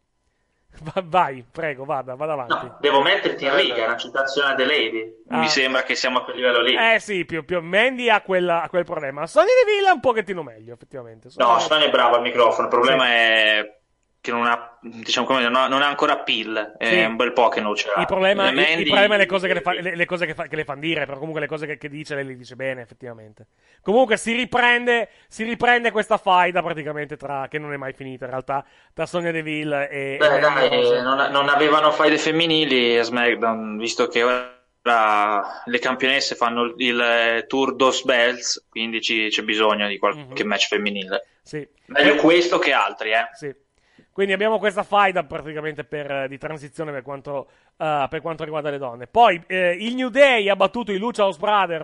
Vai, prego, vada avanti. No, devo metterti in riga, è una citazione a The Lady. Mi sembra che siamo a quel livello lì. Sì, più Mandy ha quel problema. Sonia Deville è un pochettino meglio, effettivamente. Sonia è brava al microfono, il problema è che non ha, diciamo, non ha ancora appeal, è un bel po' che non ce l'ha. Il problema è le cose che le fanno dire, però comunque le cose che dice lei le dice bene, effettivamente. Comunque si riprende questa faida praticamente che non è mai finita in realtà, tra Sonia Deville e non avevano faide femminili a SmackDown, visto che ora le campionesse fanno il Tour dos Belts, quindi c'è bisogno di qualche match femminile. Sì. Meglio questo che altri, Sì. Quindi abbiamo questa faida praticamente di transizione per quanto riguarda le donne. Poi il New Day ha battuto i Lucha House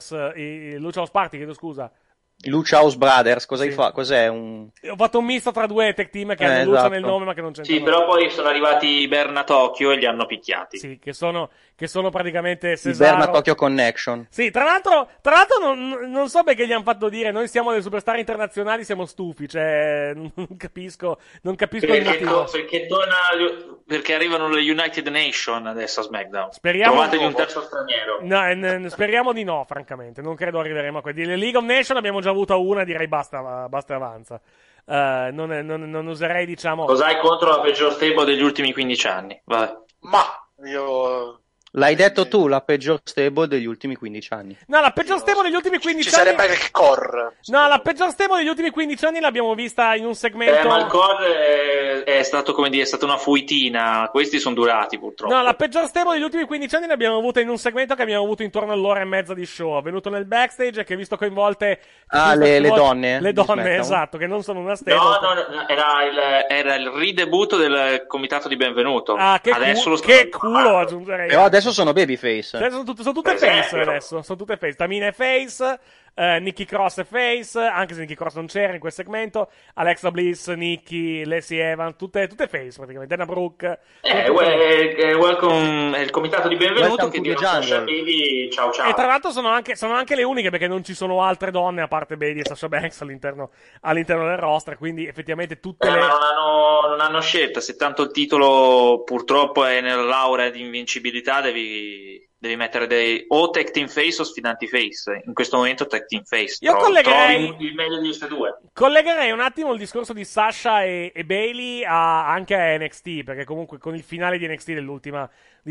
Party, chiedo scusa. Lucha House Brothers, cos'è? Ho fatto un misto tra 2 tag team che hanno Lucha nel nome ma che non c'entrano. Sì, però poi sono arrivati i Berna Tokyo e li hanno picchiati. Sì, che sono praticamente Cesaro. Il Berna Tokyo Connection. Sì, tra l'altro non so perché gli hanno fatto dire noi siamo delle superstar internazionali, siamo stufi, cioè non capisco il motivo. Perché arrivano le United Nation adesso a SmackDown. Trovategli un terzo straniero. No, speriamo di no, francamente. Non credo arriveremo a quelli. Le League of Nations abbiamo già avuta una, direi basta e avanza. Non userei, diciamo. Cos'hai contro la peggior stable degli ultimi 15 anni? Vai. Ma io. L'hai detto tu, la peggior stable degli ultimi 15 anni. No, la peggior stable degli ultimi 15 anni. Ci sarebbe il core. No, la peggior stable degli ultimi 15 anni l'abbiamo vista in un segmento. Ma il core è stato, come dire, è stata una fuitina. Questi sono durati, purtroppo. No, la peggior stable degli ultimi 15 anni l'abbiamo avuta in un segmento che abbiamo avuto intorno all'ora e mezza di show. Avvenuto nel backstage e che ha visto coinvolte. Le donne. Le donne, esatto, che non sono una stable. No, era il ridebutto del comitato di benvenuto. Che culo aggiungerei. Però adesso sono babyface. Sono tutte face adesso. Sono tutte face. Tamina è face. Nikki Cross è face, anche se Nikki Cross non c'era in quel segmento. Alexa Bliss, Nikki, Lacey Evans, tutte face praticamente. Dana Brooke. Welcome, è il comitato di benvenuto che dicono Sasha Baby, ciao. E tra l'altro sono anche le uniche, perché non ci sono altre donne a parte Baby e Sasha Banks all'interno del roster, quindi effettivamente tutte ma non hanno scelta. Se tanto il titolo purtroppo è nell'aura di invincibilità, devi Devi mettere o tag team face o sfidanti face. In questo momento tag team face. Io collegherei trovi il meglio di queste due. Collegherei un attimo il discorso di Sasha e Bayley anche a NXT, perché comunque con il finale di NXT dell'ultima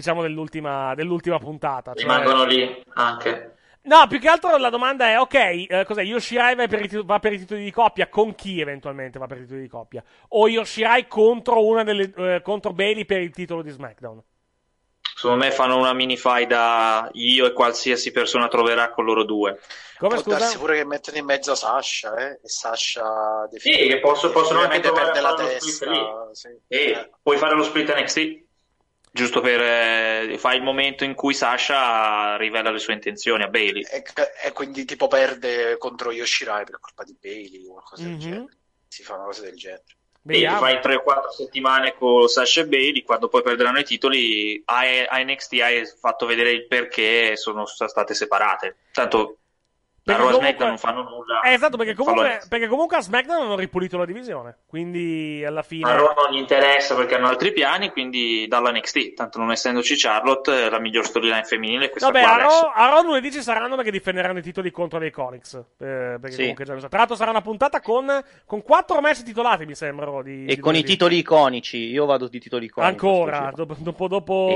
puntata. Rimangono lì anche. No, più che altro la domanda è, ok, cos'è? Yoshirai va per i titoli di coppia, con chi eventualmente va per i titoli di coppia? O Yoshirai contro contro Bayley per il titolo di SmackDown? Secondo me fanno una mini fight da io e qualsiasi persona troverà con loro due. Come, può darsi pure che mettono in mezzo Sasha, e Sasha sì, che possono anche perdere la testa. Sì. Puoi fare lo split NXT, giusto per fare il momento in cui Sasha rivela le sue intenzioni a Bayley. E quindi tipo perde contro Yoshirai per colpa di Bayley o qualcosa del genere. Si fa una cosa del genere. E fai 3 o 4 settimane con Sasha e Bayley, quando poi perderanno i titoli a NXT hai fatto vedere il perché sono state separate. Tanto a Raw e SmackDown non fanno nulla. Esatto, perché comunque a SmackDown hanno ripulito la divisione, quindi alla fine a Raw non gli interessa perché hanno altri piani, quindi dalla NXT, tanto non essendoci Charlotte, la miglior storyline femminile è questa. Vabbè, qua a Raw lunedì ci saranno perché difenderanno i titoli contro dei Iconics, perché sì. Comunque già tra l'altro sarà una puntata con 4 match titolati, mi sembra, e con i titoli iconici. Io vado di titoli iconici ancora dopo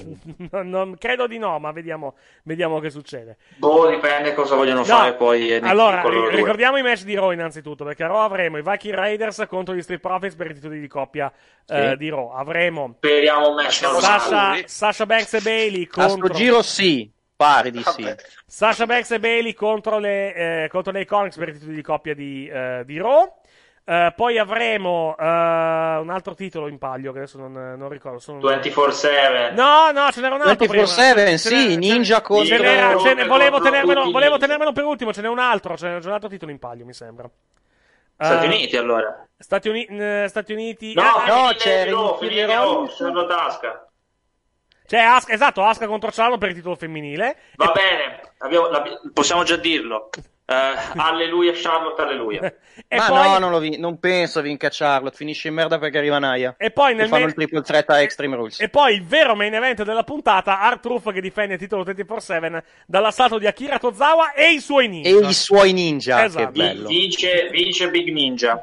non credo di no, ma vediamo che succede. Dipende cosa vogliono fare poi. Allora, ricordiamo i match di Raw innanzitutto, perché a Raw avremo i Viking Raiders contro gli Street Profits per i titoli di coppia di Raw. Avremo speriamo un match Sasha Banks e Bayley contro... A sto giro sì, pare di sì. Sasha Banks e Bayley contro le Iconics per i titoli di coppia di Raw. Poi avremo un altro titolo in palio che adesso non ricordo. 24/7. No, ce n'era un altro 24/7, sì, Ninja contro... Volevo tenermelo per ultimo, ce n'è un altro titolo in palio, mi sembra. Stati Uniti, allora. Stati Uniti... No, c'è Charlotte Asuka. C'è Asuka contro Charlotte per il titolo femminile. Va bene, possiamo già dirlo. Alleluia Charlotte, alleluia. Ma poi... non penso vinca Charlotte, finisce in merda perché arriva Naya. E poi fanno il triple threat a Extreme Rules. E poi il vero main event della puntata, R-Truth che difende il titolo 24/7 dall'assalto di Akira Tozawa e i suoi ninja. Esatto. Che bello. Vince Big Ninja.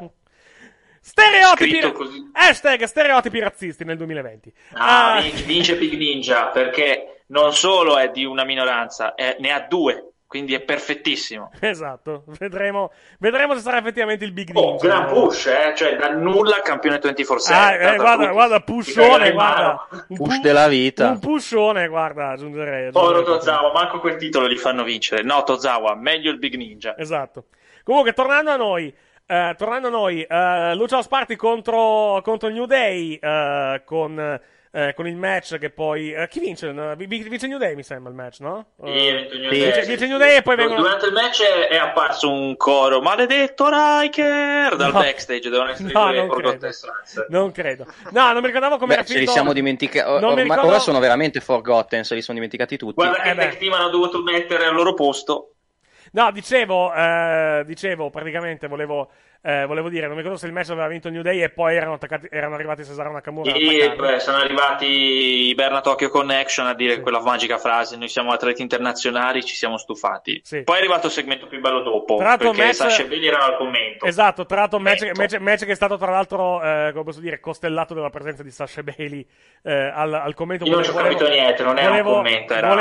Stereotipi razzisti nel 2020. Vince Big Ninja perché non solo è di una minoranza, ne ha 2. Quindi è perfettissimo. Esatto, vedremo se sarà effettivamente il Big Ninja. Gran push, cioè da nulla campione 24/7. Guarda, pushone, guarda. Push della vita. Un pushone, guarda, aggiungerei. Povero Tozawa, manco quel titolo li fanno vincere. No, Tozawa, meglio il Big Ninja. Esatto. Comunque, tornando a noi, Lucha House Party contro New Day, con il match che poi... chi vince? Vince New Day, mi sembra, il match, no? Vince New Day e poi vengono... Durante il match è apparso un coro maledetto Riker dal backstage. Devono essere non credo. No, non mi ricordavo come era finito. Ce li siamo dimenticati. Ora sono veramente forgotten, se li sono dimenticati tutti. Guarda che tag team hanno dovuto mettere al loro posto. No, dicevo, praticamente volevo dire, non mi ricordo se il match aveva vinto New Day e poi erano arrivati Cesaro Nakamura. Sono arrivati i Berna Tokyo Connection a dire quella magica frase: noi siamo atleti internazionali, ci siamo stufati. Sì. Poi è arrivato il segmento più bello dopo, perché Sasha e Bayley erano al commento. Esatto, tra l'altro match che è stato tra l'altro, come posso dire, costellato dalla presenza di Sasha e Bayley al commento. Io non ci ho capito niente, non era un commento, era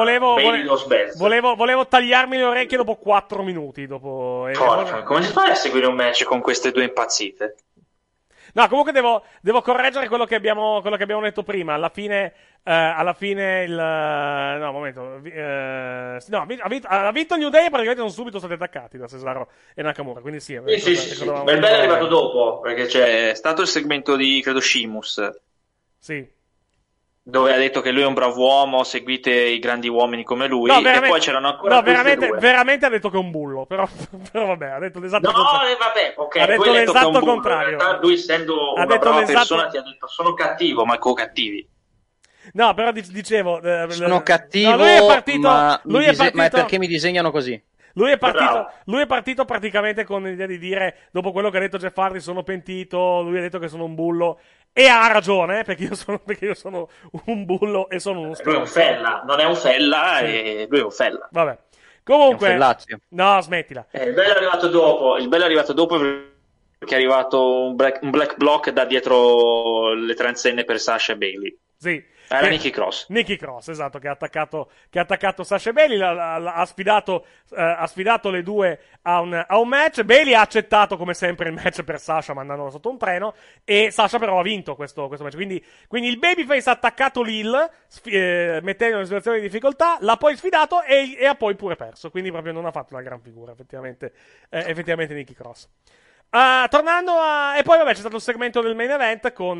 volevo tagliarmi le orecchie dopo 4 minuti. Come si fa a seguire un match con queste due impazzite? No, comunque devo correggere quello che abbiamo detto prima. Alla fine il no, momento. Ha vinto New Day e praticamente sono subito stati attaccati da Cesaro e Nakamura. Quindi sì. Sì. Bel è arrivato dopo, perché c'è stato il segmento di, credo, Sheamus. Sì. Dove ha detto che lui è un bravo uomo, seguite i grandi uomini come lui, e poi c'erano ancora veramente ha detto che è un bullo, però vabbè, ha detto l'esatto contrario. Vabbè, ok, ha detto l'esatto contrario. In realtà lui, essendo una brava persona, ti ha detto sono cattivo, ma cattivi. No, però dicevo, sono cattivo, no, lui è partito, ma perché mi disegnano così? Lui è partito praticamente con l'idea di dire, dopo quello che ha detto Jeff Hardy, sono pentito, lui ha detto che sono un bullo, e ha ragione, perché io sono un bullo e sono uno Lui è un fella, non è un fella, sì. E lui è un fella. Vabbè. Comunque, no, smettila. Il bello è arrivato dopo perché è arrivato un black block da dietro le transenne per Sasha Bailey. Sì. Era Nikki Cross. Nikki Cross, esatto, che ha attaccato Sasha Bailey, ha sfidato le due a un match. Bailey ha accettato come sempre il match per Sasha mandandola sotto un treno, e Sasha però ha vinto questo match. Quindi il babyface ha attaccato Lil, mettendo in una situazione di difficoltà, l'ha poi sfidato e ha poi pure perso. Quindi proprio non ha fatto una gran figura, effettivamente Nikki Cross. Tornando e poi vabbè c'è stato il segmento del main event con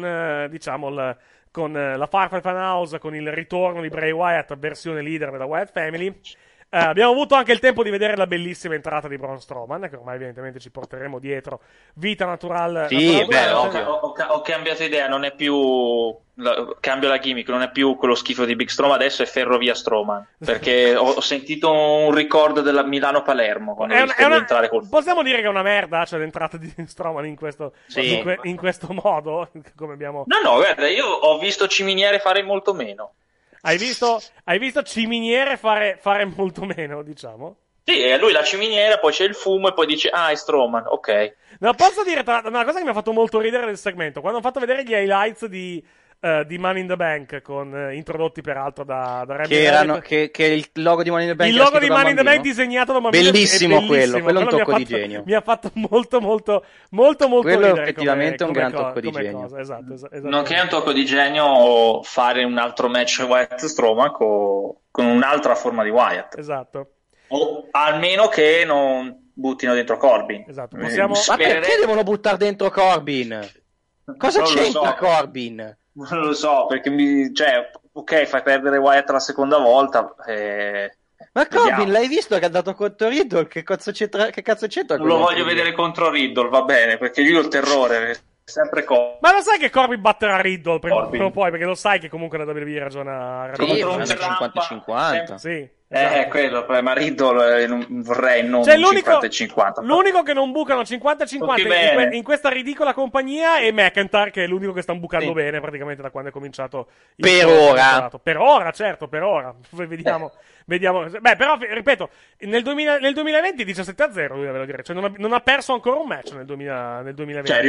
con la Firefly Funhouse, con il ritorno di Bray Wyatt, versione leader della Wyatt Family. Abbiamo avuto anche il tempo di vedere la bellissima entrata di Braun Strowman, che ormai evidentemente ci porteremo dietro. Vita naturale. Sì, ho cambiato idea, non è più... cambio la gimmick, non è più quello schifo di Big Strowman, adesso è Ferrovia Strowman, perché ho sentito un ricordo della Milano-Palermo quando ho visto entrare col... Possiamo dire che è una merda, cioè l'entrata di Strowman in questo modo, come abbiamo... No, guarda, io ho visto Ciminiere fare molto meno. Hai visto Ciminiere fare molto meno, diciamo? Sì, e lui la ciminiera, poi c'è il fumo e poi dice, è Strowman, ok. No, posso dire una cosa che mi ha fatto molto ridere del segmento, quando hanno fatto vedere gli highlights di Money in the Bank, introdotti peraltro da Remy, che il logo di Money in the Bank, il logo di Money in the Bank disegnato da un bambino, bellissimo quello è un tocco di genio. Mi ha fatto molto quello ridere, effettivamente è un gran tocco di genio. Cosa. Esatto. Nonché è un tocco di genio fare un altro match Wyatt Strowman con un'altra forma di Wyatt, esatto, o almeno che non buttino dentro Corbin. Esatto. Ma perché devono buttare dentro Corbin? Cosa c'entra Corbin? Non lo so, perché ok, fai perdere Wyatt la seconda volta. Ma Corbin, l'hai visto che ha dato contro Riddle? Che cazzo c'entra? Non lo voglio vedere contro Riddle, va bene, perché io ho il terrore. Sempre Ma lo sai che Corbin batterà Riddle prima o poi, perché lo sai che comunque la WWE ragiona contro un 50-50. Sì. Quello, ma Riddle vorrei non 50-50. L'unico che non bucano 50-50 in questa ridicola compagnia è McIntyre, che è l'unico che stanno bucando bene praticamente da quando è cominciato il per ora, certo, per ora. Vediamo. Beh, però, ripeto, nel 2020 17-0, lui deve dire. Cioè, non ha perso ancora un match nel 2020. Cioè,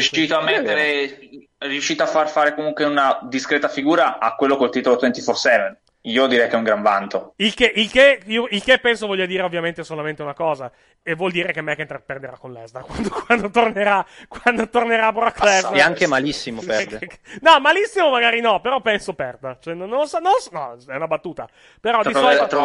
è riuscito a far fare comunque una discreta figura a quello col titolo 24/7. Io direi che è un gran vanto. Il che penso voglia dire ovviamente solamente una cosa, e vuol dire che McIntyre perderà con Lesnar quando tornerà Brock Lesnar. E anche malissimo perde. No, malissimo magari no, però penso perda. Cioè, non lo so, no, è una battuta. Però di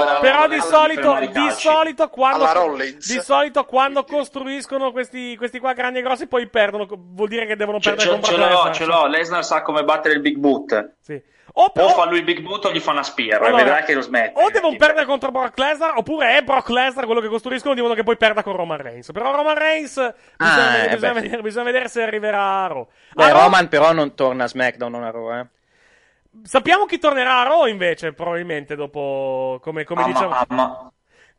solito quando costruiscono questi qua grandi e grossi poi perdono, vuol dire che devono perdere con Brock Lesnar. Ce l'ho, Lesnar sa come battere il Big Boot. Sì. O fa lui il Big Boot o gli fa una spear, allora, vedrai che lo smette. O devono perdere contro Brock Lesnar, oppure è Brock Lesnar quello che costruiscono, dicono che poi perda con Roman Reigns. Però Roman Reigns bisogna vedere se arriverà a Raw. Roman però non torna a SmackDown, non a Raw, Sappiamo chi tornerà a Raw invece, probabilmente dopo, come diciamo...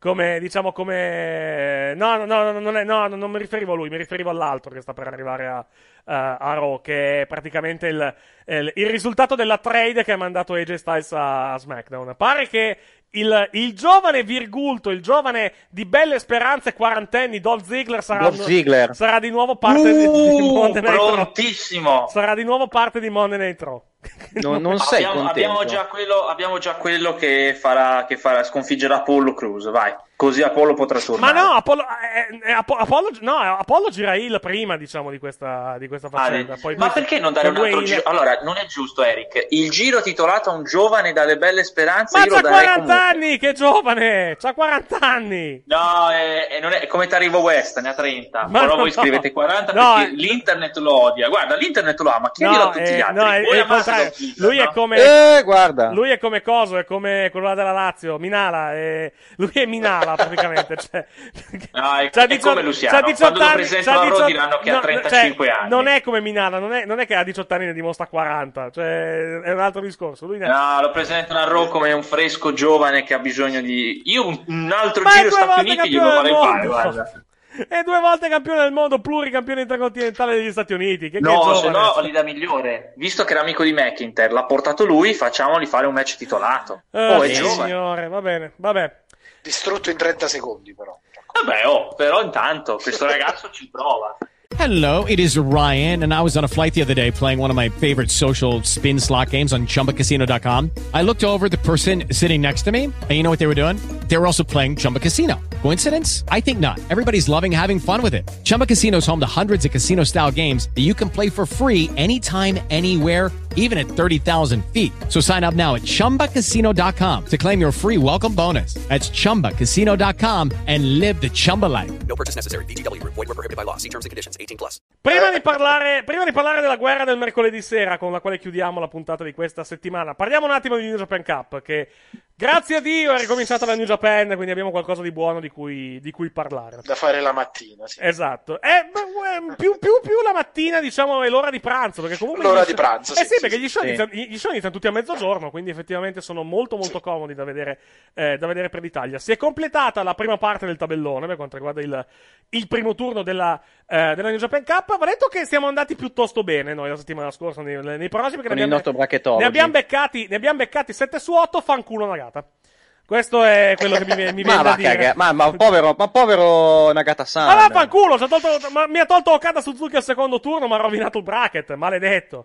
non mi riferivo a lui, mi riferivo all'altro che sta per arrivare a Raw, che è praticamente il risultato della trade che ha mandato AJ Styles a SmackDown. Pare che il giovane Virgulto, il giovane di belle speranze quarantenni, Dolph Ziggler sarà di nuovo parte di Monday Night Raw. Prontissimo! Sarà di nuovo parte di Monday Night Raw. Non sei contento? Abbiamo già quello che sconfiggerà Apollo Crews, vai. Così Apollo potrà tornare. Ma no, Apollo gira heel prima, diciamo, di questa faccenda. Poi ma perché non dare un altro giro? Allora, non è giusto, Eric. Il giro titolato a un giovane dalle belle speranze. Ma c'ha 40 anni, che giovane! C'ha 40 anni! No, non è come Tarivo West, ne ha 30. Ma però voi scrivete 40 perché l'internet lo odia. Guarda, l'internet lo ama, chiedilo a tutti gli altri. Lui è come... guarda. Lui è come Coso, è come quello là della Lazio, Minala. Lui è Minala. Nigella praticamente. È come Luciano, quando lo presentano a Raw diranno che ha 35 anni. Non è come Minara, non è che a 18 anni ne dimostra 40, cioè è un altro discorso. No, lo presentano a Raw come un fresco giovane che ha bisogno di... Io un altro giro Stati Uniti glielo vorrei fare, guarda. È 2 volte campione del mondo, pluricampione intercontinentale degli Stati Uniti. Che no, se no lì da migliore. Visto che era amico di McIntyre, l'ha portato lui, facciamoli fare un match titolato. È giovane. Signore, va bene, vabbè. Distrutto in 30 secondi, però. Vabbè, però intanto questo ragazzo ci prova. Hello, it is Ryan, and I was on a flight the other day playing one of my favorite social spin slot games on ChumbaCasino.com. I looked over at the person sitting next to me, and you know what they were doing? They were also playing Chumba Casino. Coincidence? I think not. Everybody's loving having fun with it. Chumba Casino is home to hundreds of casino-style games that you can play for free anytime, anywhere, even at 30,000 feet. So sign up now at ChumbaCasino.com to claim your free welcome bonus. That's ChumbaCasino.com and live the Chumba life. No purchase necessary. VGW. Void where prohibited by law. See terms and conditions. 18+. Prima di parlare della guerra del mercoledì sera, con la quale chiudiamo la puntata di questa settimana, parliamo un attimo di New Japan Cup, che grazie a Dio è ricominciata la New Japan, quindi abbiamo qualcosa di buono di cui parlare. Da fare la mattina, sì. Esatto. Più la mattina, diciamo, è l'ora di pranzo, perché comunque l'ora di pranzo, sì, perché gli show iniziano tutti a mezzogiorno, quindi effettivamente sono molto molto comodi da vedere per l'Italia. Si è completata la prima parte del tabellone per quanto riguarda il primo turno della New Japan Cup. Va detto che siamo andati piuttosto bene noi la settimana scorsa nei pronostici, perché ne abbiamo beccati 7 su 8, fanculo Nagata. Questo è quello che mi viene da dire. Ma povero Nagata-san. Ma vaffanculo, mi ha tolto Okada Suzuki al secondo turno, mi ha rovinato il bracket, maledetto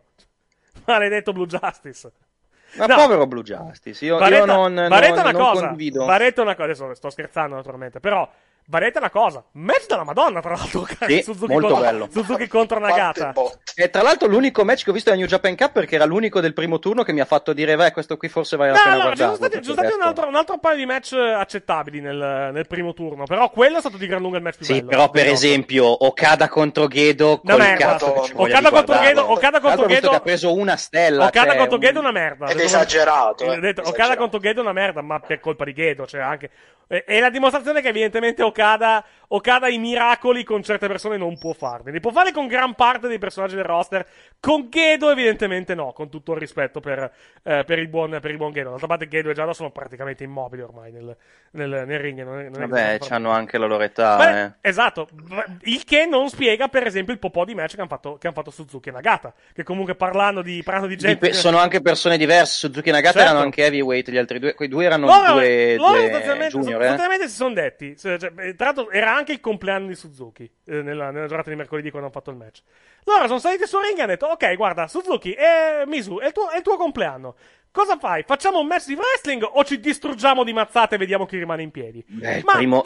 Blue Justice. Ma povero Blue Justice, io non condivido. Va detto una cosa, adesso sto scherzando naturalmente, però va detta una cosa, match della Madonna tra l'altro, sì, bello. Suzuki contro Nagata. E tra l'altro l'unico match che ho visto alla New Japan Cup, perché era l'unico del primo turno che mi ha fatto dire questo qui forse vale la pena guardare. Ci sono stati un altro paio di match accettabili nel primo turno, però quello è stato di gran lunga il match più bello. Sì, però per esempio Okada contro Gedo col cazzo che ci voglia di guardarlo. Okada contro Gedo che ha preso una stella. Okada contro Gedo è una merda. Ed esagerato. Okada contro Gedo è una merda, ma per colpa di Gedo, cioè anche è la dimostrazione che evidentemente Okada i miracoli con certe persone non può farli. Li può fare con gran parte dei personaggi del roster. Con Gedo evidentemente no, con tutto il rispetto per il buon Gedo. D'altra parte Gedo e Giada sono praticamente immobili ormai nel ring. Vabbè, c'hanno anche la loro età. Esatto, il che non spiega per esempio il popò di match che hanno fatto Suzuki e Nagata, che comunque parlando di gente... sono anche persone diverse. Suzuki e Nagata erano anche heavyweight, gli altri due, quei due erano due junior. Sostanzialmente si sono detti, tra l'altro era anche il compleanno di Suzuki nella giornata di mercoledì quando hanno fatto il match. Loro sono saliti sul ring e hanno detto: ok, guarda, Suzuki e Mizu, è il tuo compleanno. Cosa fai? Facciamo un match di wrestling o ci distruggiamo di mazzate e vediamo chi rimane in piedi? Vediamo.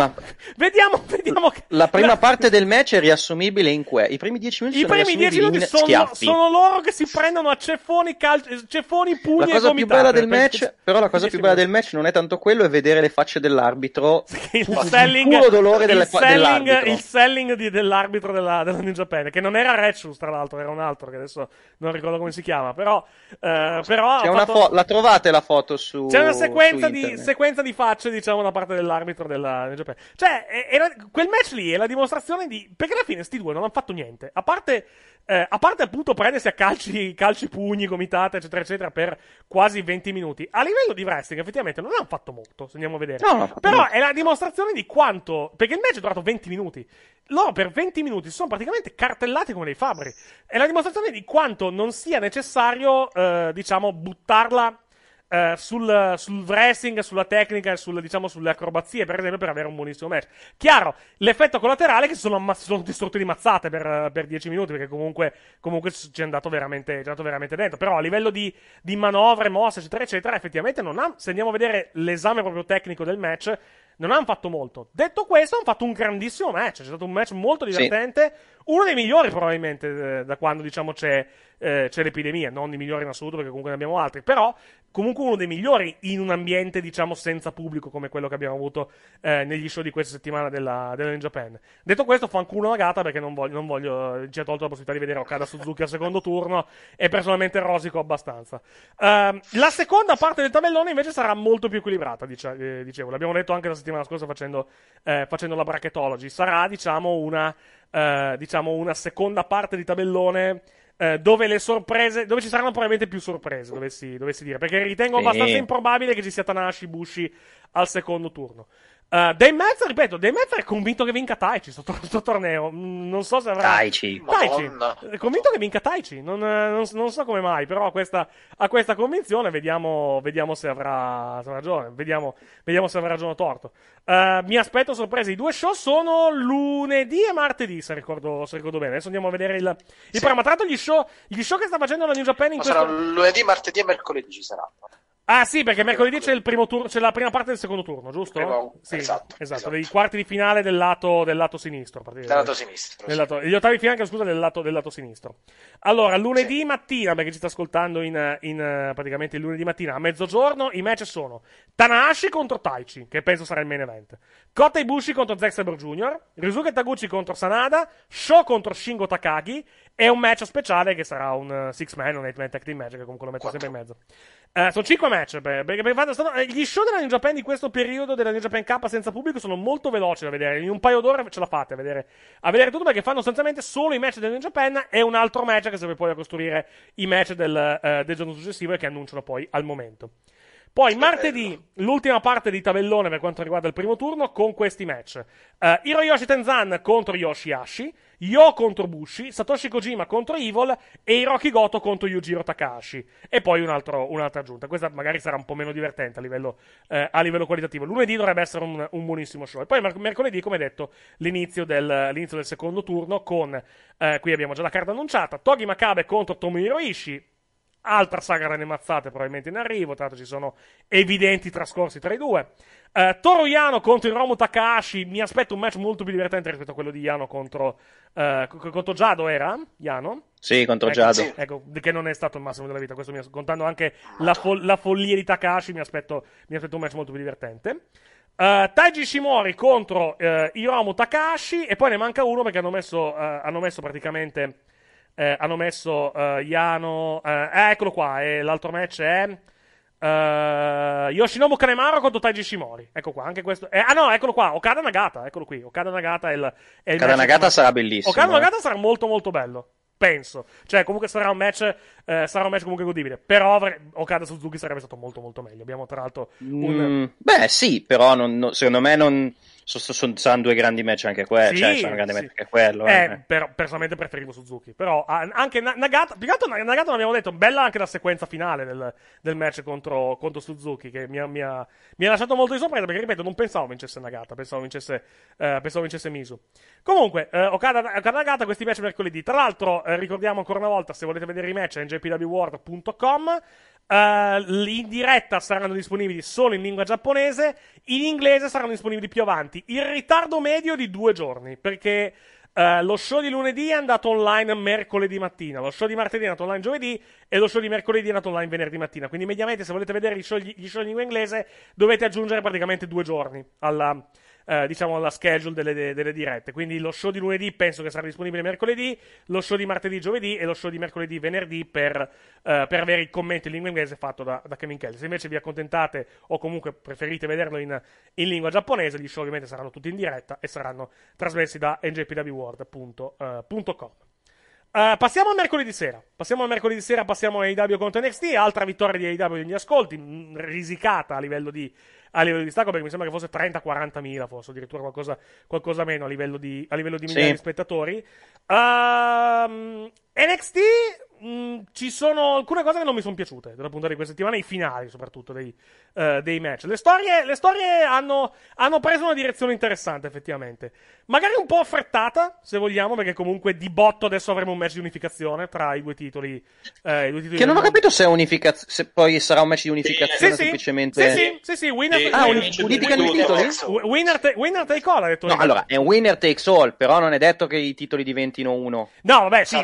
La prima parte del match è riassumibile in i primi 10 minuti sono loro che si prendono a ceffoni, pugni la cosa più bella del match, però la cosa più bella del match non è tanto quello, è vedere le facce dell'arbitro. Il selling dell'arbitro della New Japan, che non era Rechus, tra l'altro, era un altro che adesso non ricordo come si chiama, però la trovate la foto su... C'è una sequenza di facce, diciamo, da parte dell'arbitro della New Japan. Cioè, quel match lì è la dimostrazione perché alla fine sti due non hanno fatto niente. A parte appunto prendersi a calci, pugni, gomitate, eccetera, eccetera, per quasi 20 minuti. A livello di wrestling, effettivamente, non hanno fatto molto, se andiamo a vedere. Però è la dimostrazione di quanto... Perché il match è durato 20 minuti. Loro per 20 minuti si sono praticamente cartellati come dei fabbri. È la dimostrazione di quanto non sia necessario, diciamo, buttarla sul wrestling, sulla tecnica e sulle acrobazie, per esempio, per avere un buonissimo match. Chiaro, l'effetto collaterale è che si sono distrutti di mazzate per 10 minuti, perché comunque ci è andato veramente dentro. Però a livello di manovre, mosse, eccetera, eccetera, effettivamente se andiamo a vedere l'esame proprio tecnico del match, non hanno fatto molto. Detto questo, hanno fatto un grandissimo match. C'è stato un match molto divertente, uno dei migliori probabilmente da quando diciamo c'è l'epidemia, non i migliori in assoluto perché comunque ne abbiamo altri, però comunque uno dei migliori in un ambiente diciamo senza pubblico come quello che abbiamo avuto negli show di questa settimana della New Japan. Detto questo, fanculo Nagata perché non voglio ci ha tolto la possibilità di vedere Okada Suzuki al secondo turno e personalmente rosico abbastanza. La seconda parte del tabellone invece sarà molto più equilibrata, dicevo, l'abbiamo detto anche la settimana scorsa facendo la bracketology. Sarà diciamo una seconda parte di tabellone dove le sorprese, dove ci saranno probabilmente più sorprese, dovessi dire, perché ritengo abbastanza improbabile che ci sia Tanahashi Bushi al secondo turno. Dave Meltzer è convinto che vinca Taichi sto torneo. Non so se avrà Taichi. È convinto che vinca Taichi. Non so come mai, però ha questa convinzione. Vediamo se avrà ragione. Vediamo se avrà ragione o torto. Mi aspetto sorprese. I due show sono lunedì e martedì, se ricordo bene. Adesso andiamo a vedere il programma. Tra l'altro gli show che sta facendo la New Japan in sarà lunedì, martedì e mercoledì ci sarà. Ah sì, perché mercoledì c'è il primo turno, c'è la prima parte del secondo turno, giusto? Sì, esatto. Dei quarti di finale del lato sinistro. Del lato sinistro. Gli ottavi di finale, scusa, del lato sinistro. Allora, lunedì mattina, perché ci sta ascoltando in praticamente il lunedì mattina, a mezzogiorno, i match sono Tanahashi contro Taichi, che penso sarà il main event. Kota Ibushi contro Zack Sabre Jr., Ryusuke Taguchi contro Sanada, Sho contro Shingo Takagi, e un match speciale che sarà un 6-man, un 8-man tag team match, che comunque lo metto sempre in mezzo. Sono 5 match, perché gli show della New Japan di questo periodo della New Japan Cup senza pubblico sono molto veloci da vedere. In un paio d'ore ce la fate a vedere tutto, perché fanno sostanzialmente solo i match della New Japan e un altro match che serve poi a costruire i match del giorno successivo e che annunciano poi al momento. Poi martedì l'ultima parte di tabellone per quanto riguarda il primo turno con questi match: Hiroyoshi Tenzan contro Yoshihashi, Yo contro Bushi, Satoshi Kojima contro Evil e Hiroki Goto contro Yujiro Takahashi. E poi un'altra aggiunta. Questa magari sarà un po' meno divertente a livello qualitativo. Lunedì dovrebbe essere un buonissimo show. E poi mercoledì, come detto, l'inizio del secondo turno con qui abbiamo già la carta annunciata: Togi Makabe contro Tomohiro Ishii. Altra saga delle mazzate probabilmente in arrivo. Tra l'altro ci sono evidenti trascorsi tra i due. Toru Yano contro Hiromu Takahashi. Mi aspetto un match molto più divertente rispetto a quello di Yano contro Jado, era? Yano? Sì, contro Jado. Ecco, che non è stato il massimo della vita. Questo contando anche la follia di Takahashi, mi aspetto un match molto più divertente. Taiji Ishimori contro Hiromu Takahashi. E poi ne manca uno perché hanno messo praticamente Yano, eccolo qua, e l'altro match è Yoshinobu Kanemaru contro Taiji Ishimori. Ecco qua, anche questo. No, eccolo qua, Okada Nagata, eccolo qui. Okada Nagata è il Okada Nagata sarà bellissimo. Okada Nagata sarà molto molto bello. Penso, cioè comunque sarà un match comunque godibile. Però Okada Suzuki sarebbe stato molto molto meglio. Abbiamo tra l'altro beh sì, però secondo me non saranno due grandi match anche quello. Sì, cioè saranno grandi match anche quello. Però personalmente preferivo Suzuki. Però anche Nagata, più che altro Nagata l'abbiamo detto, bella anche la sequenza finale del match contro Suzuki, che mi ha lasciato molto di sorpresa, perché ripeto, non pensavo vincesse Nagata, pensavo vincesse Mizu. Comunque, Okada Nagata, questi match mercoledì. Tra l'altro, ricordiamo ancora una volta, se volete vedere i match è njpwworld.com. In diretta saranno disponibili solo in lingua giapponese, in inglese saranno disponibili più avanti. Il ritardo medio di 2 giorni, perché lo show di lunedì è andato online mercoledì mattina, lo show di martedì è andato online giovedì e lo show di mercoledì è andato online venerdì mattina. Quindi mediamente, se volete vedere gli show in lingua inglese, dovete aggiungere praticamente 2 giorni alla schedule delle dirette. Quindi lo show di lunedì penso che sarà disponibile mercoledì, lo show di martedì giovedì e lo show di mercoledì venerdì per avere i commenti in lingua inglese fatto da Kevin Kelly. Se invece vi accontentate o comunque preferite vederlo in lingua giapponese, gli show ovviamente saranno tutti in diretta e saranno trasmessi da njpwworld.com. Passiamo al mercoledì sera. Passiamo a AEW contro NXT. Altra vittoria di AEW negli ascolti, risicata a livello di stacco, perché mi sembra che fosse 30-40 mila, forse addirittura qualcosa meno a livello di migliaia di spettatori. NXT ci sono alcune cose che non mi sono piaciute dalla puntata di questa settimana, i finali soprattutto dei match. Le storie hanno preso una direzione interessante, effettivamente. Magari un po' affrettata, se vogliamo, perché comunque di botto adesso avremo un match di unificazione tra i due titoli. Che non ho capito se è se poi sarà un match di unificazione semplicemente. Sì, winner unificano i titoli? Winner take all, ha detto. No, allora, è un winner takes all, però non è detto che i titoli diventino uno. No, vabbè, sì,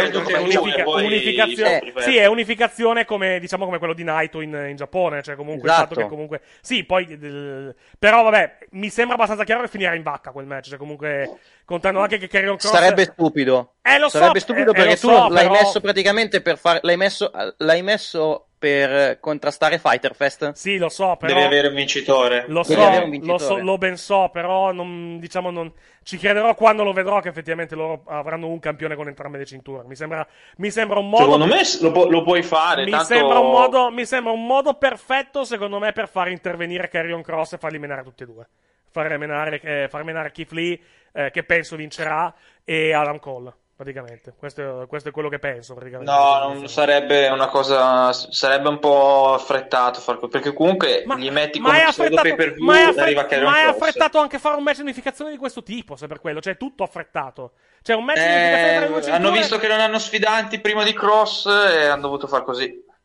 è unificazione come quello di Naito in Giappone, cioè comunque il fatto che comunque sì, poi però vabbè, mi sembra abbastanza chiaro che finirà in vacca quel match, cioè comunque contando anche che Karrion Kross sarebbe stupido. Sarebbe stupido perché tu l'hai messo praticamente per l'hai messo per contrastare Fighter Fest. Sì, lo so, però devi avere un vincitore. Lo ben so, però non ci crederò quando lo vedrò che effettivamente loro avranno un campione con entrambe le cinture. Mi sembra un modo. Secondo me lo puoi fare. Mi tanto... sembra un modo perfetto, secondo me, per far intervenire Karrion Kross e farli menare tutti e due. Far menare Keith Lee, che penso vincerà, e Adam Cole. Praticamente, questo è quello che penso. Praticamente. No, non sarebbe una cosa. Sarebbe un po' affrettato perché comunque gli metti come pseudo pay per view e arriva Karrion Kross. Ma è affrettato anche fare un match di unificazione di questo tipo, se per quello, cioè tutto affrettato. Cioè un match di unificazione tra le due cinture. Hanno visto che non hanno sfidanti prima di Cross e hanno dovuto far così.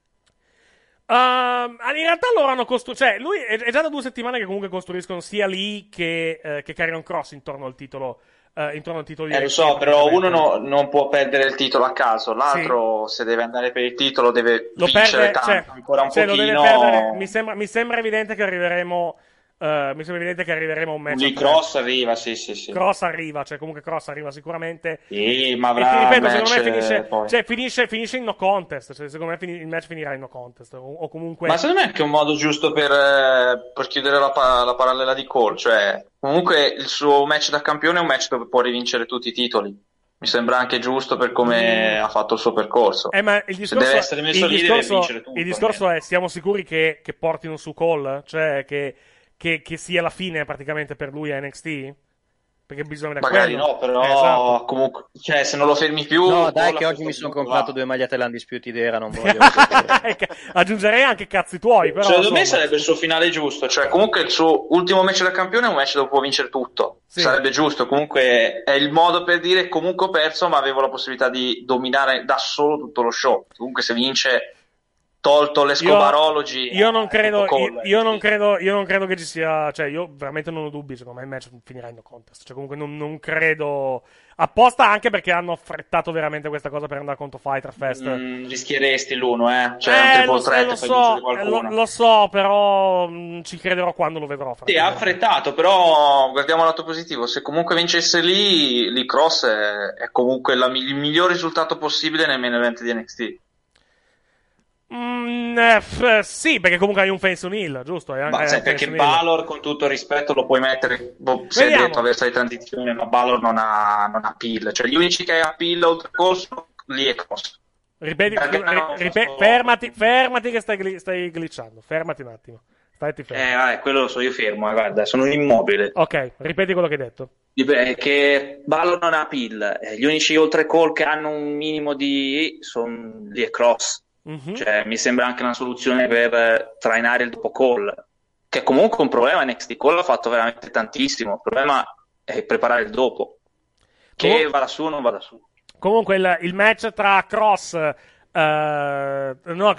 In realtà loro hanno costruito, cioè lui è già da 2 settimane che comunque costruiscono sia Lee che Karrion Kross intorno al titolo. Di lo so, però uno non può perdere il titolo a caso, l'altro se deve andare per il titolo deve vincere tanto, ancora un pochino. Lo deve perdere. Mi sembra evidente che arriveremo a un match. Lì Cross arriva, sì. Cross arriva, cioè comunque Cross arriva sicuramente. Sì, ma avrà ripeto, secondo me finisce in no contest, cioè secondo me il match finirà in no contest o comunque. Ma secondo me è anche un modo giusto per chiudere la parallela di Cole, cioè comunque il suo match da campione è un match dove può rivincere tutti i titoli. Mi sembra anche giusto per come ha fatto il suo percorso. Ma il discorso, deve essere messo lì, deve vincere tutto. Il discorso è: siamo sicuri che portino su Cole? Cioè che sia la fine praticamente per lui a NXT? Perché bisogna magari no, però comunque, cioè se non lo fermi più. No, dai, che oggi mi sono comprato 2 magliette Undisputed Era, non voglio. Aggiungerei anche cazzi tuoi, però. Secondo me sarebbe il suo finale giusto, cioè comunque il suo ultimo match da campione è un match dove può vincere tutto. Sì. Sarebbe giusto, comunque è il modo per dire comunque ho perso, ma avevo la possibilità di dominare da solo tutto lo show. Comunque se vince, tolto l'Escobarology, io non credo che ci sia, cioè io veramente non ho dubbi, secondo me il match finirà in no contest, cioè comunque non credo, apposta anche perché hanno affrettato veramente questa cosa per andare contro Fighter Fest. Rischieresti l'uno, cioè un triple threat per vincere qualcuno. Lo so, però ci crederò quando lo vedrò. Sì, ha affrettato, però guardiamo il lato positivo, se comunque vincesse lì Cross è comunque il miglior risultato possibile nel main event di NXT. Sì, perché comunque hai un face O'Neill, giusto? Perché Balor, con tutto il rispetto, lo puoi mettere. Si è detto avversario di transizione, ma Balor non ha appeal. Cioè, gli unici che hai appeal oltre corso lì è Cross. Fermati che stai glitchando. Fermati un attimo. Stati fermo. Quello lo so, io fermo, guarda, sono immobile. Ok, ripeti quello che hai detto. Che Balor non ha appeal. Gli unici oltre call che hanno un minimo di sono lì è Cross. Mm-hmm. Cioè, mi sembra anche una soluzione per trainare il dopo call, che è comunque un problema. NXT Call ha fatto veramente tantissimo. Il problema è preparare il dopo, che vada su o non vada su. Comunque il match tra Cross tra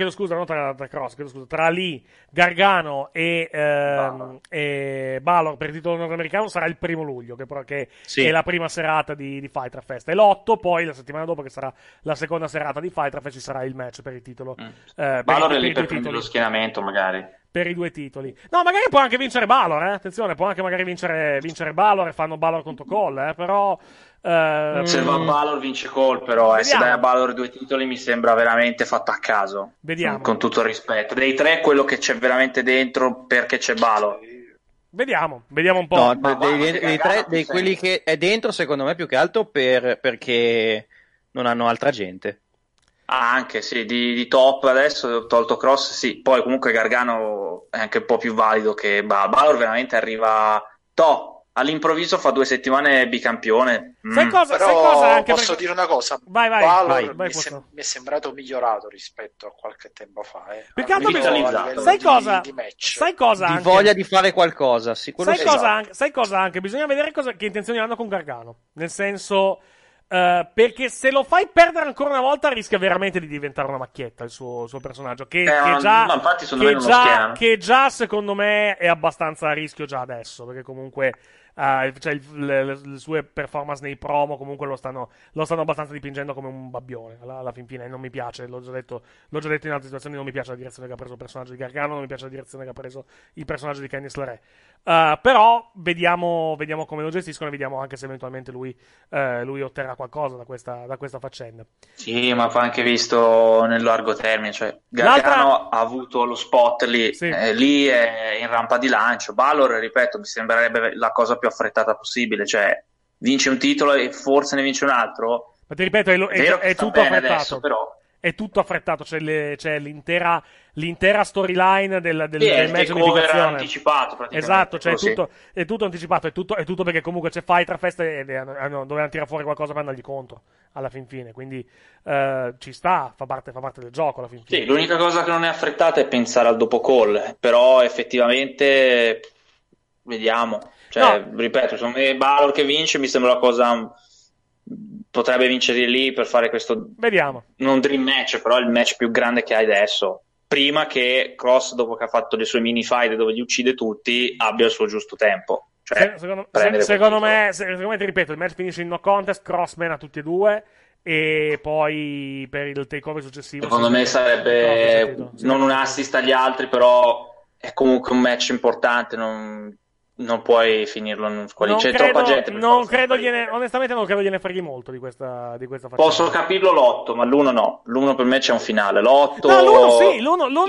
Lee, Gargano e Balor per il titolo nordamericano sarà il 1 luglio, che è la prima serata di Fighter Fest, e l'8 poi la settimana dopo, che sarà la seconda serata di Fighter Fest, ci sarà il match per il titolo. Balor è lì per prendere lo schienamento, magari per i 2 titoli. No, magari può anche vincere Balor, attenzione, può anche magari vincere Balor e fanno Balor contro Cole, però se va Balor vince Cole, però se dai a Balor 2 titoli mi sembra veramente fatto a caso. Vediamo. Con tutto il rispetto, dei 3 quello che c'è veramente dentro, perché c'è Balor. Vediamo un po'. No, dei 3, dei quelli che è dentro, secondo me più che altro perché non hanno altra gente. Anche sì, di top adesso, tolto Cross, sì. Poi comunque Gargano è anche un po' più valido che Balor, veramente arriva all'improvviso fa 2 settimane bicampione. Sai cosa anche posso dire una cosa? Vai. Balor mi è sembrato migliorato rispetto a qualche tempo fa. Più che altro sai cosa? Sai cosa? Di voglia di fare qualcosa. Sai cosa anche? Bisogna vedere che intenzioni hanno con Gargano. Nel senso, perché se lo fai perdere ancora una volta rischia veramente di diventare una macchietta il suo personaggio. Che già secondo me è abbastanza a rischio già adesso. Perché comunque cioè le sue performance nei promo comunque lo stanno abbastanza dipingendo come un babbione alla fin fine. Non mi piace, l'ho già detto in altre situazioni, non mi piace la direzione che ha preso il personaggio di Gargano, non mi piace la direzione che ha preso il personaggio di Candice LeRae. Però vediamo come lo gestiscono e vediamo anche se eventualmente lui otterrà qualcosa da questa faccenda. Sì, ma fa anche visto nel largo termine, cioè Gargano ha avuto lo spot lì, sì. Lì è in rampa di lancio. Balor, ripeto, mi sembrerebbe la cosa più affrettata possibile, cioè vince un titolo e forse ne vince un altro. Ma ti ripeto, è tutto affrettato adesso, però è tutto affrettato, c'è l'intera storyline del match di unificazione anticipato praticamente. Esatto, cioè è tutto anticipato, è tutto perché comunque c'è Fyter Fest e dovevano tirare fuori qualcosa per andargli contro alla fin fine, quindi ci sta, fa parte del gioco alla fin fine. Sì, l'unica cosa che non è affrettata è pensare al dopo call, però effettivamente vediamo. Cioè, no. Ripeto, secondo me Balor che vince mi sembra la cosa. Potrebbe vincere lì per fare questo. Vediamo. Non dream match, però il match più grande che hai adesso. Prima che Cross, dopo che ha fatto le sue mini fight dove li uccide tutti, abbia il suo giusto tempo. Cioè, secondo me, ti ripeto, il match finisce in no contest, Cross mena tutti e due. E poi per il takeover successivo. Secondo me sarebbe non un assist agli altri, però è comunque un match importante. Non puoi finirlo in c'è troppa gente. Onestamente non credo gliene freghi molto di questa faccenda. Posso capirlo l'8, ma l'1 no. L'1 per me c'è un finale. L'8. No, l'1 sì,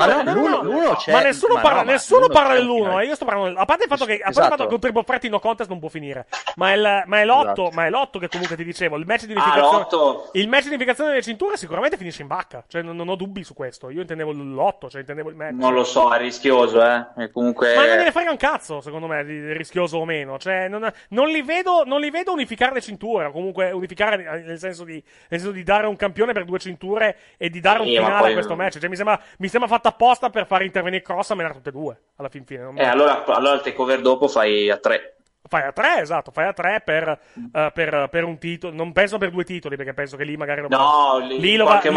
l'1 c'è. Ma nessuno parla dell'1. Io sto parlando. A parte il fatto che con Triple Threat in no contest non può finire. Ma è l'8, esatto. Ma è l'8 che comunque ti dicevo. Il match di unificazione. Il match di unificazione delle cinture sicuramente finisce in bacca. Cioè, non ho dubbi su questo. Io intendevo l'8, cioè intendevo il match. Non lo so, è rischioso, E comunque. Ma non gliene frega un cazzo, secondo me. Rischioso o meno, cioè non li vedo unificare le cinture, o comunque unificare nel senso di dare un campione per 2 cinture e di dare un finale a questo match. Cioè, mi sembra fatto apposta per far intervenire Cross a menare tutte e due alla fin fine. Allora il takeover dopo fai a 3. Fai a 3, esatto, fai a 3 per un titolo. Non penso per 2 titoli, perché penso che lì magari lì lo va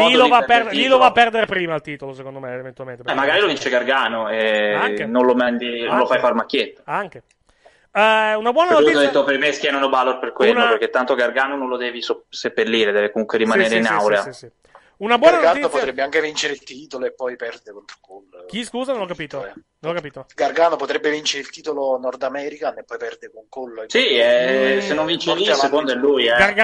a perdere prima il titolo, secondo me, eventualmente. Magari lo vince Gargano e non lo fai far macchietta. Anche. Una buona notizia. Ho detto per me schienano Balor per quello, perché tanto Gargano non lo devi seppellire, deve comunque rimanere in aurea. Sì. Una buona Gargano notizia. Potrebbe anche vincere il titolo e poi perde contro Cole. Chi, scusa? Non ho capito. Non ho capito. Gargano potrebbe vincere il titolo Nord American e poi perde con Cole. Sì, se non vince lì, il secondo è lui.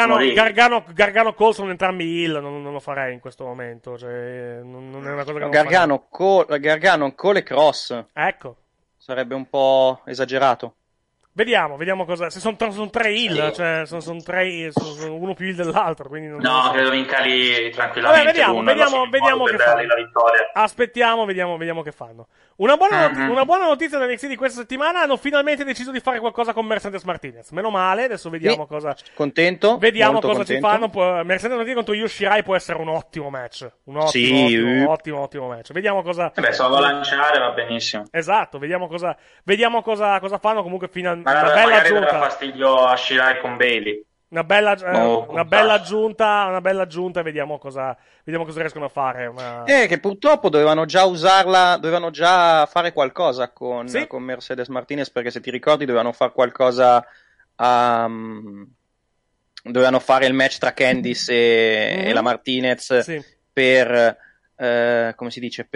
Gargano Cole sono entrambi heel, non lo farei in questo momento. Cioè, non è una cosa che Gargano Cole e Cross. Ecco. Sarebbe un po' esagerato. Vediamo cosa. Se sono 3 heel, cioè sono 3, sono uno più heel dell'altro. Quindi no, credo vinca lì tranquillamente. Vediamo che fanno. Aspettiamo, vediamo che fanno. Una buona notizia da NXT di questa settimana: hanno finalmente deciso di fare qualcosa con Mercedes Martinez. Meno male, adesso vediamo cosa. Contento. Vediamo cosa contento. ci fanno. Mercedes Martinez contro Yoshirai può essere un ottimo match. Un ottimo match. Vediamo cosa. Solo lanciare va benissimo. Esatto, vediamo cosa fanno. Comunque, finalmente. Una bella aggiunta. Darà fastidio a Shirai con Bailey. Una bella aggiunta e vediamo cosa riescono a fare. Che purtroppo dovevano già usarla, dovevano già fare qualcosa con Mercedes Martinez, perché se ti ricordi dovevano fare qualcosa dovevano fare il match tra Candice e la Martinez per come si dice,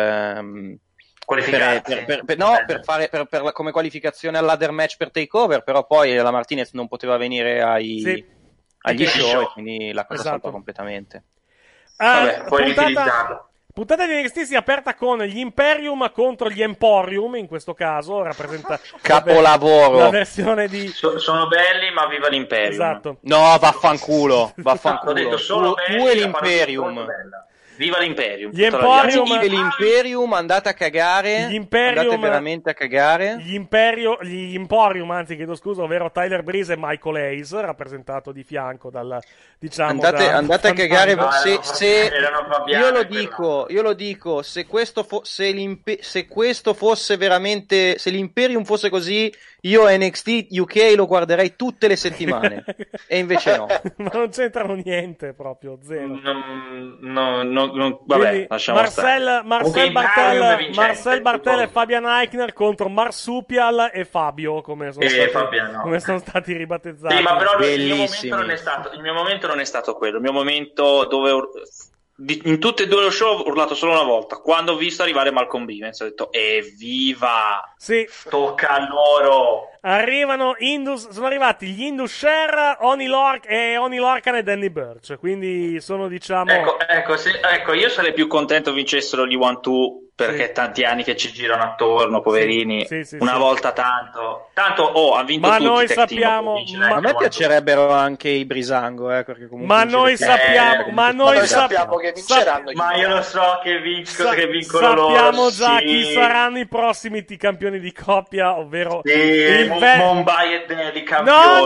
come qualificazione al ladder match per takeover, però poi la Martinez non poteva venire agli show e quindi la cosa salta completamente. Puntata di NXT si è aperta con gli Imperium contro gli Emporium, in questo caso rappresenta capolavoro. La versione di sono belli, ma viva l'Imperium. Esatto. No, vaffanculo. Ho detto solo tu e l'Imperium. Viva l'Imperium. Gli Emporium, l'Imperium, andate a cagare. Gli Imperium, andate veramente a cagare. Gli Emporium, anzi, chiedo scusa, ovvero Tyler Breeze e Michael Hayes, rappresentato di fianco dal, diciamo, andate a cagare. Io lo dico, se questo fosse veramente, se l'Imperium fosse così, io NXT UK lo guarderei tutte le settimane. E invece no. Ma non c'entrano niente, proprio zero. Vabbè, lasciamo stare. Marcel Bartel e Fabian Eichner contro Marsupial e Fabio, come sono stati ribattezzati. Sì, ma però il mio momento non è stato quello. Il mio momento dove in tutte e due lo show ho urlato solo una volta, quando ho visto arrivare Malcolm Bivens, ho detto evviva, sì, tocca a loro. Sono arrivati gli Indus Sher, Oni Lorcan e Danny Burch, quindi sono, diciamo, ecco, io sarei più contento vincessero gli 1-2, perché tanti anni che ci girano attorno, poverini, una volta tanto ha vinto ma tutti, noi sappiamo, a me piacerebbero anche i Brisango, perché comunque ma noi sappiamo che vinceranno. Ma io lo so che vincono loro. Sappiamo già chi saranno i prossimi campioni di coppia, ovvero Mumbai e Delhi campioni.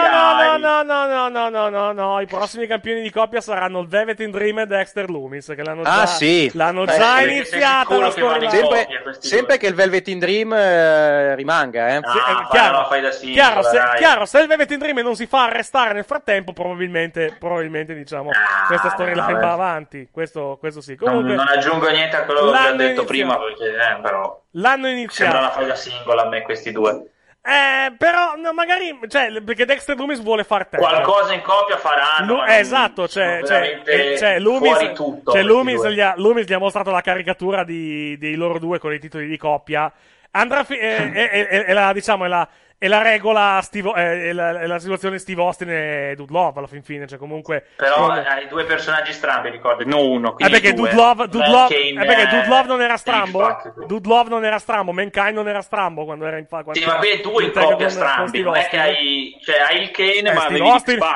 No, i prossimi campioni di coppia saranno il Velvet in Dream e Dexter Loomis, che l'hanno già iniziata la storia. Sempre che il Velvet in Dream rimanga, chiaro, se il Velvet in Dream non si fa arrestare nel frattempo, probabilmente diciamo questa storyline va avanti. Questo sì. Comunque, non aggiungo niente a quello che ho detto prima, perché però l'hanno iniziato. Sembra una faida singola a me questi due. Però no, magari, perché Dexter Loomis vuole far tempo. Qualcosa in coppia faranno. Esatto, Loomis gli ha mostrato la caricatura dei loro due con i titoli di coppia. Andrà è la regola è la situazione Steve Austin e Dude Love alla fin fine, cioè comunque. Però hai due personaggi strambi, ricordi? Non uno. Perché Dude Love non era strambo. Dude Love non era strambo, Mankind non era strambo quando era in sì, ma qui è due in coppia strambi. Non è che hai il Kane, ma Steve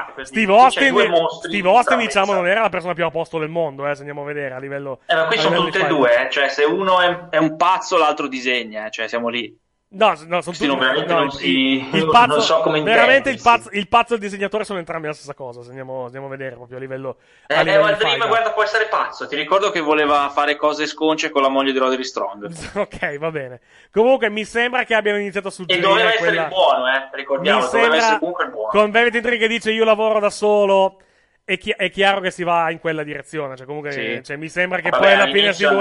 Austin, diciamo, non era la persona più a posto del mondo, se andiamo a vedere a livello. Ma qui sono tutte e due, cioè se uno è un pazzo, l'altro disegna, cioè siamo lì. No, sono tutti. Il pazzo e il disegnatore sono entrambi la stessa cosa. Se andiamo a vedere proprio a livello. Guarda, può essere pazzo. Ti ricordo che voleva fare cose sconce con la moglie di Roderick Strong. Ok, va bene. Comunque, mi sembra che abbiano iniziato a suggerire. E doveva essere il buono, ricordiamo. Doveva essere comunque il buono. Con Velvet Intrigue che dice io lavoro da solo. È chiaro che si va in quella direzione, cioè comunque mi sembra che poi alla fine sti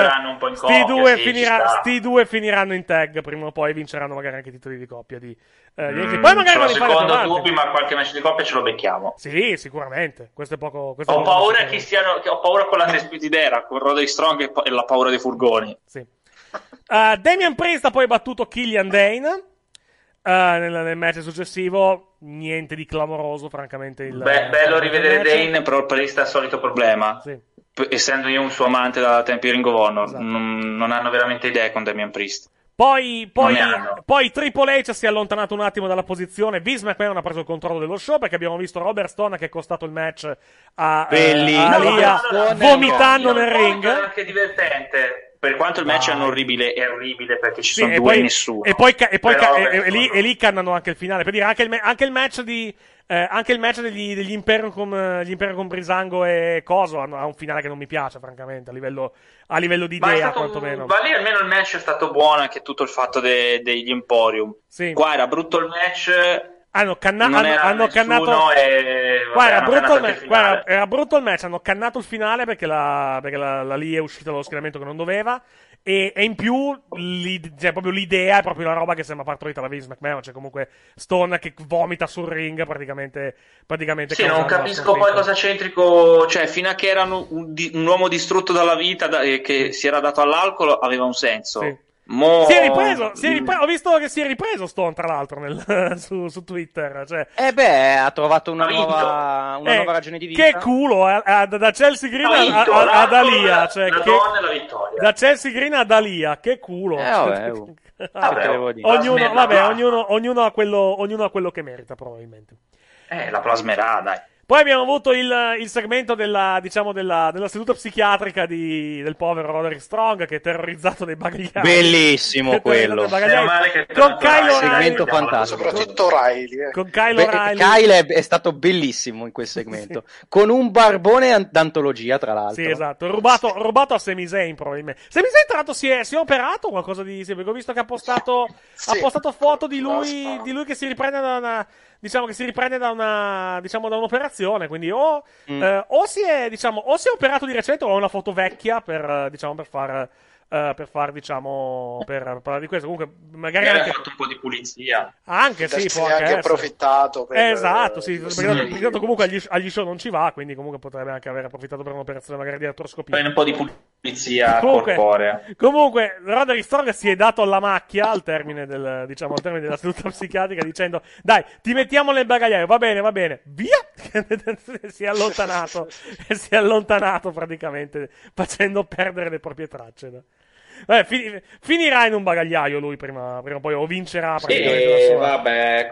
due finiranno in tag prima o poi, vinceranno magari anche i titoli di coppia poi magari secondo dubbi, ma qualche match di coppia ce lo becchiamo. Sì, sicuramente. Questo è poco. Ho paura ho paura con la Despedidera, con Roderick Strong e la paura dei furgoni. Sì. Damian Priest ha poi battuto Killian Dane. Nel match successivo niente di clamoroso, francamente. Bello rivedere Dane, però il Priest ha il solito problema. Sì. Essendo io un suo amante da tempi Ring of Honor, esatto. non hanno veramente idee con Damian Priest. Poi Triple H si è allontanato un attimo dalla posizione. Vince McMahon ha preso il controllo dello show, perché abbiamo visto Robert Stone che è costato il match a Alia vomitando nel ring. È anche divertente. Per quanto il match è orribile perché ci sono due e nessuno. E lì cannano anche il finale. Per dire, anche il match degli Imperium con Brisango e Coso ha un finale che non mi piace, francamente, a livello di idea, quantomeno. Ma lì almeno il match è stato buono, anche tutto il fatto degli Emporium. Sì. Qua era brutto il match. Hanno cannato. Era brutto il match. Hanno cannato il finale perché la lì è uscita dallo schieramento che non doveva. E in più, proprio l'idea è proprio una roba che sembra partorita da Vince McMahon. Cioè, comunque, Stone che vomita sul ring praticamente. Sì, non capisco poi cosa c'entrico. Cioè, fino a che era un uomo distrutto dalla vita che si era dato all'alcol, aveva un senso. Sì. Si è ripreso. Ho visto che si è ripreso Stone, tra l'altro, su Twitter. Cioè. Ha trovato una nuova ragione di vita. Che culo, da Chelsea Green ad Alia. Cioè, da Chelsea Green ad Alia, che culo. Ognuno ha quello che merita, probabilmente. La plasmerà, dai. Poi abbiamo avuto il segmento della seduta psichiatrica del povero Roderick Strong, che è terrorizzato dai bagagliai. Bellissimo quello. Con Kyle segmento O'Reilly. fantastico. Soprattutto O'Reilly. Con Kyle O'Reilly. Kyle è stato bellissimo in quel segmento. Con un barbone d'antologia, tra l'altro. Sì, esatto. Rubato a Sami Zayn, probabilmente. Sami Zayn, tra l'altro, si è operato qualcosa di... Perché ho visto che ha postato foto di lui che si riprende da una... Diciamo che si riprende da un'operazione, quindi o si è operato di recente o ha una foto vecchia per parlare di questo. Comunque magari ha anche fatto un po' di pulizia. Anche sì, può anche essere. approfittato per, esatto, sì, perché comunque agli show non ci va, quindi comunque potrebbe anche aver approfittato per un'operazione magari di artroscopia. Fai un po' di pulizia corporea. Comunque Roderick Strong si è dato alla macchia al termine della seduta psichiatrica dicendo: "Dai, ti mettiamo nel bagagliaio, va bene, via!" si è allontanato praticamente, facendo perdere le proprie tracce. Finirà in un bagagliaio lui prima o poi, o vincerà praticamente da solo. Vabbè,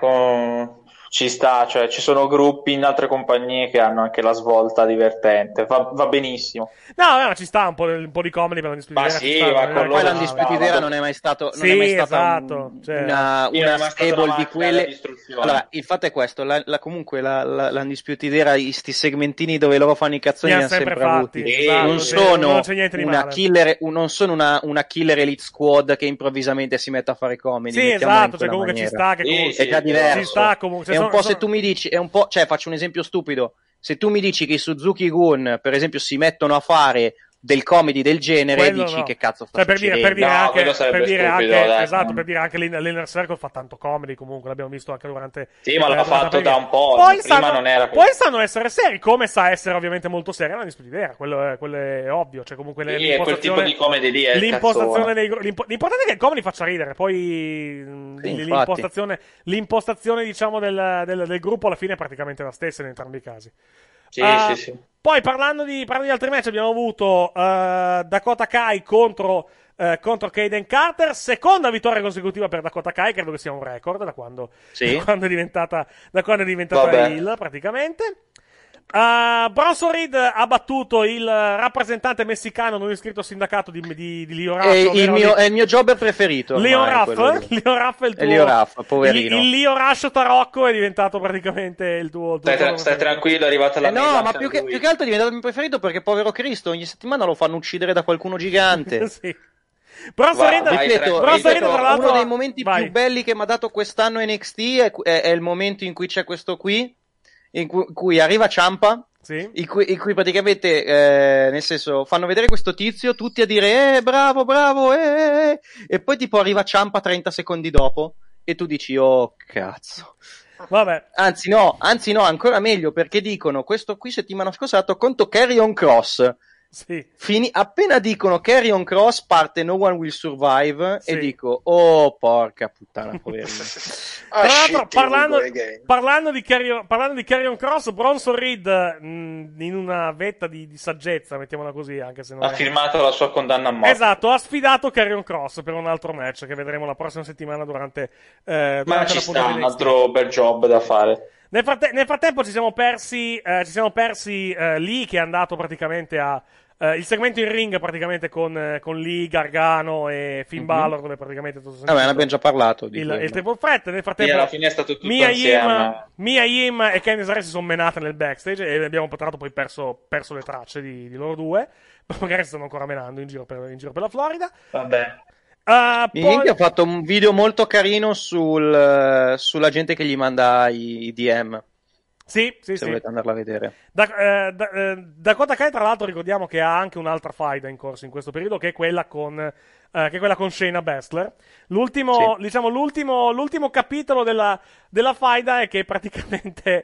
ci sta, cioè ci sono gruppi in altre compagnie che hanno anche la svolta divertente, va benissimo. No, ci sta un po' di comedy per l'Undisputed Era. Poi l'Undisputed Era non è mai stato esatto, una stable di quelle. Allora, il fatto è questo, comunque l'Undisputed Era, sti segmentini dove loro fanno i cazzoni li hanno sempre avuti. Esatto, non sono una killer, non sono una killer elite squad che improvvisamente si mette a fare comedy. Sì, esatto, cioè comunque ci sta che è già diverso. Ci sta comunque. È un po' se tu mi dici, cioè faccio un esempio stupido, se tu mi dici che i Suzuki Gun, per esempio, si mettono a fare del comedy del genere, quello dici no. che cazzo sta per succedendo? dire anche stupido, per dire anche l'Inner Circle fa tanto comedy, comunque l'abbiamo visto anche durante. Sì, ma l'ha fatto da un po'. Non era così. Poi sanno essere seri, come sa essere ovviamente molto seria la Undisputed Era, quello è ovvio, cioè comunque quel tipo di comedy lì è l'impostazione l'importante è che il comedy faccia ridere, poi l'impostazione diciamo del gruppo alla fine è praticamente la stessa in entrambi i casi. Sì. Poi parlando di altri match abbiamo avuto Dakota Kai contro Kaden Carter, seconda vittoria consecutiva per Dakota Kai, credo che sia un record da quando è diventata heel praticamente. Bronson Reed ha battuto il rappresentante messicano non iscritto al sindacato di Leo Ruff. È il mio jobber preferito. Leo Ruff è Leo Ruff, poverino. Il Leo Rush Tarocco è diventato praticamente il tuo Stai tranquillo, è arrivata la no, ma più che altro è diventato il mio preferito perché povero Cristo ogni settimana lo fanno uccidere da qualcuno gigante. Sì. Bronson Reed, tra l'altro, uno dei momenti più belli che mi ha dato quest'anno NXT è il momento in cui c'è questo qui, in cui arriva Ciampa, in cui praticamente nel senso fanno vedere questo tizio, tutti a dire bravo, e poi tipo arriva Ciampa 30 secondi dopo e tu dici oh cazzo. Vabbè. Anzi no, ancora meglio, perché dicono questo qui settimana scorsa ha dato conto Karrion Kross. Sì. Appena dicono Karrion Kross parte No One Will Survive e dico oh porca puttana, poverino. Tra l'altro parlando di Karrion Kross, Bronson Reed in una vetta di saggezza, mettiamola così, anche se non ha firmato la sua condanna a morte. Esatto, ha sfidato Karrion Kross per un altro match che vedremo la prossima settimana durante ma ci sta un altro bel job da fare. Nel frattempo ci siamo persi Lee, che è andato praticamente a il segmento in ring praticamente con Lee, Gargano e Finn Balor, dove praticamente ne abbiamo già parlato di il triple threat. Nel frattempo alla fine è stato tutto insieme. Mia Yim e Candice LeRae si sono menate nel backstage e abbiamo tra l'altro poi perso le tracce di loro due, magari stanno ancora menando in giro per la Florida. Vabbè. Poi ha fatto un video molto carino sulla gente che gli manda i DM. Sì. Volete andarla a vedere. Dakota Kai, tra l'altro, ricordiamo che ha anche un'altra faida in corso in questo periodo, che è quella con Shayna Baszler. L'ultimo capitolo della faida è che praticamente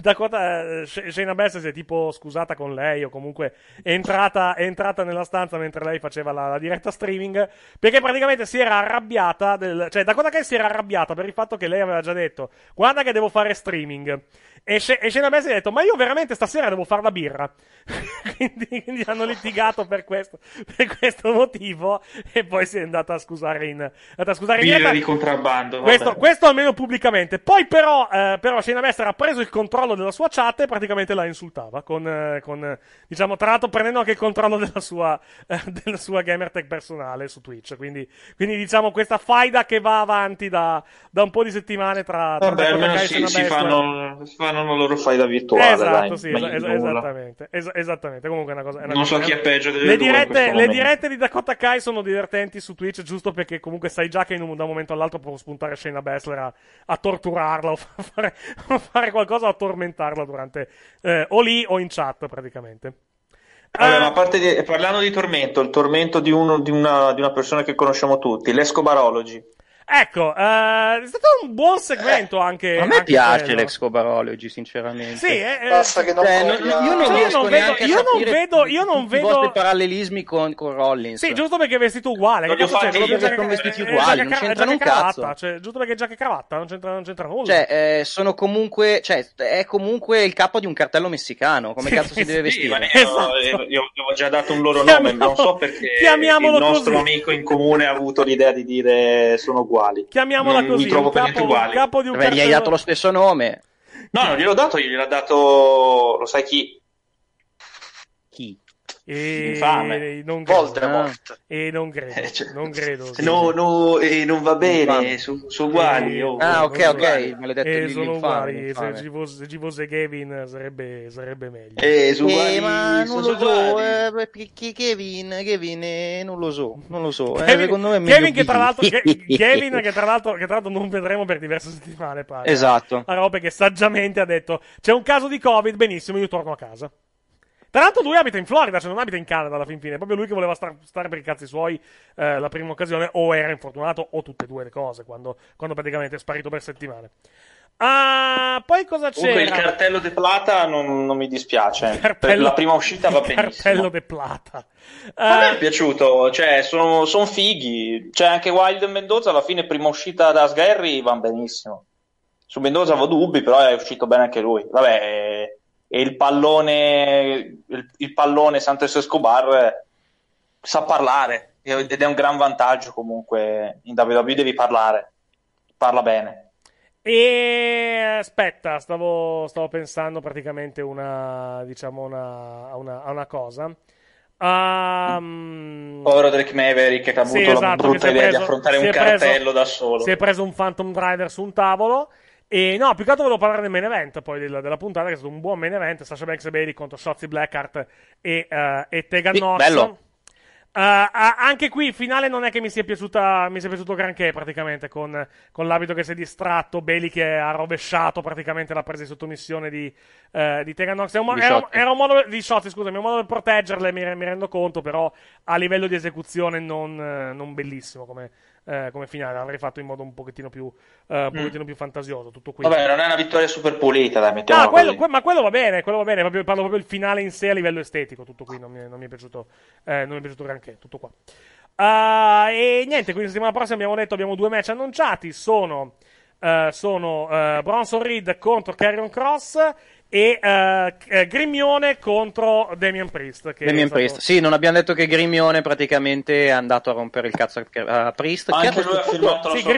Shayna Baszler si è tipo scusata con lei, o comunque è entrata nella stanza mentre lei faceva la diretta streaming, perché praticamente si era arrabbiata cioè Dakota Kai si era arrabbiata per il fatto che lei aveva già detto guarda che devo fare streaming, e e Shayna Baszler ha detto: ma io veramente stasera devo fare la birra. quindi hanno litigato per questo motivo, e poi si è andata a scusare in birra di contrabbando. Questo almeno pubblicamente. Poi però Shayna Baszler ha preso il controllo della sua chat e praticamente la insultava con diciamo, tra l'altro prendendo anche il controllo della sua gamertag personale su Twitch. Quindi diciamo questa faida che va avanti da un po' di settimane tra Vabbè, almeno si fanno una loro faida virtuale. Esatto, dai, sì, esattamente. Comunque è una cosa. Non so chi è peggio delle due. Le dirette di Dakota Kai sono divertenti su Twitch, giusto perché comunque sai già che da un momento all'altro può spuntare Shayna Baszler a torturarla o fare qualcosa, a tormentarla durante o lì o in chat praticamente. Vabbè, ma a parte parlando di tormento, il tormento di una persona che conosciamo tutti, l'Escobarology. Ecco, è stato un buon segmento anche. A me piace l'Escobarology, sinceramente. Sì, basta che non io non riesco neanche a capire io non vedo i vostri parallelismi con Rollins. Sì, giusto perché è vestito uguale. Sono vestiti uguali, non c'entrano un cazzo. Cioè, giusto perché giacca e cravatta, non c'entra nulla. Cioè, sono comunque, è comunque il capo di un cartello messicano. Come cazzo si deve vestire? Io ho già dato un loro nome, non so perché il nostro amico in comune ha avuto l'idea di dire sono uguali. Chiamiamola così. Mi trovo per niente uguali. Capo di un gli hai dato lo stesso nome? No, non gliel'ho dato, gliel'ha dato, lo sai chi? Chi? Infame. Voldemort. E non credo. No, non va bene, sono uguali. Ok, il maledetto sono uguali. infame. Se ci fosse Kevin sarebbe meglio. Ma non lo so, Kevin, non lo so. Secondo me è meglio Kevin che tra l'altro non vedremo per diverse settimane, pare. Esatto. A robe che saggiamente ha detto: c'è un caso di Covid, benissimo, io torno a casa. Tra l'altro lui abita in Florida, cioè non abita in Canada alla fin fine. È proprio lui che voleva stare per i cazzi suoi la prima occasione, o era infortunato, o tutte e due le cose, quando praticamente è sparito per settimane. Poi cosa c'era? Comunque il cartello de plata non mi dispiace. Per la prima uscita va benissimo. Cartello de plata. A me è piaciuto, cioè sono fighi. C'è anche Wild e Mendoza, alla fine prima uscita da Sgherri va benissimo. Su Mendoza avevo dubbi, però è uscito bene anche lui. Vabbè, e il pallone Santos Escobar sa parlare, ed è un gran vantaggio comunque. In WWE devi parlare, parla bene. E aspetta, stavo pensando praticamente a una cosa. Povero Drake Maverick che ha avuto la brutta idea di affrontare un cartello da solo. Si è preso un Phantom Driver su un tavolo. E no, più che altro volevo parlare del main event poi della puntata, che è stato un buon main event. Sasha Banks e Bayley contro Shotzi Blackheart e Tegan Nox. Bello. Anche qui il finale non è che mi sia piaciuto granché, praticamente, con l'abito che si è distratto, Bayley che ha rovesciato praticamente la presa di sottomissione di Tegan Nox. Era un modo di Shotzi, scusami, un modo per proteggerle, mi rendo conto, però a livello di esecuzione non bellissimo come finale. L'avrei fatto in modo un pochettino più fantasioso, tutto qui. Vabbè, non è una vittoria super pulita, dai, mettiamola così. Ma quello va bene, parlo proprio il finale in sé a livello estetico, tutto qui non mi è piaciuto granché, tutto qua. E niente, quindi la settimana prossima abbiamo 2 match annunciati, sono Bronson Reed contro Karrion Kross e Grimione contro Damian Priest. Priest. Sì, non abbiamo detto che Grimione praticamente è andato a rompere il cazzo a Priest. Anche lui ha firmato la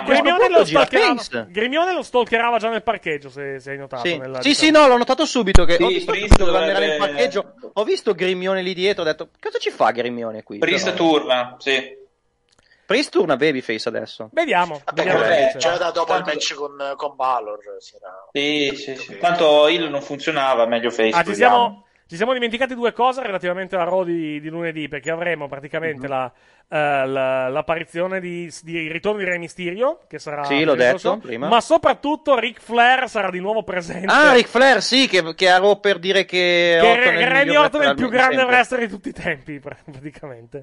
Grimione lo stalkerava già nel parcheggio, se hai notato. Sì, l'ho notato subito che ho visto Priest dovrebbe... nel parcheggio. Ho visto Grimione lì dietro, ho detto cosa ci fa Grimione qui? Priest turna, sì. Priest turna babyface adesso. Vediamo. C'era da dopo il match con Balor. Sì. Tanto Hill non funzionava, meglio face. Ci siamo dimenticati 2 cose relativamente alla Raw di lunedì, perché avremo praticamente l'apparizione di ritorno di Re Mysterio, che sarà... Sì, l'ho detto prima. Ma soprattutto Ric Flair sarà di nuovo presente. Ric Flair, sì, che ha Raw per dire che Randy Orton è il più grande wrestler di tutti i tempi, praticamente.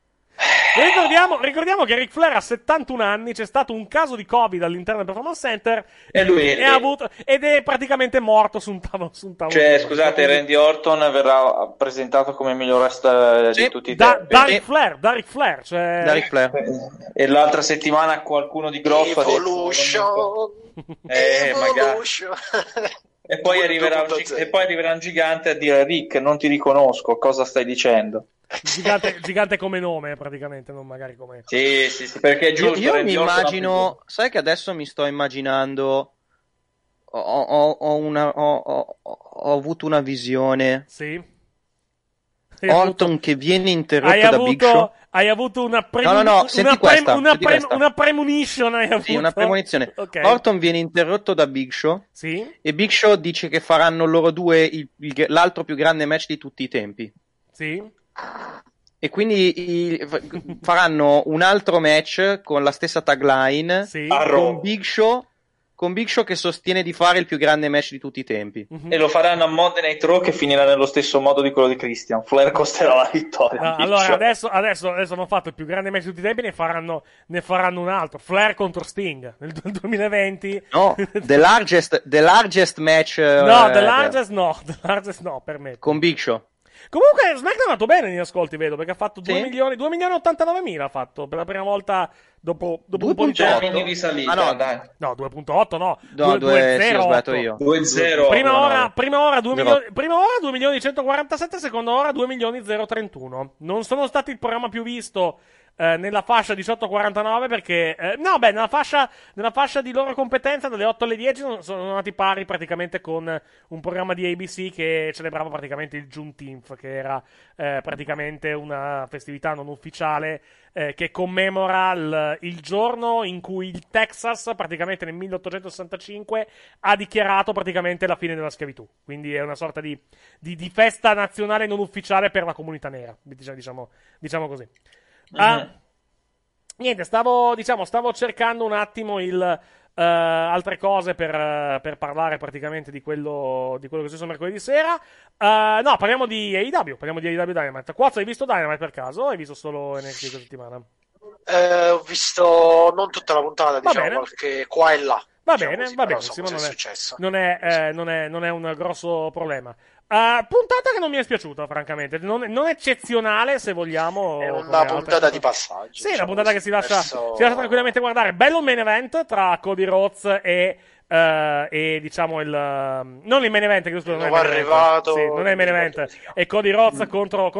Ricordiamo che Ric Flair ha 71 anni, c'è stato un caso di Covid all'interno del Performance Center ed è praticamente morto su un tavolo. Cioè, scusate, Randy Orton verrà presentato come il miglior wrestler di tutti i tempi. Da Ric Flair. E l'altra settimana qualcuno di grosso Evolution. magari. E poi arriverà un gigante a dire: Rick, non ti riconosco, cosa stai dicendo? Gigante come nome, praticamente, non magari come... Sì, perché è giusto. Io mi immagino, sai che adesso mi sto immaginando, ho avuto una visione. Sì. Orton che viene interrotto da Big Show. Hai avuto una una premonition. Hai avuto. Sì, una premonizione. Okay. Orton viene interrotto da Big Show. Sì. E Big Show dice che faranno loro due l'altro più grande match di tutti i tempi. Sì. E quindi faranno un altro match con la stessa tagline, sì, con Big Show che sostiene di fare il più grande match di tutti i tempi. E lo faranno a Monday Night Raw, che finirà nello stesso modo di quello di Christian. Flair costerà la vittoria. Allora adesso hanno fatto il più grande match di tutti i tempi, ne faranno un altro. Flair contro Sting nel 2020. No, the largest match. The largest no, per me. Con Big Show. Comunque SmackDown è andato bene negli ascolti, vedo, perché ha fatto 2.089.000 ha fatto per la prima volta dopo un po' di tempo. Di salita, dai. No, 2.8 no. 2.0 ho sbagliato io. 2.0. Prima ora 2.147.000, seconda ora 2.031. Non sono stati il programma più visto nella fascia 18-49 perché nella fascia di loro competenza dalle 8 alle 10 sono andati pari praticamente con un programma di ABC che celebrava praticamente il Juneteenth, che era praticamente una festività non ufficiale che commemora il giorno in cui il Texas praticamente nel 1865 ha dichiarato praticamente la fine della schiavitù, quindi è una sorta di festa nazionale non ufficiale per la comunità nera, diciamo così. Niente, stavo cercando un attimo altre cose per parlare praticamente di quello che è successo mercoledì sera. No, parliamo di AEW Dynamite. Quazzo, hai visto Dynamite per caso? O hai visto solo NXT questa settimana? Ho visto non tutta la puntata, bene. qualche qua e là. Va bene, non è un grosso problema. Puntata che non mi è spiaciuta, francamente. Non eccezionale, se vogliamo. È una puntata di passaggio. Sì, una puntata che si lascia tranquillamente guardare. Bello main event tra Cody Rhodes e diciamo non il main event, che non è arrivato. Sì, non è il main event. È Cody Rhodes contro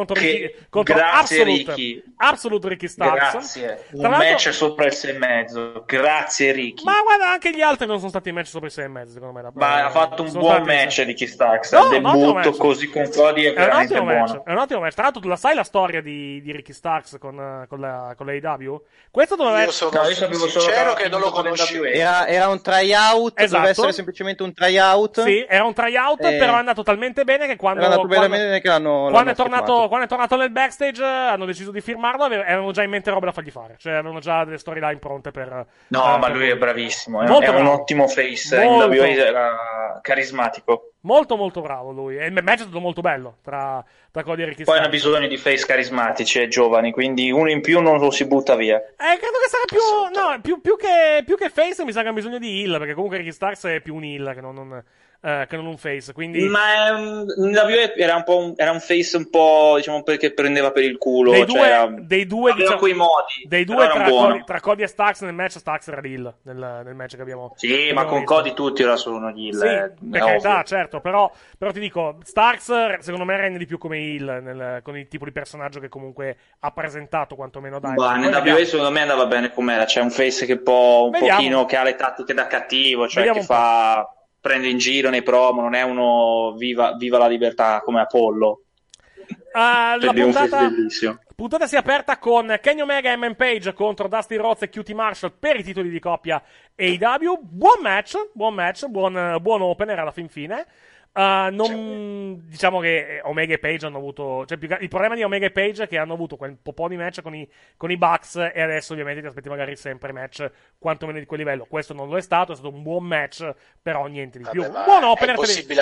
Absolute Ricky Starks. Grazie. Un match sopra il 6,5. Grazie Ricky. Ma guarda, anche gli altri non sono stati match sopra il 6,5, secondo me. Ma ha fatto un buon match Ricky Starks. Il debutto così con Cody è veramente buono. È un ottimo match. Tra l'altro, tu sai la storia di Ricky Starks con l'AEW? Questo doveva essere. Io sapevo solo che non lo conoscevo. Era un tryout. Esatto. Doveva essere semplicemente un tryout. Sì, era un tryout, però è andato talmente bene che quando è tornato nel backstage hanno deciso di firmarlo, avevano già in mente robe da fargli fare, cioè avevano già delle storyline pronte per... ma lui è bravissimo, è un ottimo face, in WWE era carismatico. Molto molto bravo lui, e il match è stato molto bello tra Cody e Ricky Starks. Poi hanno bisogno di face carismatici e giovani, quindi uno in più non lo si butta via. Credo che sarà più che face, mi sa che ha bisogno di heal, perché comunque Ricky Starks è più un heal che non un face, quindi... Ma la WWE era un face un po', diciamo, perché prendeva per il culo, dei due diciamo, quei modi. Dei due tra Cody e Starks nel match, Starks era l'heal nel match che abbiamo. Sì, ma con visto. Cody tutti ora sono gli heal. Sì, per carità, certo, però ti dico, Starks secondo me rende di più come heal con il tipo di personaggio che comunque ha presentato, quantomeno dai. Nel WWE secondo me andava bene com'era, c'è un face che pochino che ha le tattiche da cattivo, cioè che fa... prende in giro nei promo, non è uno viva la libertà come Apollo. La puntata si è aperta con Kenny Omega e Man Page contro Dusty Rhodes e QT Marshall per i titoli di coppia AEW. Buon buon opener alla fin fine. Diciamo che Omega e Page hanno avuto, cioè, il problema di Omega e Page è che hanno avuto quel po' di match con i Bucks, e adesso ovviamente ti aspetti magari sempre match quantomeno di quel livello. Questo non lo è stato un buon match, però niente di più. Buon opener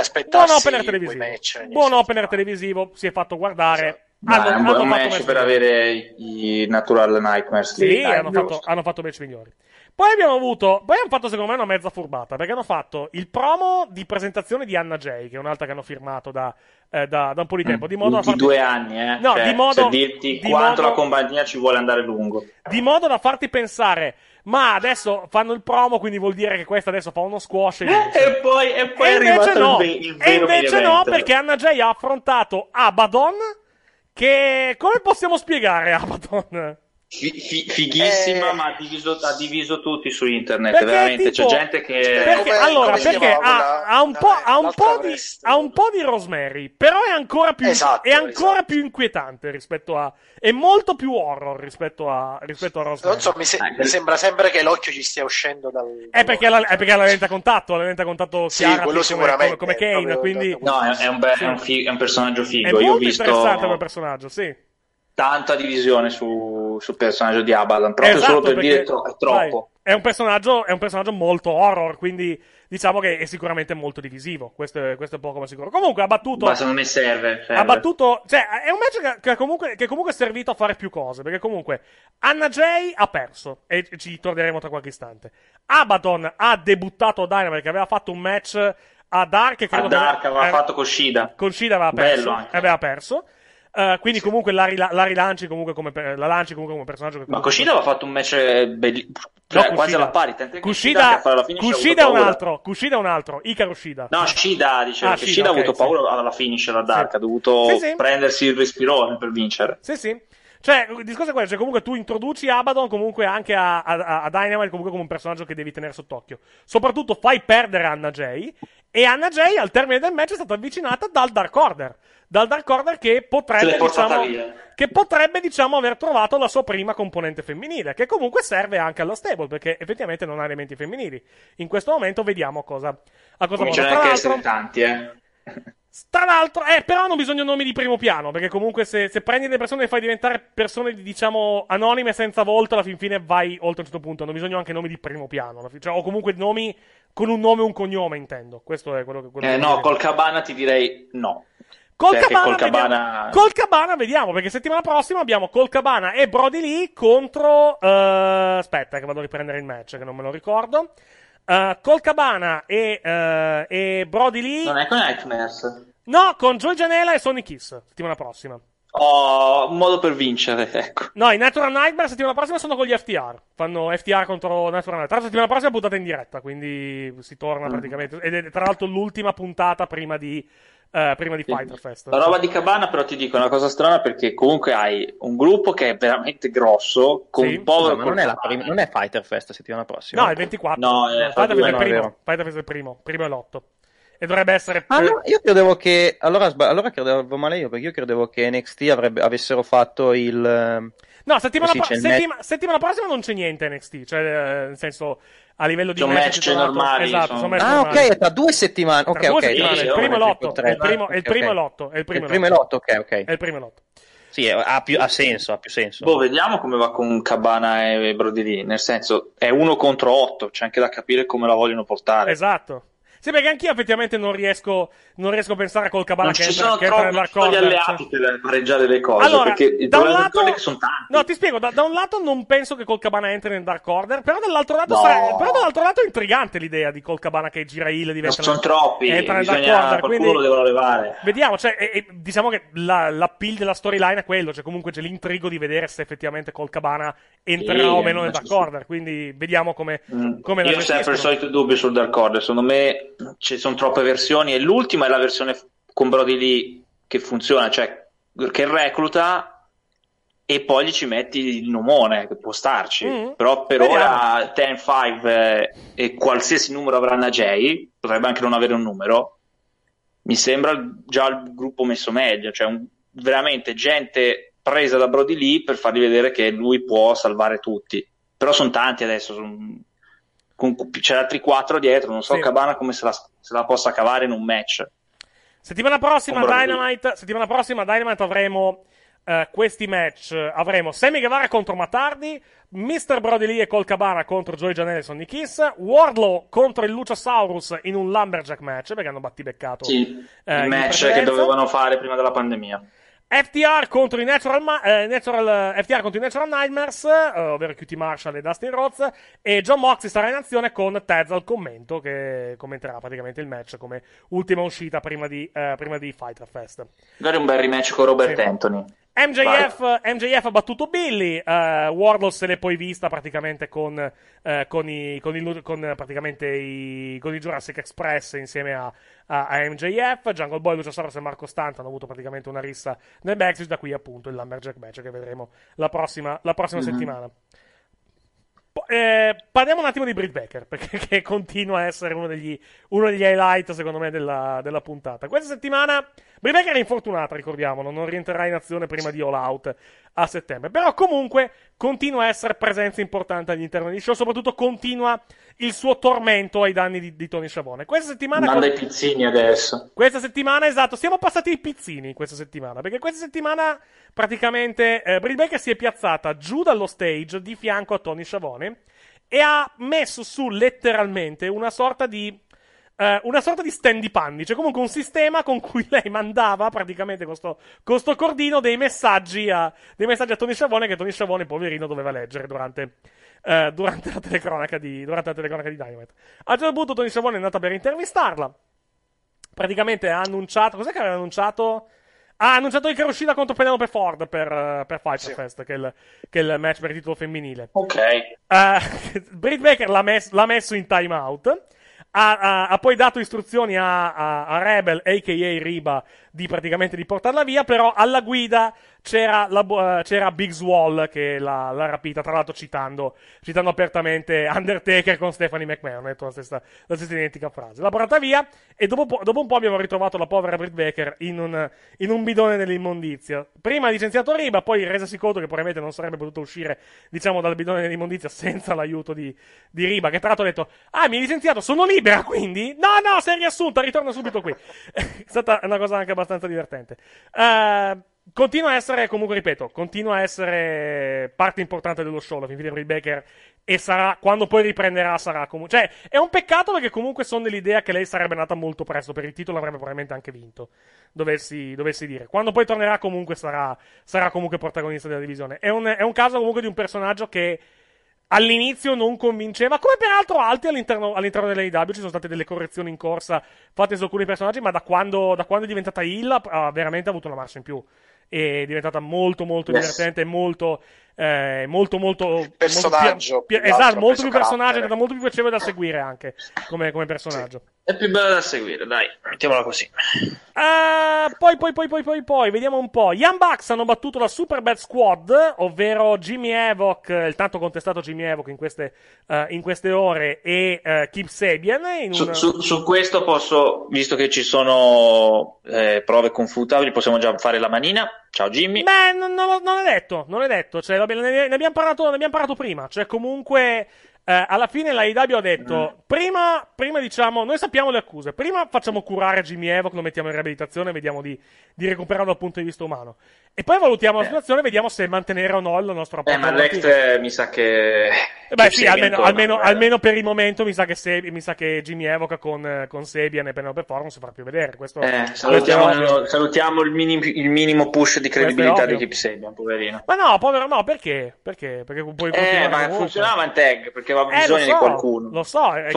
televisivo, si è fatto guardare. Un buon match per avere i Natural Nightmares. Sì, hanno fatto match migliori. Poi hanno fatto secondo me una mezza furbata, perché hanno fatto il promo di presentazione di Anna Jay, che è un'altra che hanno firmato da un po' di tempo, di modo da farti... 2 anni, No, cioè, di modo dirti quanto la compagnia ci vuole andare lungo. Di modo da farti pensare ma adesso fanno il promo, quindi vuol dire che questa adesso fa uno squash e poi è invece arrivato no, il vero e invece no, event. perché Anna Jay ha affrontato Abaddon, che come possiamo spiegare Abaddon? Fighissima, ma ha diviso tutti su internet, Perché veramente tipo, c'è gente che perché ha un po' di Rosemary, però è ancora più più inquietante rispetto a, è molto più horror rispetto a Rosemary. Non so, mi sembra sempre che l'occhio ci stia uscendo dal... È perché la lente a contatto sì, chiara, quello sicuramente come Kane, quindi no, è un personaggio figo. È Io ho molto visto interessante come personaggio, sì. Tanta divisione sul personaggio di Abaddon, proprio Esatto, solo per perché, dire è troppo. È un personaggio molto horror, quindi diciamo che è sicuramente molto divisivo. Questo è poco ma sicuro. Comunque ha battuto. Ma secondo me serve. Ha battuto. Cioè, è un match che comunque è servito a fare più cose. Perché comunque Anna Jay ha perso. E ci torneremo tra qualche istante. Abaddon ha debuttato a Dynamite, che aveva fatto un match a Dark. Aveva fatto con Shida. Con Shida aveva perso. Bello anche. Aveva perso. Quindi comunque la rilanci comunque come personaggio che ma Kushida aveva fatto un match quasi alla pari, Kushida è un altro Hikaru Shida. No, Shida dicevo che Shida ha avuto paura alla finisher a Dark, ha dovuto prendersi il respirone per vincere. Sì. Cioè, il discorso è quello, cioè comunque tu introduci Abaddon comunque anche a Dynamite comunque come un personaggio che devi tenere sott'occhio. Soprattutto fai perdere Anna Jay, e Anna Jay al termine del match è stata avvicinata dal Dark Order. Dal Dark Order che potrebbe aver trovato la sua prima componente femminile, che comunque serve anche allo stable, perché effettivamente non ha elementi femminili. In questo momento vediamo a cosa cominciano anche a essere tanti, Tra l'altro, però hanno bisogno di nomi di primo piano, perché comunque se prendi delle persone e fai diventare persone, diciamo, anonime senza volto, alla fin fine vai oltre un certo punto. Hanno bisogno anche nomi di primo piano, cioè, o comunque nomi con un nome e un cognome, intendo. Questo è quello che no, col Cabana ti direi no. Col Cabana vediamo, perché settimana prossima abbiamo Col Cabana e Brody Lee contro aspetta che vado a riprendere il match, che non me lo ricordo. Col Cabana e Brody Lee. Non è con Nightmares? No, con Joey Janela e Sonny Kiss settimana prossima. Un modo per vincere, ecco. No, i Natural Nightmare settimana prossima sono con gli FTR. Fanno FTR contro Natural Nightmare. Tra l'altro settimana prossima puntata in diretta, quindi si torna praticamente. Ed è tra l'altro l'ultima puntata prima di Fighter Fest. La roba di Cabana però ti dico una cosa strana, perché comunque hai un gruppo che è veramente grosso con un povero ma non è Fighter Fest settimana prossima? No, è il 24. No, Fighter Fest è il primo. Fighter Fest è il primo è l'8. E dovrebbe essere no, io credevo che allora credevo male io, perché io credevo che NXT avessero fatto il no, settimana prossima non c'è niente NXT, cioè nel senso a livello di match normali, esatto, sono match normali. Ok, tra 2 settimane. Ok, il primo è l'8. È il primo è l'8. È il primo è l'8, ok. È il primo è l'8. Sì, ha più senso. Vediamo come va con Cabana e Brody Lee, nel senso è 1 contro 8, c'è anche da capire come la vogliono portare. Esatto. Sì, perché anch'io effettivamente non riesco a pensare Col Cabana che entra nel gli alleati per pareggiare le cose, allora, perché da un lato che sono tanti. No, ti spiego, da un lato non penso che Col Cabana entri nel Dark Order, però dall'altro lato è intrigante l'idea di Col Cabana che gira heel, diventa sono troppi, entra nel Dark bisogna, Order, qualcuno quindi lo devono levare. Vediamo, cioè diciamo che l'appeal della storyline è quello, cioè comunque c'è l'intrigo di vedere se effettivamente Col Cabana entrerà o meno nel Dark Order, quindi vediamo come io ho sempre il solito dubbio sul Dark Order, secondo me ci sono troppe versioni e l'ultima è la versione con Brody Lee che funziona, cioè che recluta e poi gli ci metti il nomone che può starci, però per ora 10-5 e qualsiasi numero avrà Anna Jay, potrebbe anche non avere un numero, mi sembra già il gruppo messo meglio, cioè veramente gente presa da Brody Lee per fargli vedere che lui può salvare tutti, però sono tanti adesso, c'è altri 4 dietro, non so Cabana come se la possa cavare in un match. Settimana prossima Dynamite avremo questi match. Avremo Sammy Guevara contro Matardi, Mr. Brody Lee e Col Cabana contro Joey Janela e Sonny Kiss, Wardlow contro il Luchasaurus in un Lumberjack match, perché hanno battibeccato il match che dovevano fare prima della pandemia. FTR contro i Natural Nightmares, ovvero QT Marshall e Dustin Rhodes, e John Moxley sarà in azione con Taz al commento, che commenterà praticamente il match come ultima uscita prima di Fighter Fest. Magari un bel rematch con Robert Anthony. MJF ha battuto Billy, Wardlow se l'è poi vista praticamente con i Jurassic Express insieme a MJF. Jungle Boy, Luchasaurus e Marco Stunt hanno avuto praticamente una rissa nel backstage, da qui appunto il Lumberjack match che vedremo la prossima settimana. Parliamo un attimo di Britt Baker, perché continua a essere uno degli highlight secondo me della puntata. Questa settimana Britt Baker è infortunata, ricordiamolo, non rientrerà in azione prima di All Out a settembre, però comunque continua a essere presenza importante all'interno di show, soprattutto continua il suo tormento ai danni di Tony Schiavone. Questa settimana manda i pizzini adesso. Questa settimana, esatto, siamo passati i pizzini questa settimana, perché questa settimana praticamente Britt Baker si è piazzata giù dallo stage di fianco a Tony Schiavone e ha messo su letteralmente una sorta di stand di panni, cioè comunque un sistema con cui lei mandava praticamente con sto cordino dei messaggi a Tony Schiavone, che Tony Schiavone poverino doveva leggere durante la telecronaca di Dynamite. A un certo punto Tony Schiavone è andata per intervistarla, praticamente ha annunciato, cos'è che aveva annunciato? Ha annunciato che era uscita contro Penelope Ford per Fighter Fest, che è il match per il titolo femminile. Ok. Britt Baker l'ha messo in time out. Ha poi dato istruzioni a Rebel, a.k.a. Riba, di portarla via, però alla guida c'era Big Swole che l'ha rapita, tra l'altro citando apertamente Undertaker con Stephanie McMahon, ha detto la stessa identica frase. L'ha portata via e dopo un po' abbiamo ritrovato la povera Britt Baker in un bidone dell'immondizia. Prima ha licenziato Riba, poi resasi conto che probabilmente non sarebbe potuto uscire, dal bidone dell'immondizia senza l'aiuto di Riba, che tra l'altro ha detto: mi hai licenziato, sono libera quindi? No, sei riassunta, ritorno subito qui. È stata una cosa anche abbastanza divertente. Continua a essere, comunque ripeto, parte importante dello show, la fin fine Britt Baker, e sarà, quando poi riprenderà, sarà comunque, cioè, è un peccato perché comunque sono dell'idea che lei sarebbe nata molto presto per il titolo, avrebbe probabilmente anche vinto, dovessi dire. Quando poi tornerà comunque sarà comunque protagonista della divisione. È un caso comunque di un personaggio che all'inizio non convinceva, come peraltro altri all'interno dell'AEW. Ci sono state delle correzioni in corsa fatte su alcuni personaggi, ma da quando è diventata heel ha veramente avuto una marcia in più. È diventata molto molto divertente, molto personaggio, esatto, molto più personaggio, è diventata molto più piacevole da seguire anche come personaggio. È più bella da seguire, dai, mettiamola così. Poi vediamo un po'. Young Bucks hanno battuto la Super Bad Squad, ovvero Jimmy Havoc, il tanto contestato Jimmy Havoc in queste ore, e Kip Sabian. Su questo posso, visto che ci sono prove confutabili, possiamo già fare la manina. Ciao Jimmy. Beh, non è detto, cioè, ne abbiamo parlato prima, cioè comunque alla fine la AEW ha detto prima diciamo, noi sappiamo le accuse, prima facciamo curare Jimmy Havoc, lo mettiamo in riabilitazione, vediamo di recuperarlo dal punto di vista umano, e poi valutiamo la situazione, vediamo se mantenere o no il nostro rapporto. Ma Lex mi sa che sì, almeno per il momento mi sa che Jimmy Havoc con Sabian e Penelope Ford non si farà più vedere. Questo salutiamo il minimo push di credibilità di Kip Sabian, poverino. Ma no, povero no, perché? Perché puoi ma funzionava in tag, perché aveva bisogno di qualcuno. Lo so, è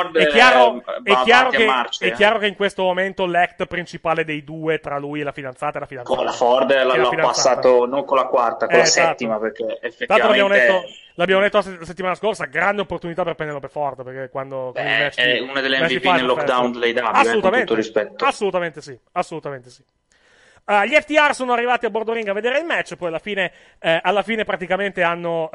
chiaro che in questo momento l'act principale dei due tra lui e la fidanzata è la fidanzata. Con la Ford l'ha passato non con la quarta, con la settima, perché effettivamente l'abbiamo detto la settimana scorsa, grande opportunità per Penelope Ford, perché quando è una delle MVP nel lockdown dell'AEW, con tutto rispetto. Assolutamente sì. Gli FTR sono arrivati a bordo ring a vedere il match, poi alla fine praticamente hanno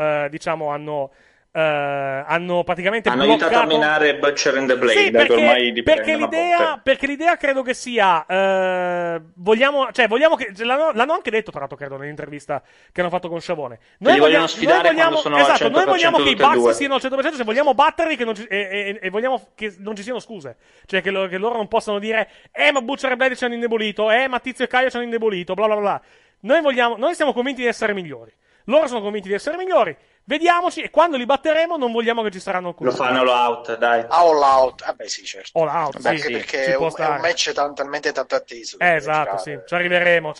praticamente aiutato a minare Butcher and the Blade, sì, perché l'idea credo che sia vogliamo che l'hanno anche detto, tra l'altro, credo nell'intervista che hanno fatto con Schiavone, noi vogliamo sfidare quando sono al 100%, noi vogliamo che i Bucks siano al 100%, se vogliamo batterli e vogliamo che non ci siano scuse, cioè che loro non possano dire ma Butcher e Blade ci hanno indebolito, ma Tizio e Caio ci hanno indebolito, bla bla bla. Noi siamo convinti di essere migliori, loro sono convinti di essere migliori. Vediamoci, e quando li batteremo non vogliamo che ci saranno alcuni. Lo fanno all out, dai. All out, sì, certo. All out, anche perché è un match talmente tanto atteso. Esatto, sì. Ci arriveremo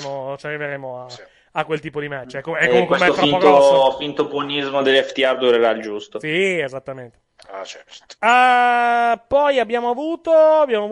a quel tipo di match. È comunque un match troppo grosso. Questo finto buonismo dell'FTR durerà il giusto. Sì, esattamente. Certo. Poi abbiamo avuto il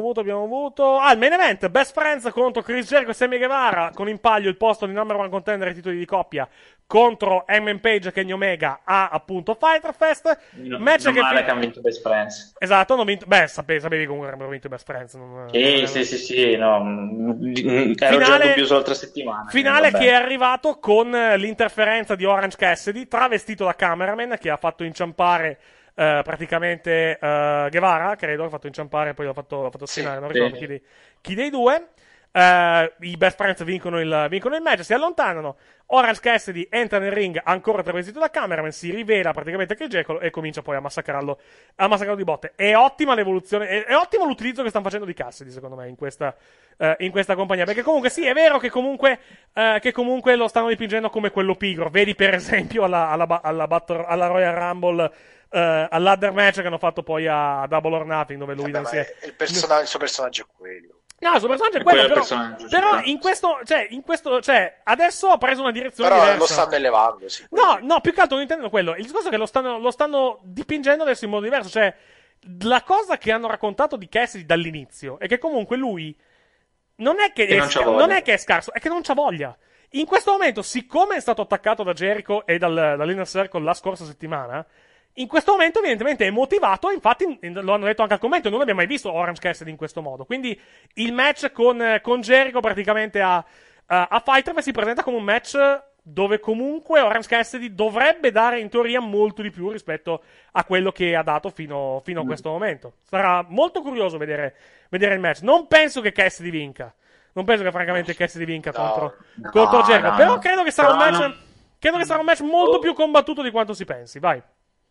main event, Best Friends contro Chris Jericho e Sammy Guevara, con in palio il posto di number one contender ai titoli di coppia contro Hangman Page e Kenny Omega a appunto Fighter Fest. Match che hanno vinto Best Friends. Esatto, hanno vinto. Beh, sapevi comunque che avrebbero vinto Best Friends. Sì, no. Ero già dubbioso l'altra settimana. Finale che è arrivato con l'interferenza di Orange Cassidy, travestito da cameraman, che ha fatto inciampare praticamente Guevara, credo, ha fatto inciampare e poi l'ha fatto schienare, non ricordo chi dei due. I Best Friends vincono il match, si allontanano. Orange Cassidy entra nel ring ancora travestito da cameraman, si rivela praticamente che è Jekyll e comincia poi a massacrarlo di botte. È ottima l'evoluzione, è ottimo l'utilizzo che stanno facendo di Cassidy, secondo me, in questa compagnia, perché comunque sì, è vero che comunque lo stanno dipingendo come quello pigro. Vedi per esempio alla Royal Rumble, all'Ladder match che hanno fatto poi a Double or Nothing, dove lui il suo personaggio è quello. No, il suo personaggio è quello, però in questo, adesso ha preso una direzione però diversa. Lo stanno elevando, sì. No, più che altro non intendo quello. Il discorso è che lo stanno dipingendo adesso in modo diverso. Cioè, la cosa che hanno raccontato di Cassidy dall'inizio è che comunque lui non è che è scarso, è che non c'ha voglia. In questo momento, siccome è stato attaccato da Jericho e dall'Inner Circle la scorsa settimana, in questo momento evidentemente è motivato, infatti lo hanno detto anche al commento, non abbiamo mai visto Orange Cassidy in questo modo, quindi il match con Jericho praticamente a Fighter si presenta come un match dove comunque Orange Cassidy dovrebbe dare in teoria molto di più rispetto a quello che ha dato fino a questo momento. Sarà molto curioso vedere il match. Non penso che Cassidy vinca, non penso che francamente Cassidy vinca contro Jericho, però credo che sarà un match molto più combattuto di quanto si pensi, vai.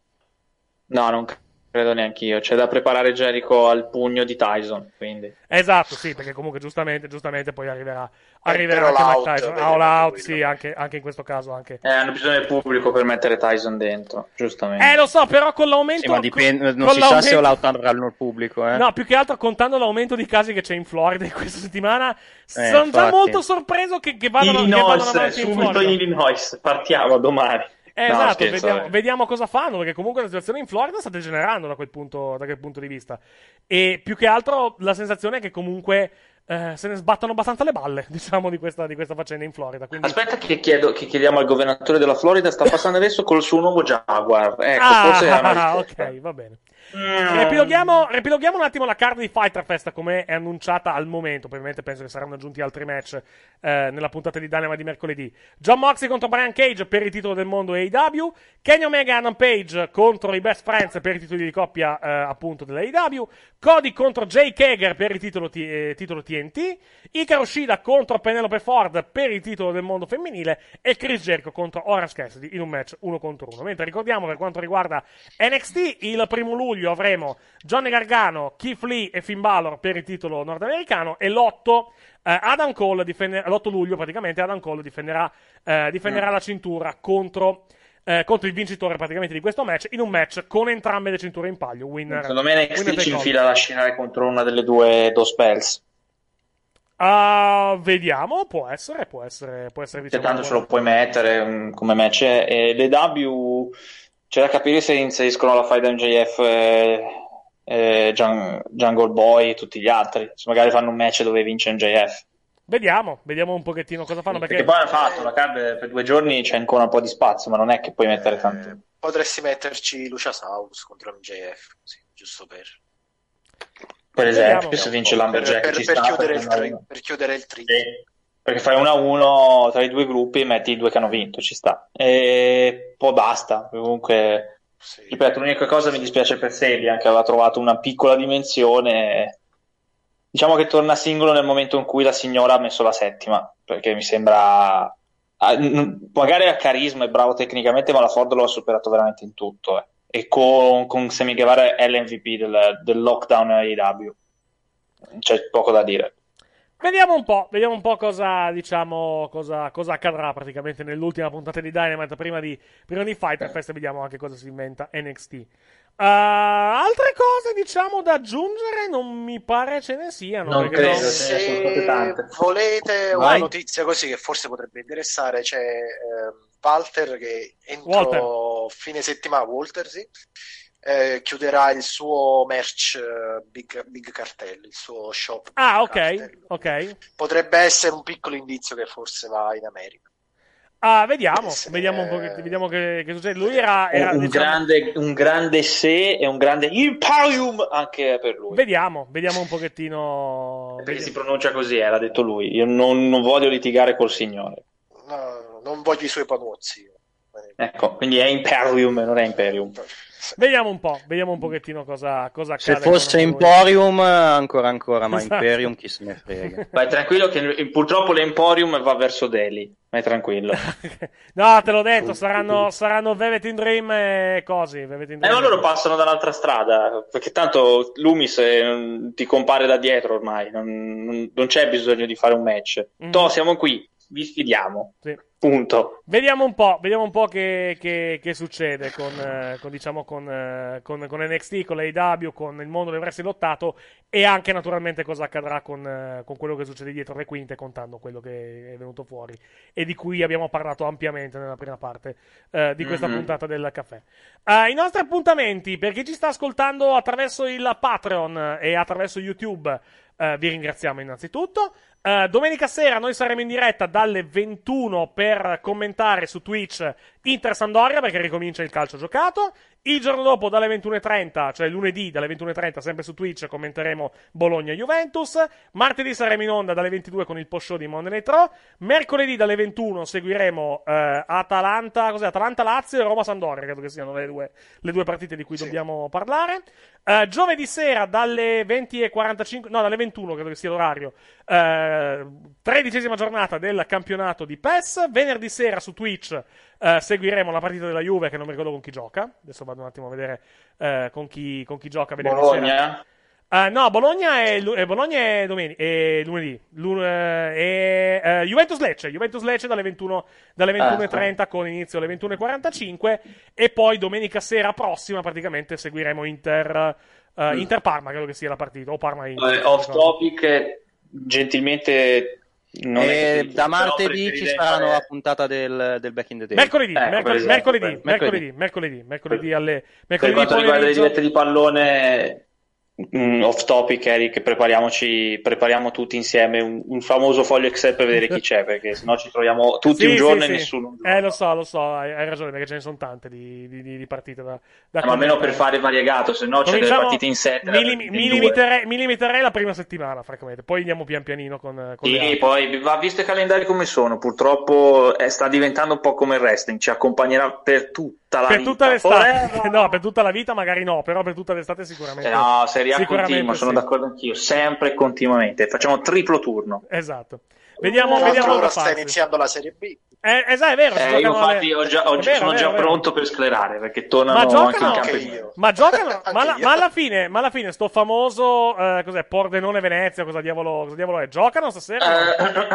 No, non credo neanche io. C'è da preparare Jericho al pugno di Tyson, quindi. Esatto, sì, perché comunque giustamente poi arriverà anche Mike Tyson. All out, sì, anche in questo caso anche. Hanno bisogno del pubblico per mettere Tyson dentro, giustamente. Lo so, però con l'aumento. Sì, ma dipende, non si sa se all out avranno il pubblico, No, più che altro contando l'aumento di casi che c'è in Florida in questa settimana, sono già molto sorpreso che vadano avanti in Florida. Subito in Illinois, partiamo domani. Esatto, vediamo cosa fanno, perché comunque la situazione in Florida sta degenerando da quel punto di vista. E più che altro la sensazione è che comunque se ne sbattono abbastanza le balle, diciamo, di questa faccenda in Florida. Quindi... Aspetta che chiediamo al governatore della Florida, sta passando adesso col suo nuovo Jaguar. Forse è una ok, va bene. Riepiloghiamo un attimo la card di Fighter Fest come è annunciata al momento. Ovviamente penso che saranno aggiunti altri match nella puntata di Dynamite di mercoledì. John Moxley contro Brian Cage per il titolo del mondo AEW, Kenny Omega e Adam Page contro i Best Friends per i titoli di coppia appunto dell'AEW, Cody contro Jake Hager per il titolo TNT, Hikaru Shida contro Penelope Ford per il titolo del mondo femminile e Chris Jericho contro Orange Cassidy in un match 1 contro 1. Mentre ricordiamo, per quanto riguarda NXT, il 1 luglio avremo Johnny Gargano, Keith Lee e Finn Balor per il titolo nordamericano e l'8 luglio praticamente Adam Cole difenderà la cintura contro il vincitore praticamente di questo match, in un match con entrambe le cinture in palio. Secondo me NXT ci infila la scena contro una delle due bells. Vediamo, può essere diciamo, tanto ce lo puoi mettere come match. E le W c'è da capire se inseriscono la faida MJF Jungle Boy e tutti gli altri, se magari fanno un match dove vince MJF. Vediamo un pochettino cosa fanno, perché poi hanno fatto la card per 2 giorni, c'è ancora un po' di spazio, ma non è che puoi mettere tanto. Potresti metterci Luciasaurus contro MJF, così, giusto per esempio, se vince l'Umberjack per chiudere il trio. Sì. Perché fai 1-1 tra i due gruppi e metti i due che hanno vinto, ci sta. E poi basta. Comunque, sì. Ripeto, l'unica cosa mi dispiace per Sabian, che aveva trovato una piccola dimensione. Diciamo che torna singolo nel momento in cui la signora ha messo la 7ª, perché mi sembra... magari ha carisma, è bravo tecnicamente, ma la Ford lo ha superato veramente in tutto. E con Sammy Guevara è l'MVP del lockdown AEW. C'è poco da dire. Vediamo un po' cosa accadrà praticamente nell'ultima puntata di Dynamite prima di Fighter Fest, e vediamo anche cosa si inventa NXT. Altre cose, diciamo, da aggiungere non mi pare ce ne siano. Non credo, se volete una notizia così che forse potrebbe interessare, c'è Walter che entro fine settimana, chiuderà il suo merch Big Cartel, il suo shop. Ah, Cartel. ok. Potrebbe essere un piccolo indizio che forse va in America. Vediamo che succede. Lui era un grande se e un grande Imperium anche per lui. Vediamo un pochettino. Perché si pronuncia così, l'ha detto lui. Io non voglio litigare col signore. No, non voglio i suoi panuzzi. Ecco, quindi è Imperium e non è Imperium. Vediamo un pochettino cosa accade. Se fosse Emporium ancora, ma Esatto. Imperium chi se ne frega. Vai tranquillo che purtroppo l'Emporium va verso Delhi. Vai tranquillo. No, te l'ho detto, saranno Velvet in Dream e cosi. Ma loro passano dall'altra strada, perché tanto Loomis ti compare da dietro ormai, non c'è bisogno di fare un match. Siamo qui, vi sfidiamo. Sì. Punto. Vediamo un po' che succede con NXT, con l'AEW, con il mondo del wrestling lottato e anche naturalmente cosa accadrà con quello che succede dietro le quinte, contando quello che è venuto fuori e di cui abbiamo parlato ampiamente nella prima parte di questa puntata del caffè. I nostri appuntamenti, per chi ci sta ascoltando attraverso il Patreon e attraverso YouTube, vi ringraziamo innanzitutto. Domenica sera noi saremo in diretta dalle 21 per commentare su Twitch Inter Sampdoria, perché ricomincia il calcio giocato. Il giorno dopo dalle 21.30, cioè lunedì dalle 21.30, sempre su Twitch, commenteremo Bologna-Juventus. Martedì saremo in onda dalle 22 con il post show di Monday Night Raw. Mercoledì dalle 21 seguiremo Atalanta-Lazio e Roma-Sampdoria, credo che siano le due partite di cui dobbiamo parlare. Giovedì sera dalle 20.45, no, dalle 21 credo che sia l'orario, 13ª giornata del campionato di PES. Venerdì sera su Twitch seguiremo la partita della Juve, che non mi ricordo con chi gioca. Adesso vado un attimo a vedere con chi gioca venerdì Bologna? sera. No, Bologna è lunedì. Juventus Lecce dalle 21.30 con inizio alle 21.45 e poi domenica sera prossima praticamente seguiremo Inter Parma, credo che sia la partita, o Parma Inter. Off topic, gentilmente da martedì ci saranno la puntata del Back in the Day. Mercoledì per quanto riguarda le dirette di pallone, off topic, Eric, prepariamo tutti insieme un famoso foglio Excel per vedere chi c'è, perché sennò ci troviamo tutti un giorno e nessuno. Lo so, hai ragione, perché ce ne sono tante di partite da ma almeno per fare variegato, sennò c'è delle partite in set. Mi limiterei la prima settimana, francamente, poi andiamo pian pianino con poi va visto i calendari come sono, purtroppo sta diventando un po' come il wrestling, ci accompagnerà per tutta la vita. Tutta l'estate. No, per tutta la vita magari no, però per tutta l'estate sicuramente. No, continua, sono d'accordo anch'io, sempre e continuamente, facciamo triplo turno. Esatto. Vediamo ora sta iniziando la Serie B. Esatto, è vero. Io infatti sono già pronto per sclerare, perché tornano anche in campo. Ma giocano, ma alla fine sto famoso cos'è, Pordenone Venezia, cosa diavolo è? Giocano stasera?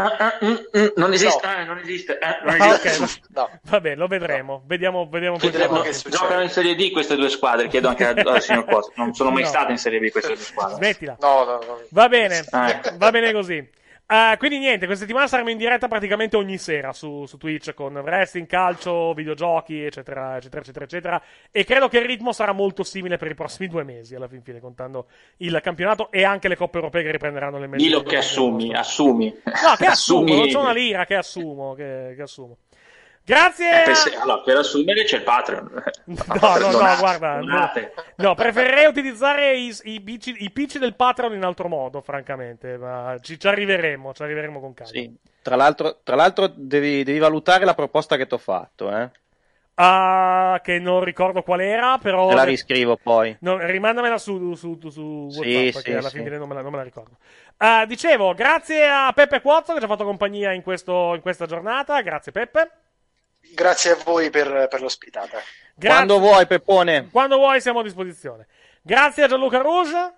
Non esiste. Okay. No. Vabbè, lo vedremo. Vediamo che succede. Giocano in Serie D queste due squadre, chiedo anche al signor Cosa. Non sono mai state in Serie B queste due squadre. Smettila. No. Va bene così. Quindi niente, questa settimana saremo in diretta praticamente ogni sera su Twitch con wrestling, calcio, videogiochi, eccetera. E credo che il ritmo sarà molto simile per i prossimi 2 mesi, alla fine, contando il campionato e anche le coppe europee che riprenderanno le mesi. Dillo che assumi. No, che assumo, non c'è una lira, che assumo. Grazie. Per assumere c'è il Patreon. No, guarda. No, preferirei utilizzare i pitch del Patreon in altro modo, francamente. Ma ci arriveremo con calma. Sì. Tra l'altro devi valutare la proposta che ti ho fatto, che non ricordo qual era, però. Te la riscrivo poi. No, rimandamela su WhatsApp, perché alla fine non me la ricordo. Dicevo, grazie a Peppe Quozzo che ci ha fatto compagnia in questa giornata. Grazie, Peppe. Grazie a voi per l'ospitata. Quando vuoi, Peppone. Quando vuoi siamo a disposizione. Grazie a Gianluca Rouge.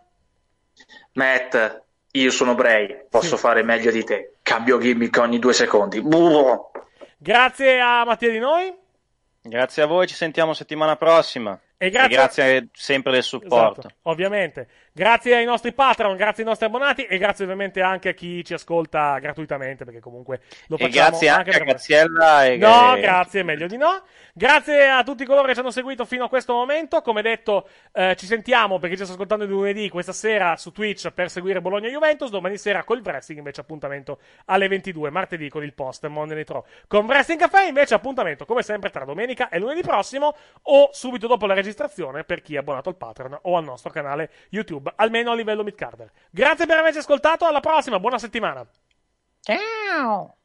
Matt, io sono Bray, posso fare meglio di te. Cambio gimmick ogni 2 secondi. Grazie a Mattia Di Noi. Grazie a voi, ci sentiamo settimana prossima. E grazie sempre del supporto. Esatto, ovviamente. Grazie ai nostri Patreon, grazie ai nostri abbonati e grazie ovviamente anche a chi ci ascolta gratuitamente, perché comunque lo facciamo. E grazie anche a Graziella. No, grazie, meglio di no. Grazie a tutti coloro che ci hanno seguito fino a questo momento. Come detto, ci sentiamo, per chi ci sta ascoltando di lunedì, questa sera su Twitch per seguire Bologna-Juventus. Domani sera col wrestling, invece appuntamento alle 22. Martedì con il post Monday Night Raw. Con Wrestling Café invece appuntamento come sempre tra domenica e lunedì prossimo o subito dopo la registrazione per chi è abbonato al Patreon o al nostro canale YouTube, almeno a livello mid-carder. Grazie per averci ascoltato, alla prossima, buona settimana. Ciao!